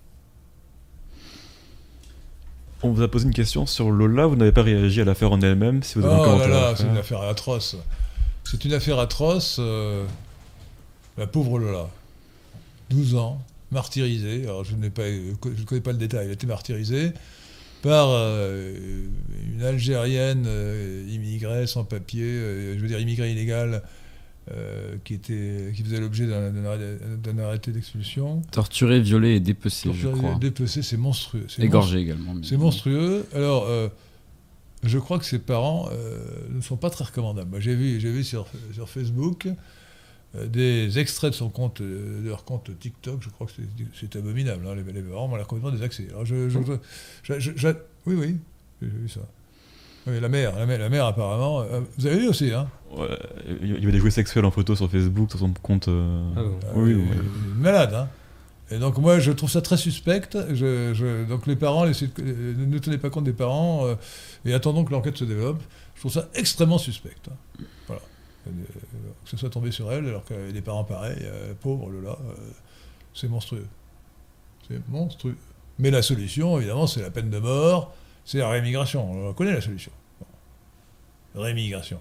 On vous a posé une question sur Lola, vous n'avez pas réagi à l'affaire en elle-même, si vous avez oh un commentaire là là, à c'est faire. une affaire atroce. C'est une affaire atroce. Euh, la pauvre Lola, douze ans, martyrisée. Alors je n'ai pas, je ne connais pas le détail. Elle a été martyrisée par euh, une Algérienne euh, immigrée sans papier, euh, je veux dire immigrée illégale, euh, qui était, qui faisait l'objet d'un, d'un, arrêté, d'un arrêté d'expulsion. Torturé, violé et dépecé, Torturé, je crois. Dépecé, c'est monstrueux. C'est Égorgé monstrueux. également. Mais... C'est monstrueux. Alors, euh, je crois que ses parents euh, ne sont pas très recommandables. Moi, j'ai vu, j'ai vu sur, sur Facebook euh, des extraits de son compte, euh, de leur compte TikTok. Je crois que c'est, c'est abominable. Hein, les, les parents m'ont l'air complètement désaxés. Alors, je, je, je, je, je, oui, oui, j'ai vu ça. Oui, la mère, la mère, la mère apparemment. Euh, vous avez vu aussi, hein? Ouais, il y avait des jouets sexuels en photo sur Facebook, sur son compte. Euh... Ah bon. Oui, euh, oui. Malade, hein? Et donc moi je trouve ça très suspect. Je, je, donc les parents, les, ne tenez pas compte des parents euh, et attendons que l'enquête se développe. Je trouve ça extrêmement suspect. Hein. Voilà. Euh, que ce soit tombé sur elle alors que des parents pareils, euh, pauvres Lola, euh, c'est monstrueux. C'est monstrueux. Mais la solution, évidemment, c'est la peine de mort, c'est la rémigration. On connaît la solution. Bon. Rémigration.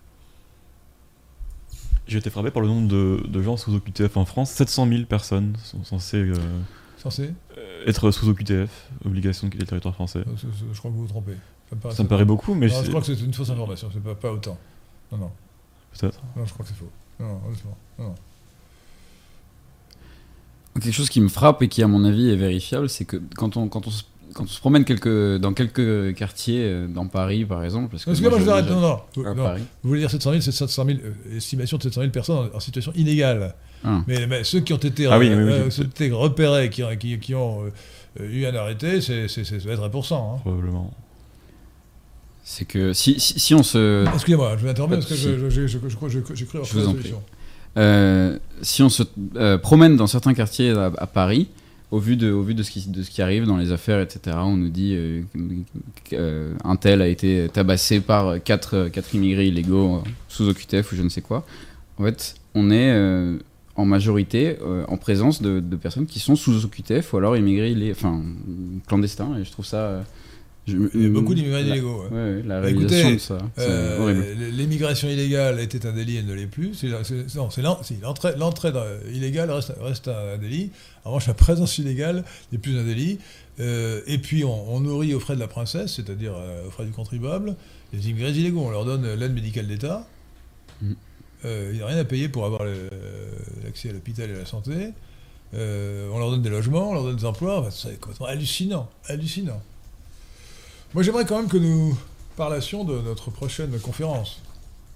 J'ai été frappé par le nombre de, de gens sous O Q T F en France. sept cent mille personnes sont censées euh, Censé être sous O Q T F, obligation de quitter le territoire français. je, je crois que vous vous trompez. Ça me paraît, Ça me paraît beaucoup, mais non, c'est... je crois que c'est une fausse information, c'est pas, pas autant. Non, non. Peut-être. Non, je crois que c'est faux. Non, non, honnêtement. Non, non. Quelque chose qui me frappe et qui, à mon avis, est vérifiable, c'est que quand on, quand on, se, quand on se promène quelques, dans quelques quartiers, euh, dans Paris par exemple. Parce que Parce que moi, je vous arrête. déjà- Non, non. à non. Paris. Vous voulez dire sept cent mille, c'est sept cent mille, euh, estimation de sept cent mille personnes en, en situation illégale. Ah. Mais, mais ceux qui ont été, Ah oui, oui, oui, euh, oui. ceux qui ont été repérés, qui, ont- qui, qui ont euh, eu un arrêté, c'est, c'est, c'est, ça va être un pour cent. Hein. Probablement. C'est que si, si, si on se. Excusez-moi, je vais interrompre Pas de parce que souci. je, je, je, je, je crois que j'ai cru avoir Je trouvé vous la en prie. solution. Euh, si on se euh, promène dans certains quartiers à, à Paris, au vu, de, au vu de, ce qui, de ce qui arrive dans les affaires, et cetera, on nous dit euh, qu'un tel a été tabassé par quatre, quatre immigrés illégaux euh, sous O Q T F ou je ne sais quoi. En fait, on est euh, en majorité euh, en présence de, de personnes qui sont sous O Q T F ou alors immigrés illégaux, enfin clandestins, et je trouve ça... Euh, je, Il y a beaucoup d'immigrés la- illégaux. Ouais. Ouais, ouais, la Bah, réalisation écoutez, de ça, c'est Euh, horrible. L'immigration illégale était un délit, elle ne l'est plus. C'est, c'est, non, c'est l'en- si, l'entrée, l'entrée dans- illégale reste, reste un délit. En revanche, la présence illégale n'est plus un délit. Euh, et puis, on, on nourrit aux frais de la princesse, c'est-à-dire euh, aux frais du contribuable, les immigrés illégaux. On leur donne l'aide médicale d'État. Mm. Euh, il n'y a rien à payer pour avoir le- l'accès à l'hôpital et à la santé. Euh, on leur donne des logements, on leur donne des emplois. Enfin, c'est complètement hallucinant. Hallucinant. Moi, j'aimerais quand même que nous parlassions de notre prochaine conférence. Non ?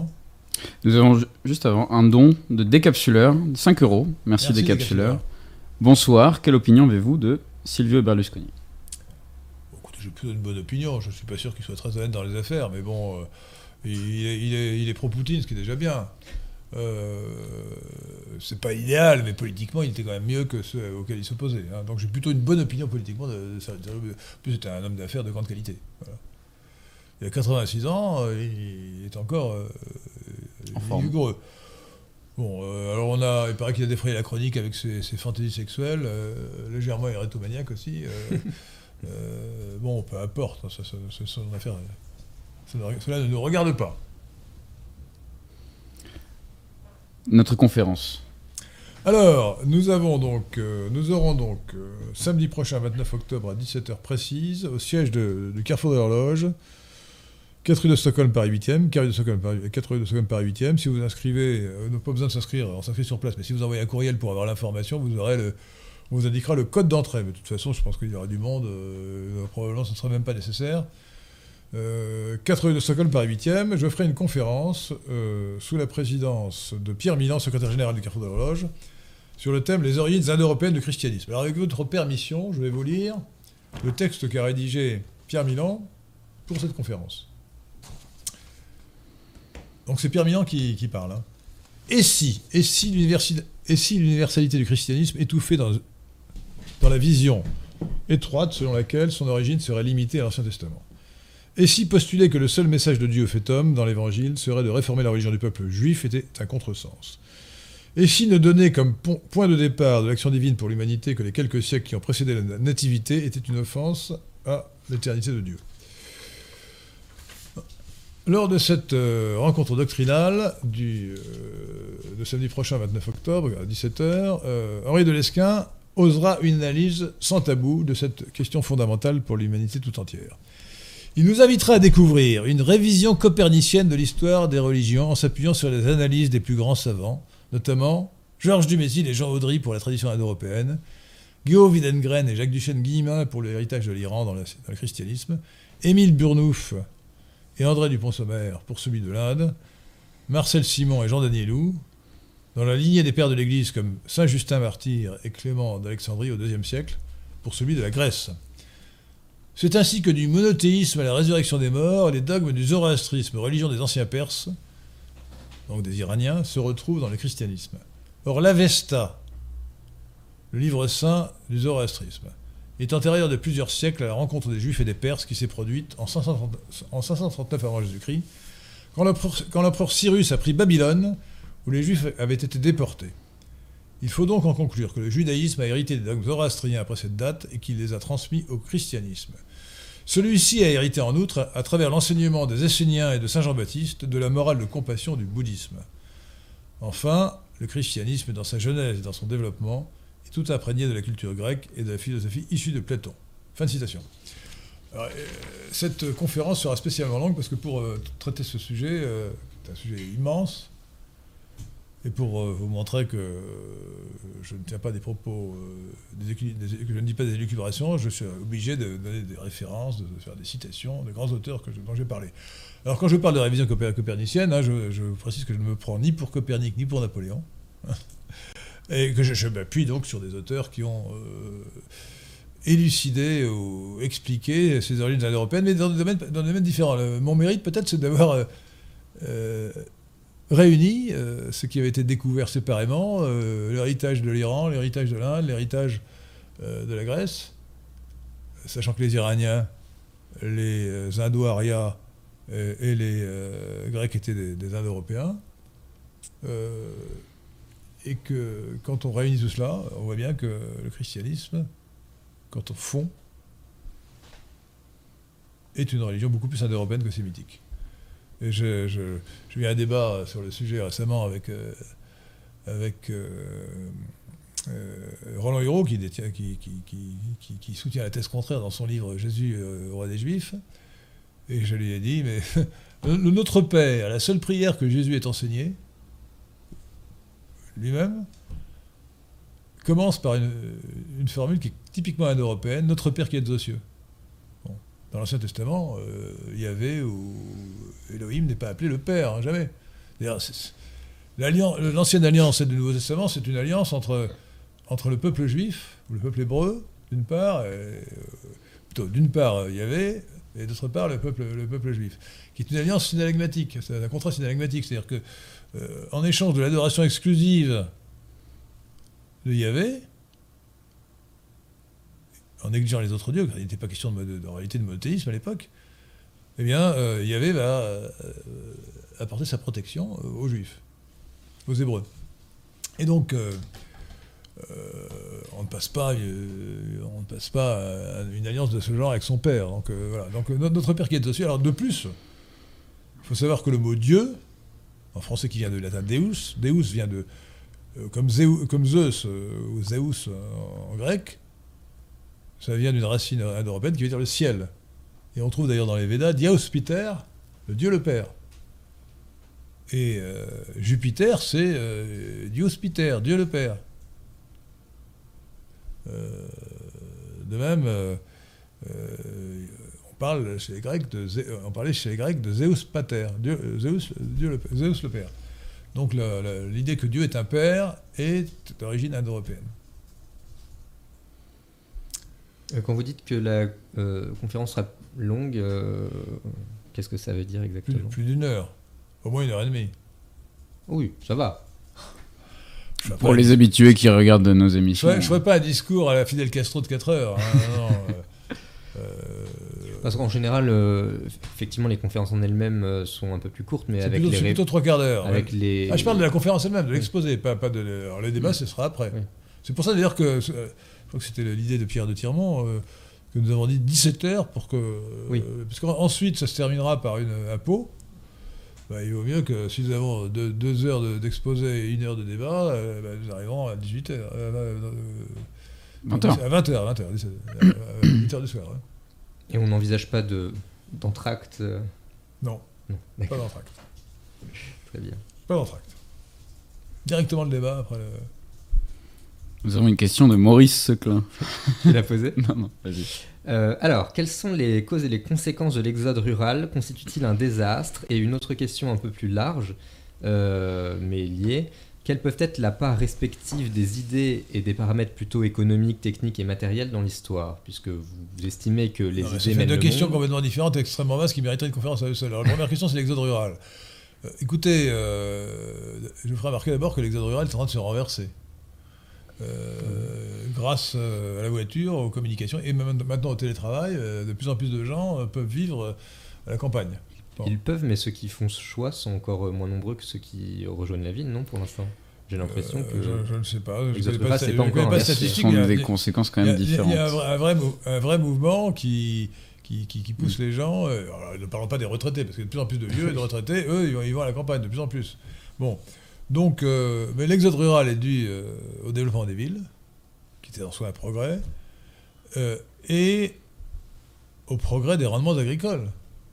Nous avons ju- juste avant un don de Décapsuleur, cinq euros. Merci, Merci, Décapsuleur. Décapsuleur. Bonsoir, quelle opinion avez-vous de Silvio Berlusconi? Bon, écoutez, j'ai plutôt une bonne opinion. Je ne suis pas sûr qu'il soit très honnête dans les affaires, mais bon, euh, il, est, il, est, il est pro-Poutine, ce qui est déjà bien. Euh, c'est pas idéal, mais politiquement, il était quand même mieux que ceux auxquels il s'opposait. Hein. Donc j'ai plutôt une bonne opinion politiquement de, de ça. En plus, c'était un homme d'affaires de grande qualité. Voilà. Il a quatre-vingt-six ans, euh, il est encore euh, En il est forme. vigoureux. Bon, euh, alors on a, il paraît qu'il a défrayé la chronique avec ses, ses fantaisies sexuelles, euh, légèrement érétomaniaque aussi. Euh, euh, bon, peu importe, ça, ça, ça, ça, son affaire, ça ne- cela ne nous regarde pas. notre conférence. Alors, nous, avons donc, euh, nous aurons donc euh, samedi prochain, vingt-neuf octobre, à dix-sept heures précise, au siège de, du Carrefour de l'Horloge, quatre rue de Stockholm, Paris huitième, quatre rue de Stockholm, Paris, quatre rue de Stockholm, Paris huitième. Si vous inscrivez, euh, vous n'avez pas besoin de s'inscrire, on s'inscrit sur place, mais si vous envoyez un courriel pour avoir l'information, vous aurez le, on vous indiquera le code d'entrée. Mais de toute façon, je pense qu'il y aura du monde, euh, probablement ce ne sera même pas nécessaire. Euh, quatre rue de Stockholm, Paris huitième, je ferai une conférence euh, sous la présidence de Pierre Milan, secrétaire général du Carrefour de l'Horloge, sur le thème « Les origines indo-européennes du christianisme ». Alors avec votre permission, je vais vous lire le texte qu'a rédigé Pierre Milan pour cette conférence. Donc c'est Pierre Milan qui, qui parle. Hein. Et si, et si, et si l'universalité du christianisme étouffait dans, dans la vision étroite selon laquelle son origine serait limitée à l'Ancien Testament? Et si postuler que le seul message de Dieu fait homme dans l'Évangile serait de réformer la religion du peuple juif était un contresens? Et si ne donner comme point de départ de l'action divine pour l'humanité que les quelques siècles qui ont précédé la nativité était une offense à l'éternité de Dieu? Lors de cette euh, rencontre doctrinale du, euh, de samedi prochain, vingt-neuf octobre, à dix-sept heures, euh, Henri de Lesquen osera une analyse sans tabou de cette question fondamentale pour l'humanité tout entière. Il nous invitera à découvrir une révision copernicienne de l'histoire des religions en s'appuyant sur les analyses des plus grands savants, notamment Georges Dumézil et Jean Audry pour la tradition indo-européenne, Guillaume Widengren et Jacques Duchesne-Guillemin pour l'héritage de l'Iran dans, dans le christianisme, Émile Burnouf et André Dupont-Sommer pour celui de l'Inde, Marcel Simon et Jean Danielou, dans la lignée des pères de l'Église comme Saint Justin Martyr et Clément d'Alexandrie au deuxième siècle, pour celui de la Grèce. C'est ainsi que du monothéisme à la résurrection des morts, les dogmes du zoroastrisme, religion des anciens Perses, donc des Iraniens, se retrouvent dans le christianisme. Or l'Avesta, le livre saint du zoroastrisme, est antérieur de plusieurs siècles à la rencontre des Juifs et des Perses qui s'est produite en cinq cent trente-neuf avant Jésus-Christ, quand l'empereur Cyrus a pris Babylone, où les Juifs avaient été déportés. Il faut donc en conclure que le judaïsme a hérité des dogmes zoroastriens après cette date et qu'il les a transmis au christianisme. Celui-ci a hérité en outre, à travers l'enseignement des Esséniens et de saint Jean-Baptiste, de la morale de compassion du bouddhisme. Enfin, le christianisme, dans sa genèse et dans son développement, est tout imprégné de la culture grecque et de la philosophie issue de Platon. Fin de citation. Alors, euh, cette conférence sera spécialement longue parce que pour euh, traiter ce sujet, euh, c'est un sujet immense, et pour euh, vous montrer que euh, je ne tiens pas des propos, euh, des, des, que je ne dis pas des élucubrations, je suis obligé de donner des références, de faire des citations de grands auteurs que je, dont j'ai parlé. Alors quand je parle de révision copé copernicienne, hein, je, je précise que je ne me prends ni pour Copernic ni pour Napoléon, et que je, je m'appuie donc sur des auteurs qui ont euh, élucidé ou expliqué ces origines indo-européennes, mais dans des domaines, dans des domaines différents. Le, mon mérite peut-être c'est d'avoir euh, euh, réuni euh, ce qui avait été découvert séparément, euh, l'héritage de l'Iran, l'héritage de l'Inde, l'héritage euh, de la Grèce, sachant que les Iraniens, les euh, Indo-Aryas et, et les euh, Grecs étaient des, des Indo-Européens, euh, et que quand on réunit tout cela, on voit bien que le christianisme, quand on fond, est une religion beaucoup plus indo-européenne que sémitique. Et je, je, j'ai eu un débat sur le sujet récemment avec, euh, avec euh, euh, Roland Hureau, qui, détient, qui, qui, qui, qui, qui soutient la thèse contraire dans son livre « Jésus, euh, roi des Juifs ». Et je lui ai dit, mais le, le Notre Père, la seule prière que Jésus ait enseignée, lui-même, commence par une, une formule qui est typiquement indo-européenne, « Notre Père qui êtes aux cieux ». Dans l'Ancien Testament, euh, Yahvé ou Elohim n'est pas appelé le Père, hein, jamais. L'ancienne alliance et le Nouveau Testament, c'est une alliance entre, entre le peuple juif, ou le peuple hébreu, d'une part, et, euh, plutôt d'une part Yahvé, et d'autre part le peuple, le peuple juif, qui est une alliance synalagmatique, c'est un contrat synalagmatique, c'est-à-dire que euh, en échange de l'adoration exclusive de Yahvé, en négligeant les autres dieux, car il n'était pas question de, de, de, en réalité de monothéisme à l'époque, eh bien, euh, Yahvé va euh, apporter sa protection euh, aux Juifs, aux Hébreux. Et donc, euh, euh, on ne passe pas, euh, on ne passe pas à une alliance de ce genre avec son père. Donc, euh, voilà. Donc, notre Père qui est aux cieux. Alors, de plus, il faut savoir que le mot Dieu, en français qui vient du latin Deus. Deus vient de, euh, comme, Zeu- comme Zeus, euh, ou Zeus en, en grec, ça vient d'une racine indo-européenne qui veut dire le ciel. Et on trouve d'ailleurs dans les Védas Diaos Piter, le Dieu le Père. Et euh, Jupiter, c'est euh, Dios Piter, Dieu le Père. Euh, de même, euh, euh, on parle chez les Grecs de Zé- on parlait chez les Grecs de Zeus Pater, Dieu, Zeus, Dieu le, Zeus le Père. Donc la, la, l'idée que Dieu est un père est d'origine indo-européenne. Euh, Quand vous dites que la euh, conférence sera longue, euh, qu'est-ce que ça veut dire Plus, exactement? plus d'une heure, au moins une heure et demie. Oui, ça va. Je ferai Pour pas- les habitués qui regardent nos Je émissions. ne ferai pas un discours à la Fidel Castro de quatre heures. Hein, non, euh, euh, Parce qu'en général, euh, effectivement, les conférences en elles-mêmes euh, sont un peu plus courtes, mais c'est avec plutôt, les, c'est ré- plutôt trois quarts d'heure. avec ouais. les... Ah, je parle de la conférence elle-même, de Oui. l'exposé, pas, pas de. Alors les débats, Oui. ce sera après. Oui. C'est pour ça d'ailleurs que, euh, je crois que c'était l'idée de Pierre de Tirmont, euh, que nous avons dit dix-sept heures pour que. euh, Oui. Parce qu'ensuite, ça se terminera par une, un pot. Bah, il vaut mieux que si nous avons deux, deux heures de- d'exposé et une heure de débat, euh, bah, nous arriverons à dix-huit heures. Euh, euh, vingt heures. À vingt heures, vingt heures, dix-sept, euh, euh, huit heures du soir. Ouais. Et on n'envisage pas de, d'entracte euh, Non, Non, pas d'accord, d'entracte. très bien. Pas d'entracte. Directement le débat après le. Nous avons une question de Maurice Seclin. Tu l'as posé? Non, non, vas-y. Euh, alors, quelles sont les causes et les conséquences de l'exode rural? Constitue-t-il un désastre? Et une autre question un peu plus large, euh, mais liée, quelle peuvent être la part respective des idées et des paramètres plutôt économiques, techniques et matériels dans l'histoire? Puisque vous, vous estimez que les Non, mais ça idées fait mènent deux le questions monde. complètement différentes et extrêmement vastes qui mériteraient une conférence à eux seuls. Alors, la première question, c'est l'exode rural. Euh, écoutez, euh, je vous ferai remarquer d'abord que l'exode rural est en train de se renverser. Euh, grâce euh, à la voiture, aux communications et même maintenant au télétravail, euh, de plus en plus de gens euh, peuvent vivre euh, à la campagne. Bon. Ils peuvent, mais ceux qui font ce choix sont encore euh, moins nombreux que ceux qui rejoignent la ville, non, pour l'instant? J'ai l'impression Euh, que... je, je ne sais pas. Je L'exode connais rural, pas, c'est je pas connais encore pas un- de Ce statistiques, sont mais il y a- des il y a- conséquences quand Il y, même a, il y a- différentes. il y a un vrai, un vrai mou- un vrai mouvement qui, qui, qui, qui pousse les gens. euh, alors, ne parlons pas des retraités, parce que de plus en plus de vieux et de retraités, eux, ils vont, ils vont à la campagne de plus en plus. Bon, donc, euh, mais l'exode rural est dû euh, au développement des villes, qui était en soi un progrès, euh, et au progrès des rendements agricoles.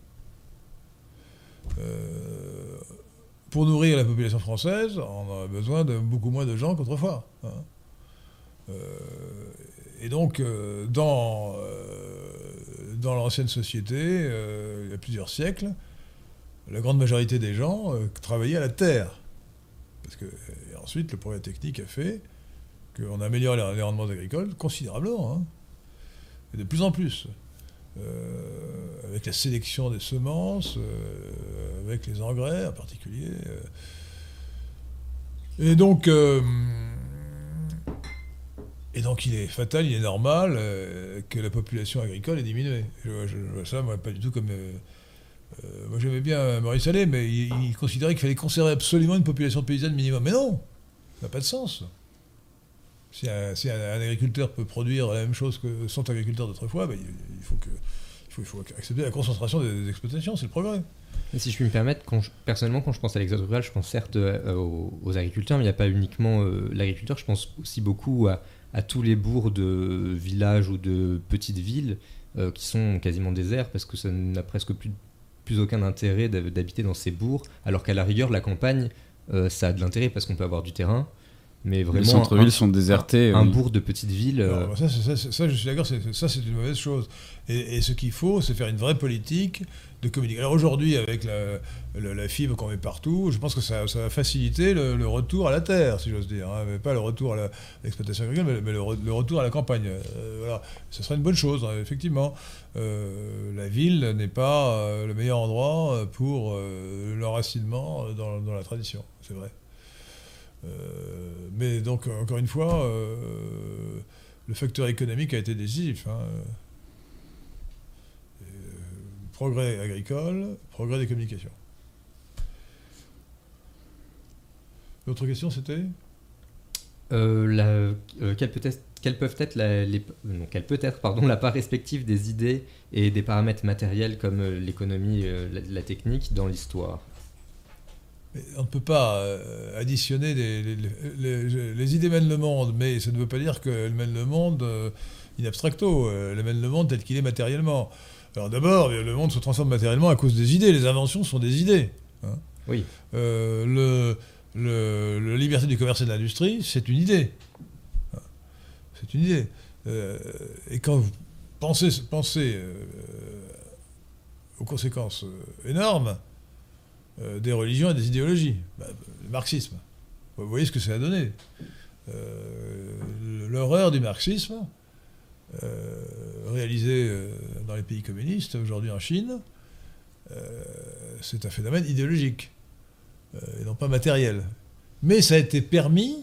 Euh, pour nourrir la population française, on a besoin de beaucoup moins de gens qu'autrefois. Hein. Euh, et donc, euh, dans, euh, dans l'ancienne société, euh, il y a plusieurs siècles, la grande majorité des gens euh, travaillaient à la terre. Parce que, et ensuite, le progrès technique a fait qu'on a amélioré les, les rendements agricoles considérablement, hein, et de plus en plus. Euh, avec la sélection des semences, euh, avec les engrais en particulier. Euh. Et donc, euh, et donc, il est fatal, il est normal euh, que la population agricole ait diminué. Je, je, je vois ça, moi, pas du tout comme. Euh, euh, moi, j'aimais bien Maurice Allais, mais il, il considérait qu'il fallait conserver absolument une population paysanne minimum. Mais non, ça n'a pas de sens. Si, un, si un, un agriculteur peut produire la même chose que cent agriculteurs d'autrefois, ben, il, il, faut que, il, faut, il faut accepter la concentration des, des exploitations, c'est le progrès. Et si je puis me permettre, quand je- personnellement, quand je pense à l'exode rural, je pense certes euh, aux, aux agriculteurs, mais il n'y a pas uniquement euh, l'agriculteur, je pense aussi beaucoup à, à tous les bourgs de villages ou de petites villes euh, qui sont quasiment déserts parce que ça n'a presque plus, plus aucun intérêt d'hab- d'habiter dans ces bourgs, alors qu'à la rigueur, la campagne, euh, ça a de l'intérêt parce qu'on peut avoir du terrain, mais vraiment Les centres-villes un, sont désertés. un oui. bourg de petite ville... euh, Alors, ça, c'est- ça, ça, je suis d'accord, c'est- ça c'est une mauvaise chose. Et, et ce qu'il faut, c'est faire une vraie politique de communication. Alors aujourd'hui, avec la, la, la fibre qu'on met partout, je pense que ça, ça va faciliter le, le retour à la terre, si j'ose dire. Hein. Mais pas le retour à la- à l'exploitation agricole, mais, mais le, re- le retour à la campagne. Euh, voilà. Ce serait une bonne chose, hein, effectivement. Euh, la ville n'est pas euh, le meilleur endroit pour euh, l'enracinement dans, dans la tradition, c'est vrai. Euh, mais donc, encore une fois, euh, le facteur économique a été décisif. Hein. Euh, progrès agricole, progrès des communications. L'autre question, c'était Euh, la, euh, quelle, peut être, quelle peuvent être la, les, non, quelle peut être pardon, la part respective des idées et des paramètres matériels comme euh, l'économie, euh, la, la technique dans l'histoire? Mais on ne peut pas euh, additionner les, les, les, les idées mènent le monde, mais ça ne veut pas dire qu'elles mènent le monde euh, in abstracto. Euh, elles mènent le monde tel qu'il est matériellement. Alors d'abord, le monde se transforme matériellement à cause des idées. Les inventions sont des idées. Hein. Oui. Euh, le, le, la liberté du commerce et de l'industrie, c'est une idée. C'est une idée. Euh, et quand vous pensez, pensez euh, aux conséquences euh, énormes euh, des religions et des idéologies, bah, le marxisme, vous voyez ce que ça a donné. Euh, l'horreur du marxisme, euh, réalisée euh, dans les pays communistes, aujourd'hui en Chine, euh, c'est un phénomène idéologique, euh, et non pas matériel. Mais ça a été permis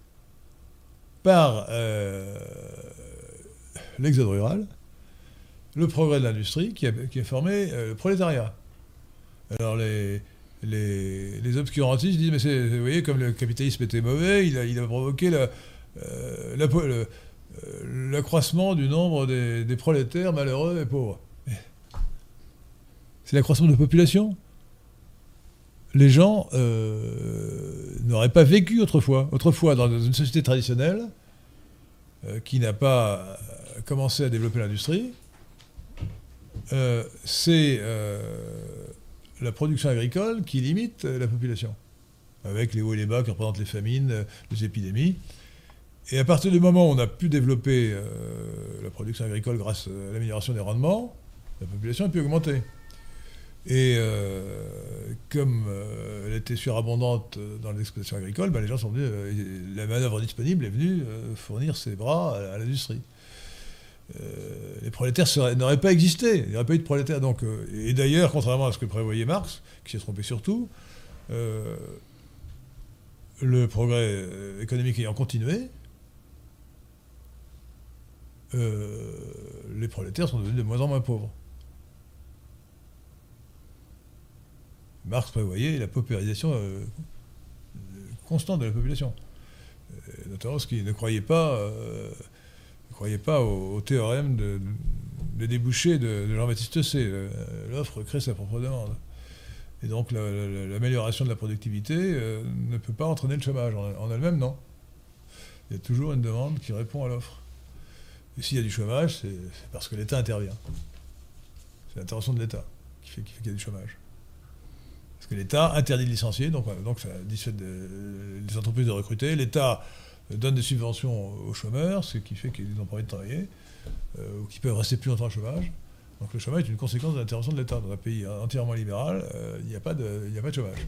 par euh, l'exode rural, le progrès de l'industrie qui a, qui a formé euh, le prolétariat. Alors les, les, les obscurantistes disent, mais c'est, vous voyez, comme le capitalisme était mauvais, il a, il a provoqué la, euh, la, le, euh, l'accroissement du nombre des, des prolétaires malheureux et pauvres. C'est l'accroissement de la population. Les gens euh, n'auraient pas vécu autrefois. Autrefois, dans une société traditionnelle, euh, qui n'a pas commencé à développer l'industrie, euh, c'est euh, la production agricole qui limite la population, avec les hauts et les bas qui représentent les famines, les épidémies. Et à partir du moment où on a pu développer euh, la production agricole grâce à l'amélioration des rendements, la population a pu augmenter. Et euh, comme euh, elle était surabondante dans les exploitations agricoles, ben les gens sont venus, euh, la manœuvre disponible est venue euh, fournir ses bras à, à l'industrie. Euh, les prolétaires seraient, n'auraient pas existé, il n'y aurait pas eu de prolétaires. Donc, euh, et d'ailleurs, contrairement à ce que prévoyait Marx, qui s'est trompé surtout, euh, le progrès économique ayant continué, euh, les prolétaires sont devenus de moins en moins pauvres. Marx prévoyait la paupérisation euh, constante de la population. Et notamment parce qu'il ne croyait pas, euh, ne croyait pas au, au théorème de, de débouché de, de Jean-Baptiste Say. L'offre crée sa propre demande. Et donc la, la, l'amélioration de la productivité euh, ne peut pas entraîner le chômage. En, en elle-même, non. Il y a toujours une demande qui répond à l'offre. Et s'il y a du chômage, c'est, c'est parce que l'État intervient. C'est l'intervention de l'État qui fait, qui fait qu'il y a du chômage. Parce que l'État interdit de licencier, donc, donc ça dissuade les entreprises de recruter. L'État donne des subventions aux chômeurs, ce qui fait qu'ils n'ont pas envie de travailler, euh, ou qu'ils peuvent rester plus longtemps au chômage. Donc le chômage est une conséquence de l'intervention de l'État. Dans un pays entièrement libéral, euh, il n'y a pas de, il n'y a pas de chômage.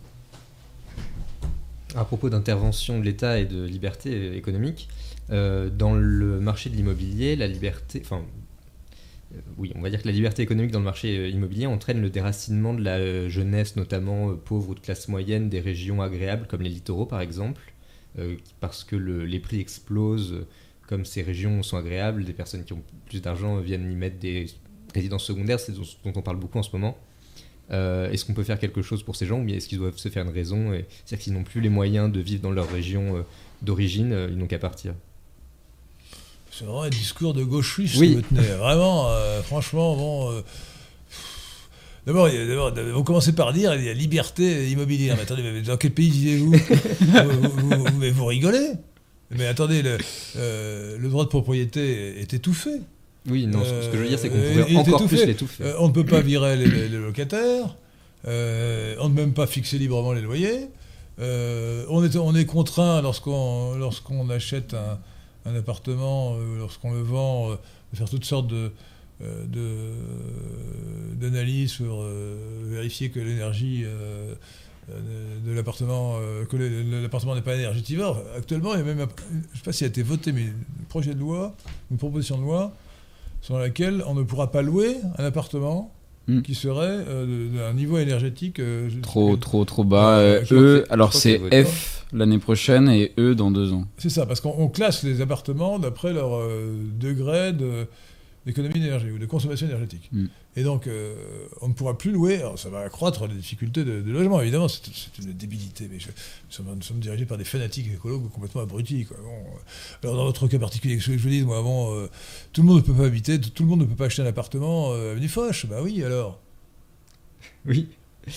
À propos d'intervention de l'État et de liberté économique, euh, dans le marché de l'immobilier, la liberté... Enfin, oui, on va dire que la liberté économique dans le marché immobilier entraîne le déracinement de la jeunesse, notamment pauvre ou de classe moyenne, des régions agréables comme les littoraux par exemple, euh, parce que le, les prix explosent, comme ces régions sont agréables, des personnes qui ont plus d'argent viennent y mettre des résidences secondaires, c'est dont on parle beaucoup en ce moment. Euh, est-ce qu'on peut faire quelque chose pour ces gens, ou bien est-ce qu'ils doivent se faire une raison, et, c'est-à-dire qu'ils n'ont plus les moyens de vivre dans leur région euh, d'origine, euh, ils n'ont qu'à partir? C'est vraiment un discours de gauchiste oui. que vous tenez. Vraiment, euh, franchement, bon... Euh, d'abord, il y a, d'abord, vous commencez par dire il y a liberté immobilière. Mais attendez, mais dans quel pays vivez-vous? vous, vous, vous, mais vous rigolez? Mais attendez, le, euh, le droit de propriété est étouffé. Oui, non, euh, ce que je veux dire, c'est qu'on euh, pourrait encore plus l'étouffer. Euh, on ne peut pas virer les, les, les locataires. Euh, on ne peut même pas fixer librement les loyers. Euh, on, est, on est contraint, lorsqu'on, lorsqu'on achète un... un appartement, euh, lorsqu'on le vend, euh, de faire toutes sortes de, euh, de, d'analyses sur euh, vérifier que l'énergie euh, de, de l'appartement, euh, que le, l'appartement n'est pas énergétivore. Actuellement, il y a même, je ne sais pas s'il a été voté, mais un projet de loi, une proposition de loi, sur laquelle on ne pourra pas louer un appartement mmh. qui serait euh, d'un niveau énergétique euh, trop, trop, trop bas. Euh, e, alors c'est F l'année prochaine et E dans deux ans. C'est ça, parce qu'on classe les appartements d'après leur euh, degré de, d'économie d'énergie ou de consommation énergétique. Mm. Et donc, euh, on ne pourra plus louer. Alors, ça va accroître les difficultés de, de logement, évidemment, c'est, c'est une débilité. Mais je, nous, sommes, nous sommes dirigés par des fanatiques écologues complètement abrutis. Quoi. Bon, alors, dans notre cas particulier, ce que je vous dis, moi, bon, euh, tout le monde ne peut pas habiter, tout, tout le monde ne peut pas acheter un appartement euh, avenue Foch. Bah oui, alors. Oui.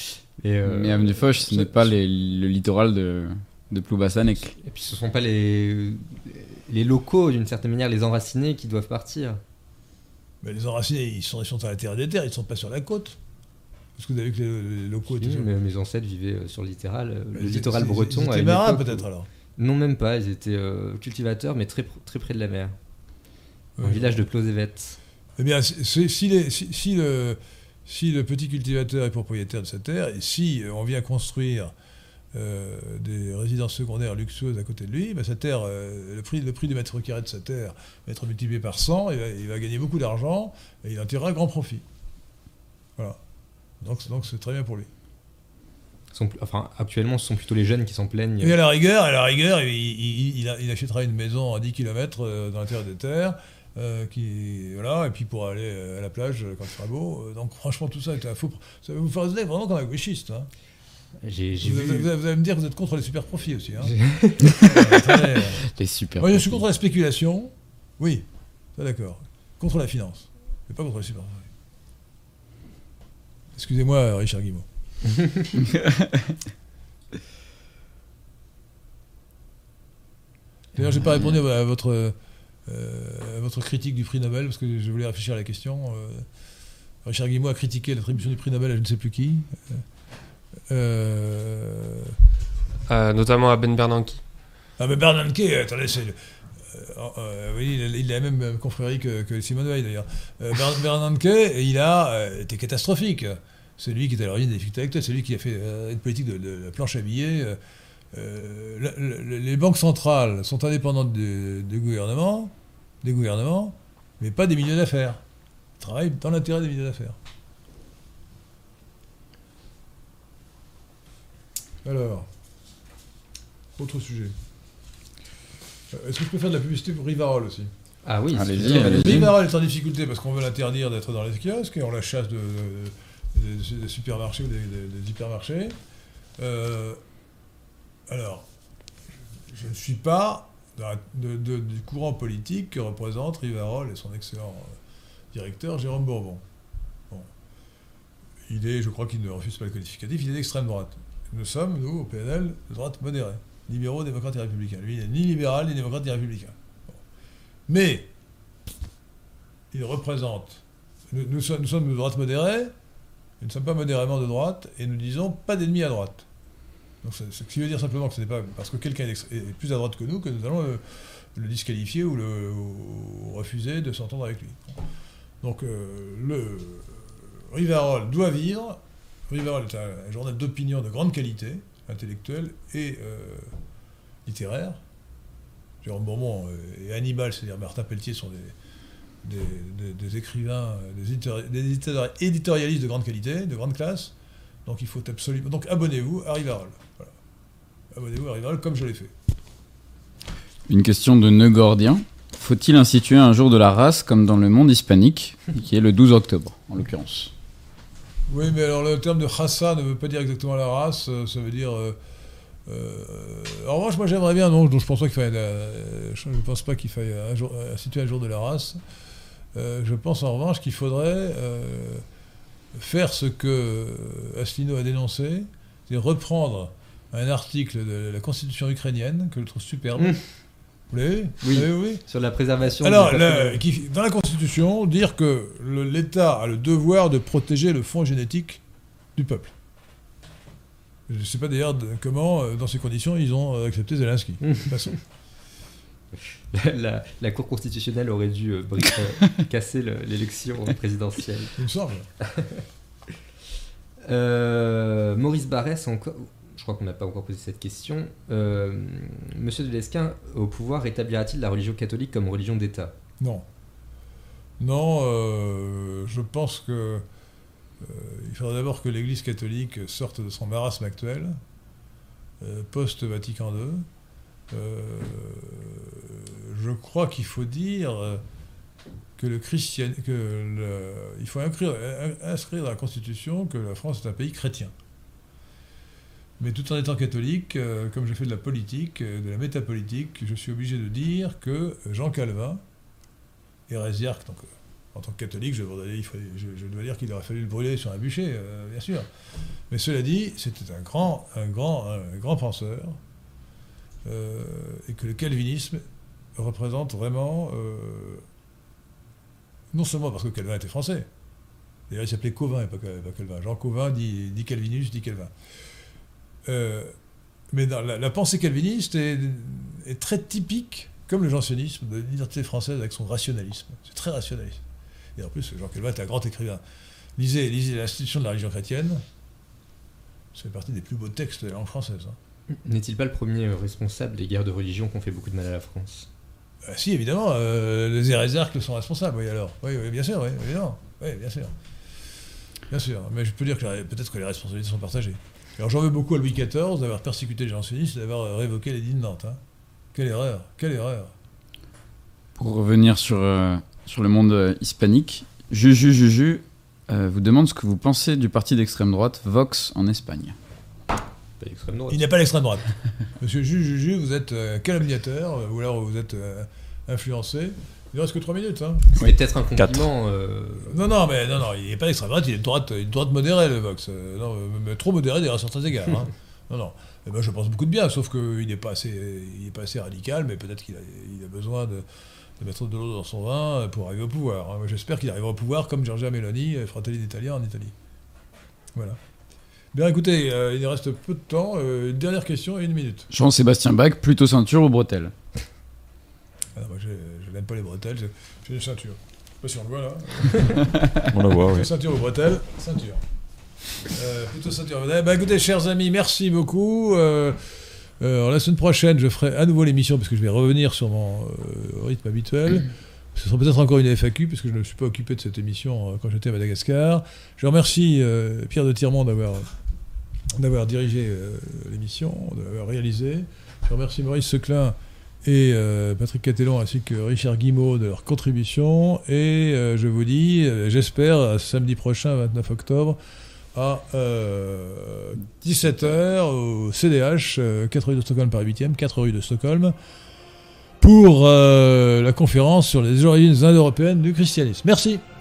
Et, euh, Mais Avenue Foch, ce ça- n'est pas les- le littoral de, de Plougassac. Et puis ce sont pas les, les locaux, d'une certaine manière, les enracinés qui doivent partir. Mais les enracinés, ils sont, ils sont à l'intérieur des terres, ils ne sont pas sur la côte. Parce que vous avez vu que les, les locaux étaient Oui, sur... mes, mes ancêtres vivaient euh, sur le littoral, euh, Mais le ils- littoral ils- breton. Ils à étaient une marins époque peut-être où- alors. Non, même pas. Ils étaient euh, cultivateurs, mais très, pr- très près de la mer. Au Ouais. village de Closevet. Eh bien, c'est- si, les- si- si le, si le petit cultivateur est propriétaire de sa terre, et si on vient construire euh, des résidences secondaires luxueuses à côté de lui, ben sa terre, euh, le, prix, le prix du mètre carré de sa terre va être multiplié par cent, il va, il va gagner beaucoup d'argent, et il en tirera un grand profit. Voilà. Donc donc c'est très bien pour lui. Sont pl- Enfin, actuellement, ce sont plutôt les jeunes qui s'en plaignent. Et à la rigueur, à la rigueur il, il- il a- il achètera une maison à dix kilomètres euh, dans l'intérieur des terres, euh, qui, voilà, et puis pour aller euh, à la plage euh, quand il fera beau. Euh, Donc franchement, tout ça est un faux... Ça va vous faire raisonner vraiment comme un gauchiste. Hein. J'ai j'ai Vous, vu. vous- vous allez me dire que vous êtes contre les super profits aussi. Hein. J'ai- Euh, attendez, euh, Les super. Moi, je suis contre la spéculation. Oui, ça d'accord. Contre la finance. Mais pas contre les super profits. Excusez-moi, Richard Guimau. D'ailleurs, je n'ai pas répondu à votre, euh, à votre critique du prix Nobel, parce que je voulais réfléchir à la question. Euh, Richard Guimau a critiqué l'attribution du prix Nobel à je ne sais plus qui. Euh, Euh, notamment à Ben Bernanke. Ah mais Bernanke, attendez, c'est... le- euh, euh, oui, il a, il a la même euh, confrérie que, que Simone Veil d'ailleurs. Euh, Ber- Bernanke, il a euh, été catastrophique. C'est lui qui est à l'origine des difficultés actuelles, c'est lui qui a fait euh, une politique de, de la planche à billets. Euh, euh, le- le- les banques centrales sont indépendantes du, du gouvernement, des gouvernements, mais pas des milieux d'affaires. Ils travaillent dans l'intérêt des milieux d'affaires. Alors, autre sujet. Euh, Est-ce que je peux faire de la publicité pour Rivarol aussi? Ah oui, Allez-y, c'est- allez-y. Rivarol est en difficulté parce qu'on veut l'interdire d'être dans les kiosques et on la chasse de, de- de- des supermarchés ou des, des- des hypermarchés. Euh, alors, je ne suis pas dans la- de- de- du courant politique que représente Rivarol et son excellent euh, directeur Jérôme Bourbon. Bon. Il est, je crois qu'il ne refuse pas le qualificatif, il est d'extrême droite. Nous sommes, nous, au P N L, de droite modérée. Libéraux, démocrates et républicains. Lui, il n'est ni libéral, ni démocrate, ni républicain. Bon. Mais, il représente... Nous, nous sommes, nous sommes de droite modérée, nous ne sommes pas modérément de droite, et nous disons pas d'ennemis à droite. Donc, c'est- ce qui veut dire simplement que ce n'est pas parce que quelqu'un est, ex- est plus à droite que nous que nous allons le, le disqualifier ou, le, ou refuser de s'entendre avec lui. Donc, euh, le Rivarol doit vivre. Rivarol est un, un journal d'opinion de grande qualité, intellectuelle et euh, littéraire. Jérôme Bourbon et Hannibal, c'est-à-dire Martin Pelletier, sont des, des, des- des écrivains, des, éditori- des éditori- éditorialistes de grande qualité, de grande classe. Donc il faut absolument... Donc abonnez-vous à Rivarol. Voilà. Abonnez-vous à Rivarol comme je l'ai fait. Une question de Neugordien. Faut-il instituer un jour de la race comme dans le monde hispanique, qui est le douze octobre, en l'occurrence? Oui, mais alors le terme de raça ne veut pas dire exactement la race, euh, ça veut dire... Euh, euh, en revanche, moi j'aimerais bien, non, je pense pas qu'il faille, euh, je ne pense pas qu'il faille un jour, instituer un jour de la race. Euh, je pense en revanche qu'il faudrait euh, faire ce que Asselineau a dénoncé, c'est reprendre un article de la Constitution ukrainienne que je trouve superbe. Mmh. Vous l'avez vu? Oui. Vous l'avez vu? Sur la préservation. Alors, du là, patrimoine. qui- dans la Constitution, dire que le- l'État a le devoir de protéger le fonds génétique du peuple. Je ne sais pas d'ailleurs de- comment, euh, dans ces conditions, ils ont euh, accepté Zelensky. Mmh. De toute façon. la, la Cour constitutionnelle aurait dû euh, bri- euh, casser le- l'élection présidentielle. Il me semble. Euh, Maurice Barrès, encore, je crois qu'on n'a pas encore posé cette question. Euh, Monsieur de Lesquen, au pouvoir, rétablira-t-il la religion catholique comme religion d'État? Non. Non, euh, je pense que euh, il faudrait d'abord que l'Église catholique sorte de son marasme actuel, euh, post-Vatican deux. Euh, je crois qu'il faut dire euh, que le christian, que le, il faut inscrire, inscrire dans la Constitution que la France est un pays chrétien. Mais tout en étant catholique, euh, comme je fais de la politique, euh, de la métapolitique, je suis obligé de dire que Jean Calvin, hérésiarque, donc euh, en tant que catholique, je, voudrais- il faut- je- je dois dire qu'il aurait fallu le brûler sur un bûcher, euh, bien sûr. Mais cela dit, c'était un grand, un grand, un grand penseur, euh, et que le calvinisme représente vraiment, euh, non seulement parce que Calvin était français, d'ailleurs il s'appelait Cauvin et pas, pas Calvin, Jean Cauvin dit, dit Calvinus, dit Calvin. Euh, mais dans la, la pensée calviniste est, est très typique, comme le jansénisme, de l'identité française avec son rationalisme. C'est très rationaliste. Et en plus, Jean Calvin est un grand écrivain. Lisez, lisez l'Institution de la religion chrétienne, ça fait partie des plus beaux textes de la langue française. Hein. N'est-il pas le premier responsable des guerres de religion qui ont fait beaucoup de mal à la France ? Ah, si, évidemment, euh, les hérésiarques sont responsables, oui, alors. Oui, oui, bien sûr, oui, évidemment. Oui, bien sûr. Bien sûr, mais je peux dire que la, peut-être que les responsabilités sont partagées. Alors j'en veux beaucoup à Louis quatorze d'avoir persécuté les jansénistes et d'avoir révoqué l'édit de Nantes. Hein. Quelle erreur, quelle erreur. Pour revenir sur, euh, sur le monde euh, hispanique, Juju Juju euh, vous demande ce que vous pensez du parti d'extrême droite Vox en Espagne. Pas d'extrême droite. Il n'y a pas d'extrême droite. Monsieur Juju Juju, vous êtes euh, calomniateur, euh, ou alors vous êtes euh, influencé. Il ne reste que trois minutes. Hein. C'est oui. peut-être un compliment. Euh... Non, non, mais non, non, il n'est pas d'extrême droite, il est de droite, une droite modérée, le Vox. Euh, non, mais trop modéré d'ailleurs à certains égards. Hein. Non, non. Et ben, je pense beaucoup de bien, sauf qu'il n'est pas, assez, il est pas assez radical, mais peut-être qu'il a, il a besoin de, de mettre de l'eau dans son vin pour arriver au pouvoir. Hein. Moi, j'espère qu'il arrivera au pouvoir comme Giorgia Meloni, Fratelli d'Italia en Italie. Voilà. Bien, écoutez, euh, il reste peu de temps. Euh, une dernière question et une minute. Jean-Sébastien Bach, plutôt ceinture ou bretelle ? Ah non, moi, je n'aime pas les bretelles, j'ai, j'ai une ceinture. Je sais pas si on le voit là. On la voit, oui. Ceinture ou bretelles, ceinture. Euh, plutôt ceinture. Bah, écoutez, chers amis, merci beaucoup. Euh, euh, alors, la semaine prochaine, je ferai à nouveau l'émission parce que je vais revenir sur mon euh, rythme habituel. Ce sera peut-être encore une F A Q parce que je ne me suis pas occupé de cette émission euh, quand j'étais à Madagascar. Je remercie euh, Pierre de Tirmont d'avoir, d'avoir dirigé euh, l'émission, d'avoir réalisé. Je remercie Maurice Seclin et euh, Patrick Catellon ainsi que Richard Guimau de leur contribution. Et euh, je vous dis, euh, j'espère, samedi prochain, vingt-neuf octobre, à euh, dix-sept heures au C D H, euh, quatre rue de Stockholm par huitième, quatre rue de Stockholm, pour euh, la conférence sur les origines indo-européennes du christianisme. Merci.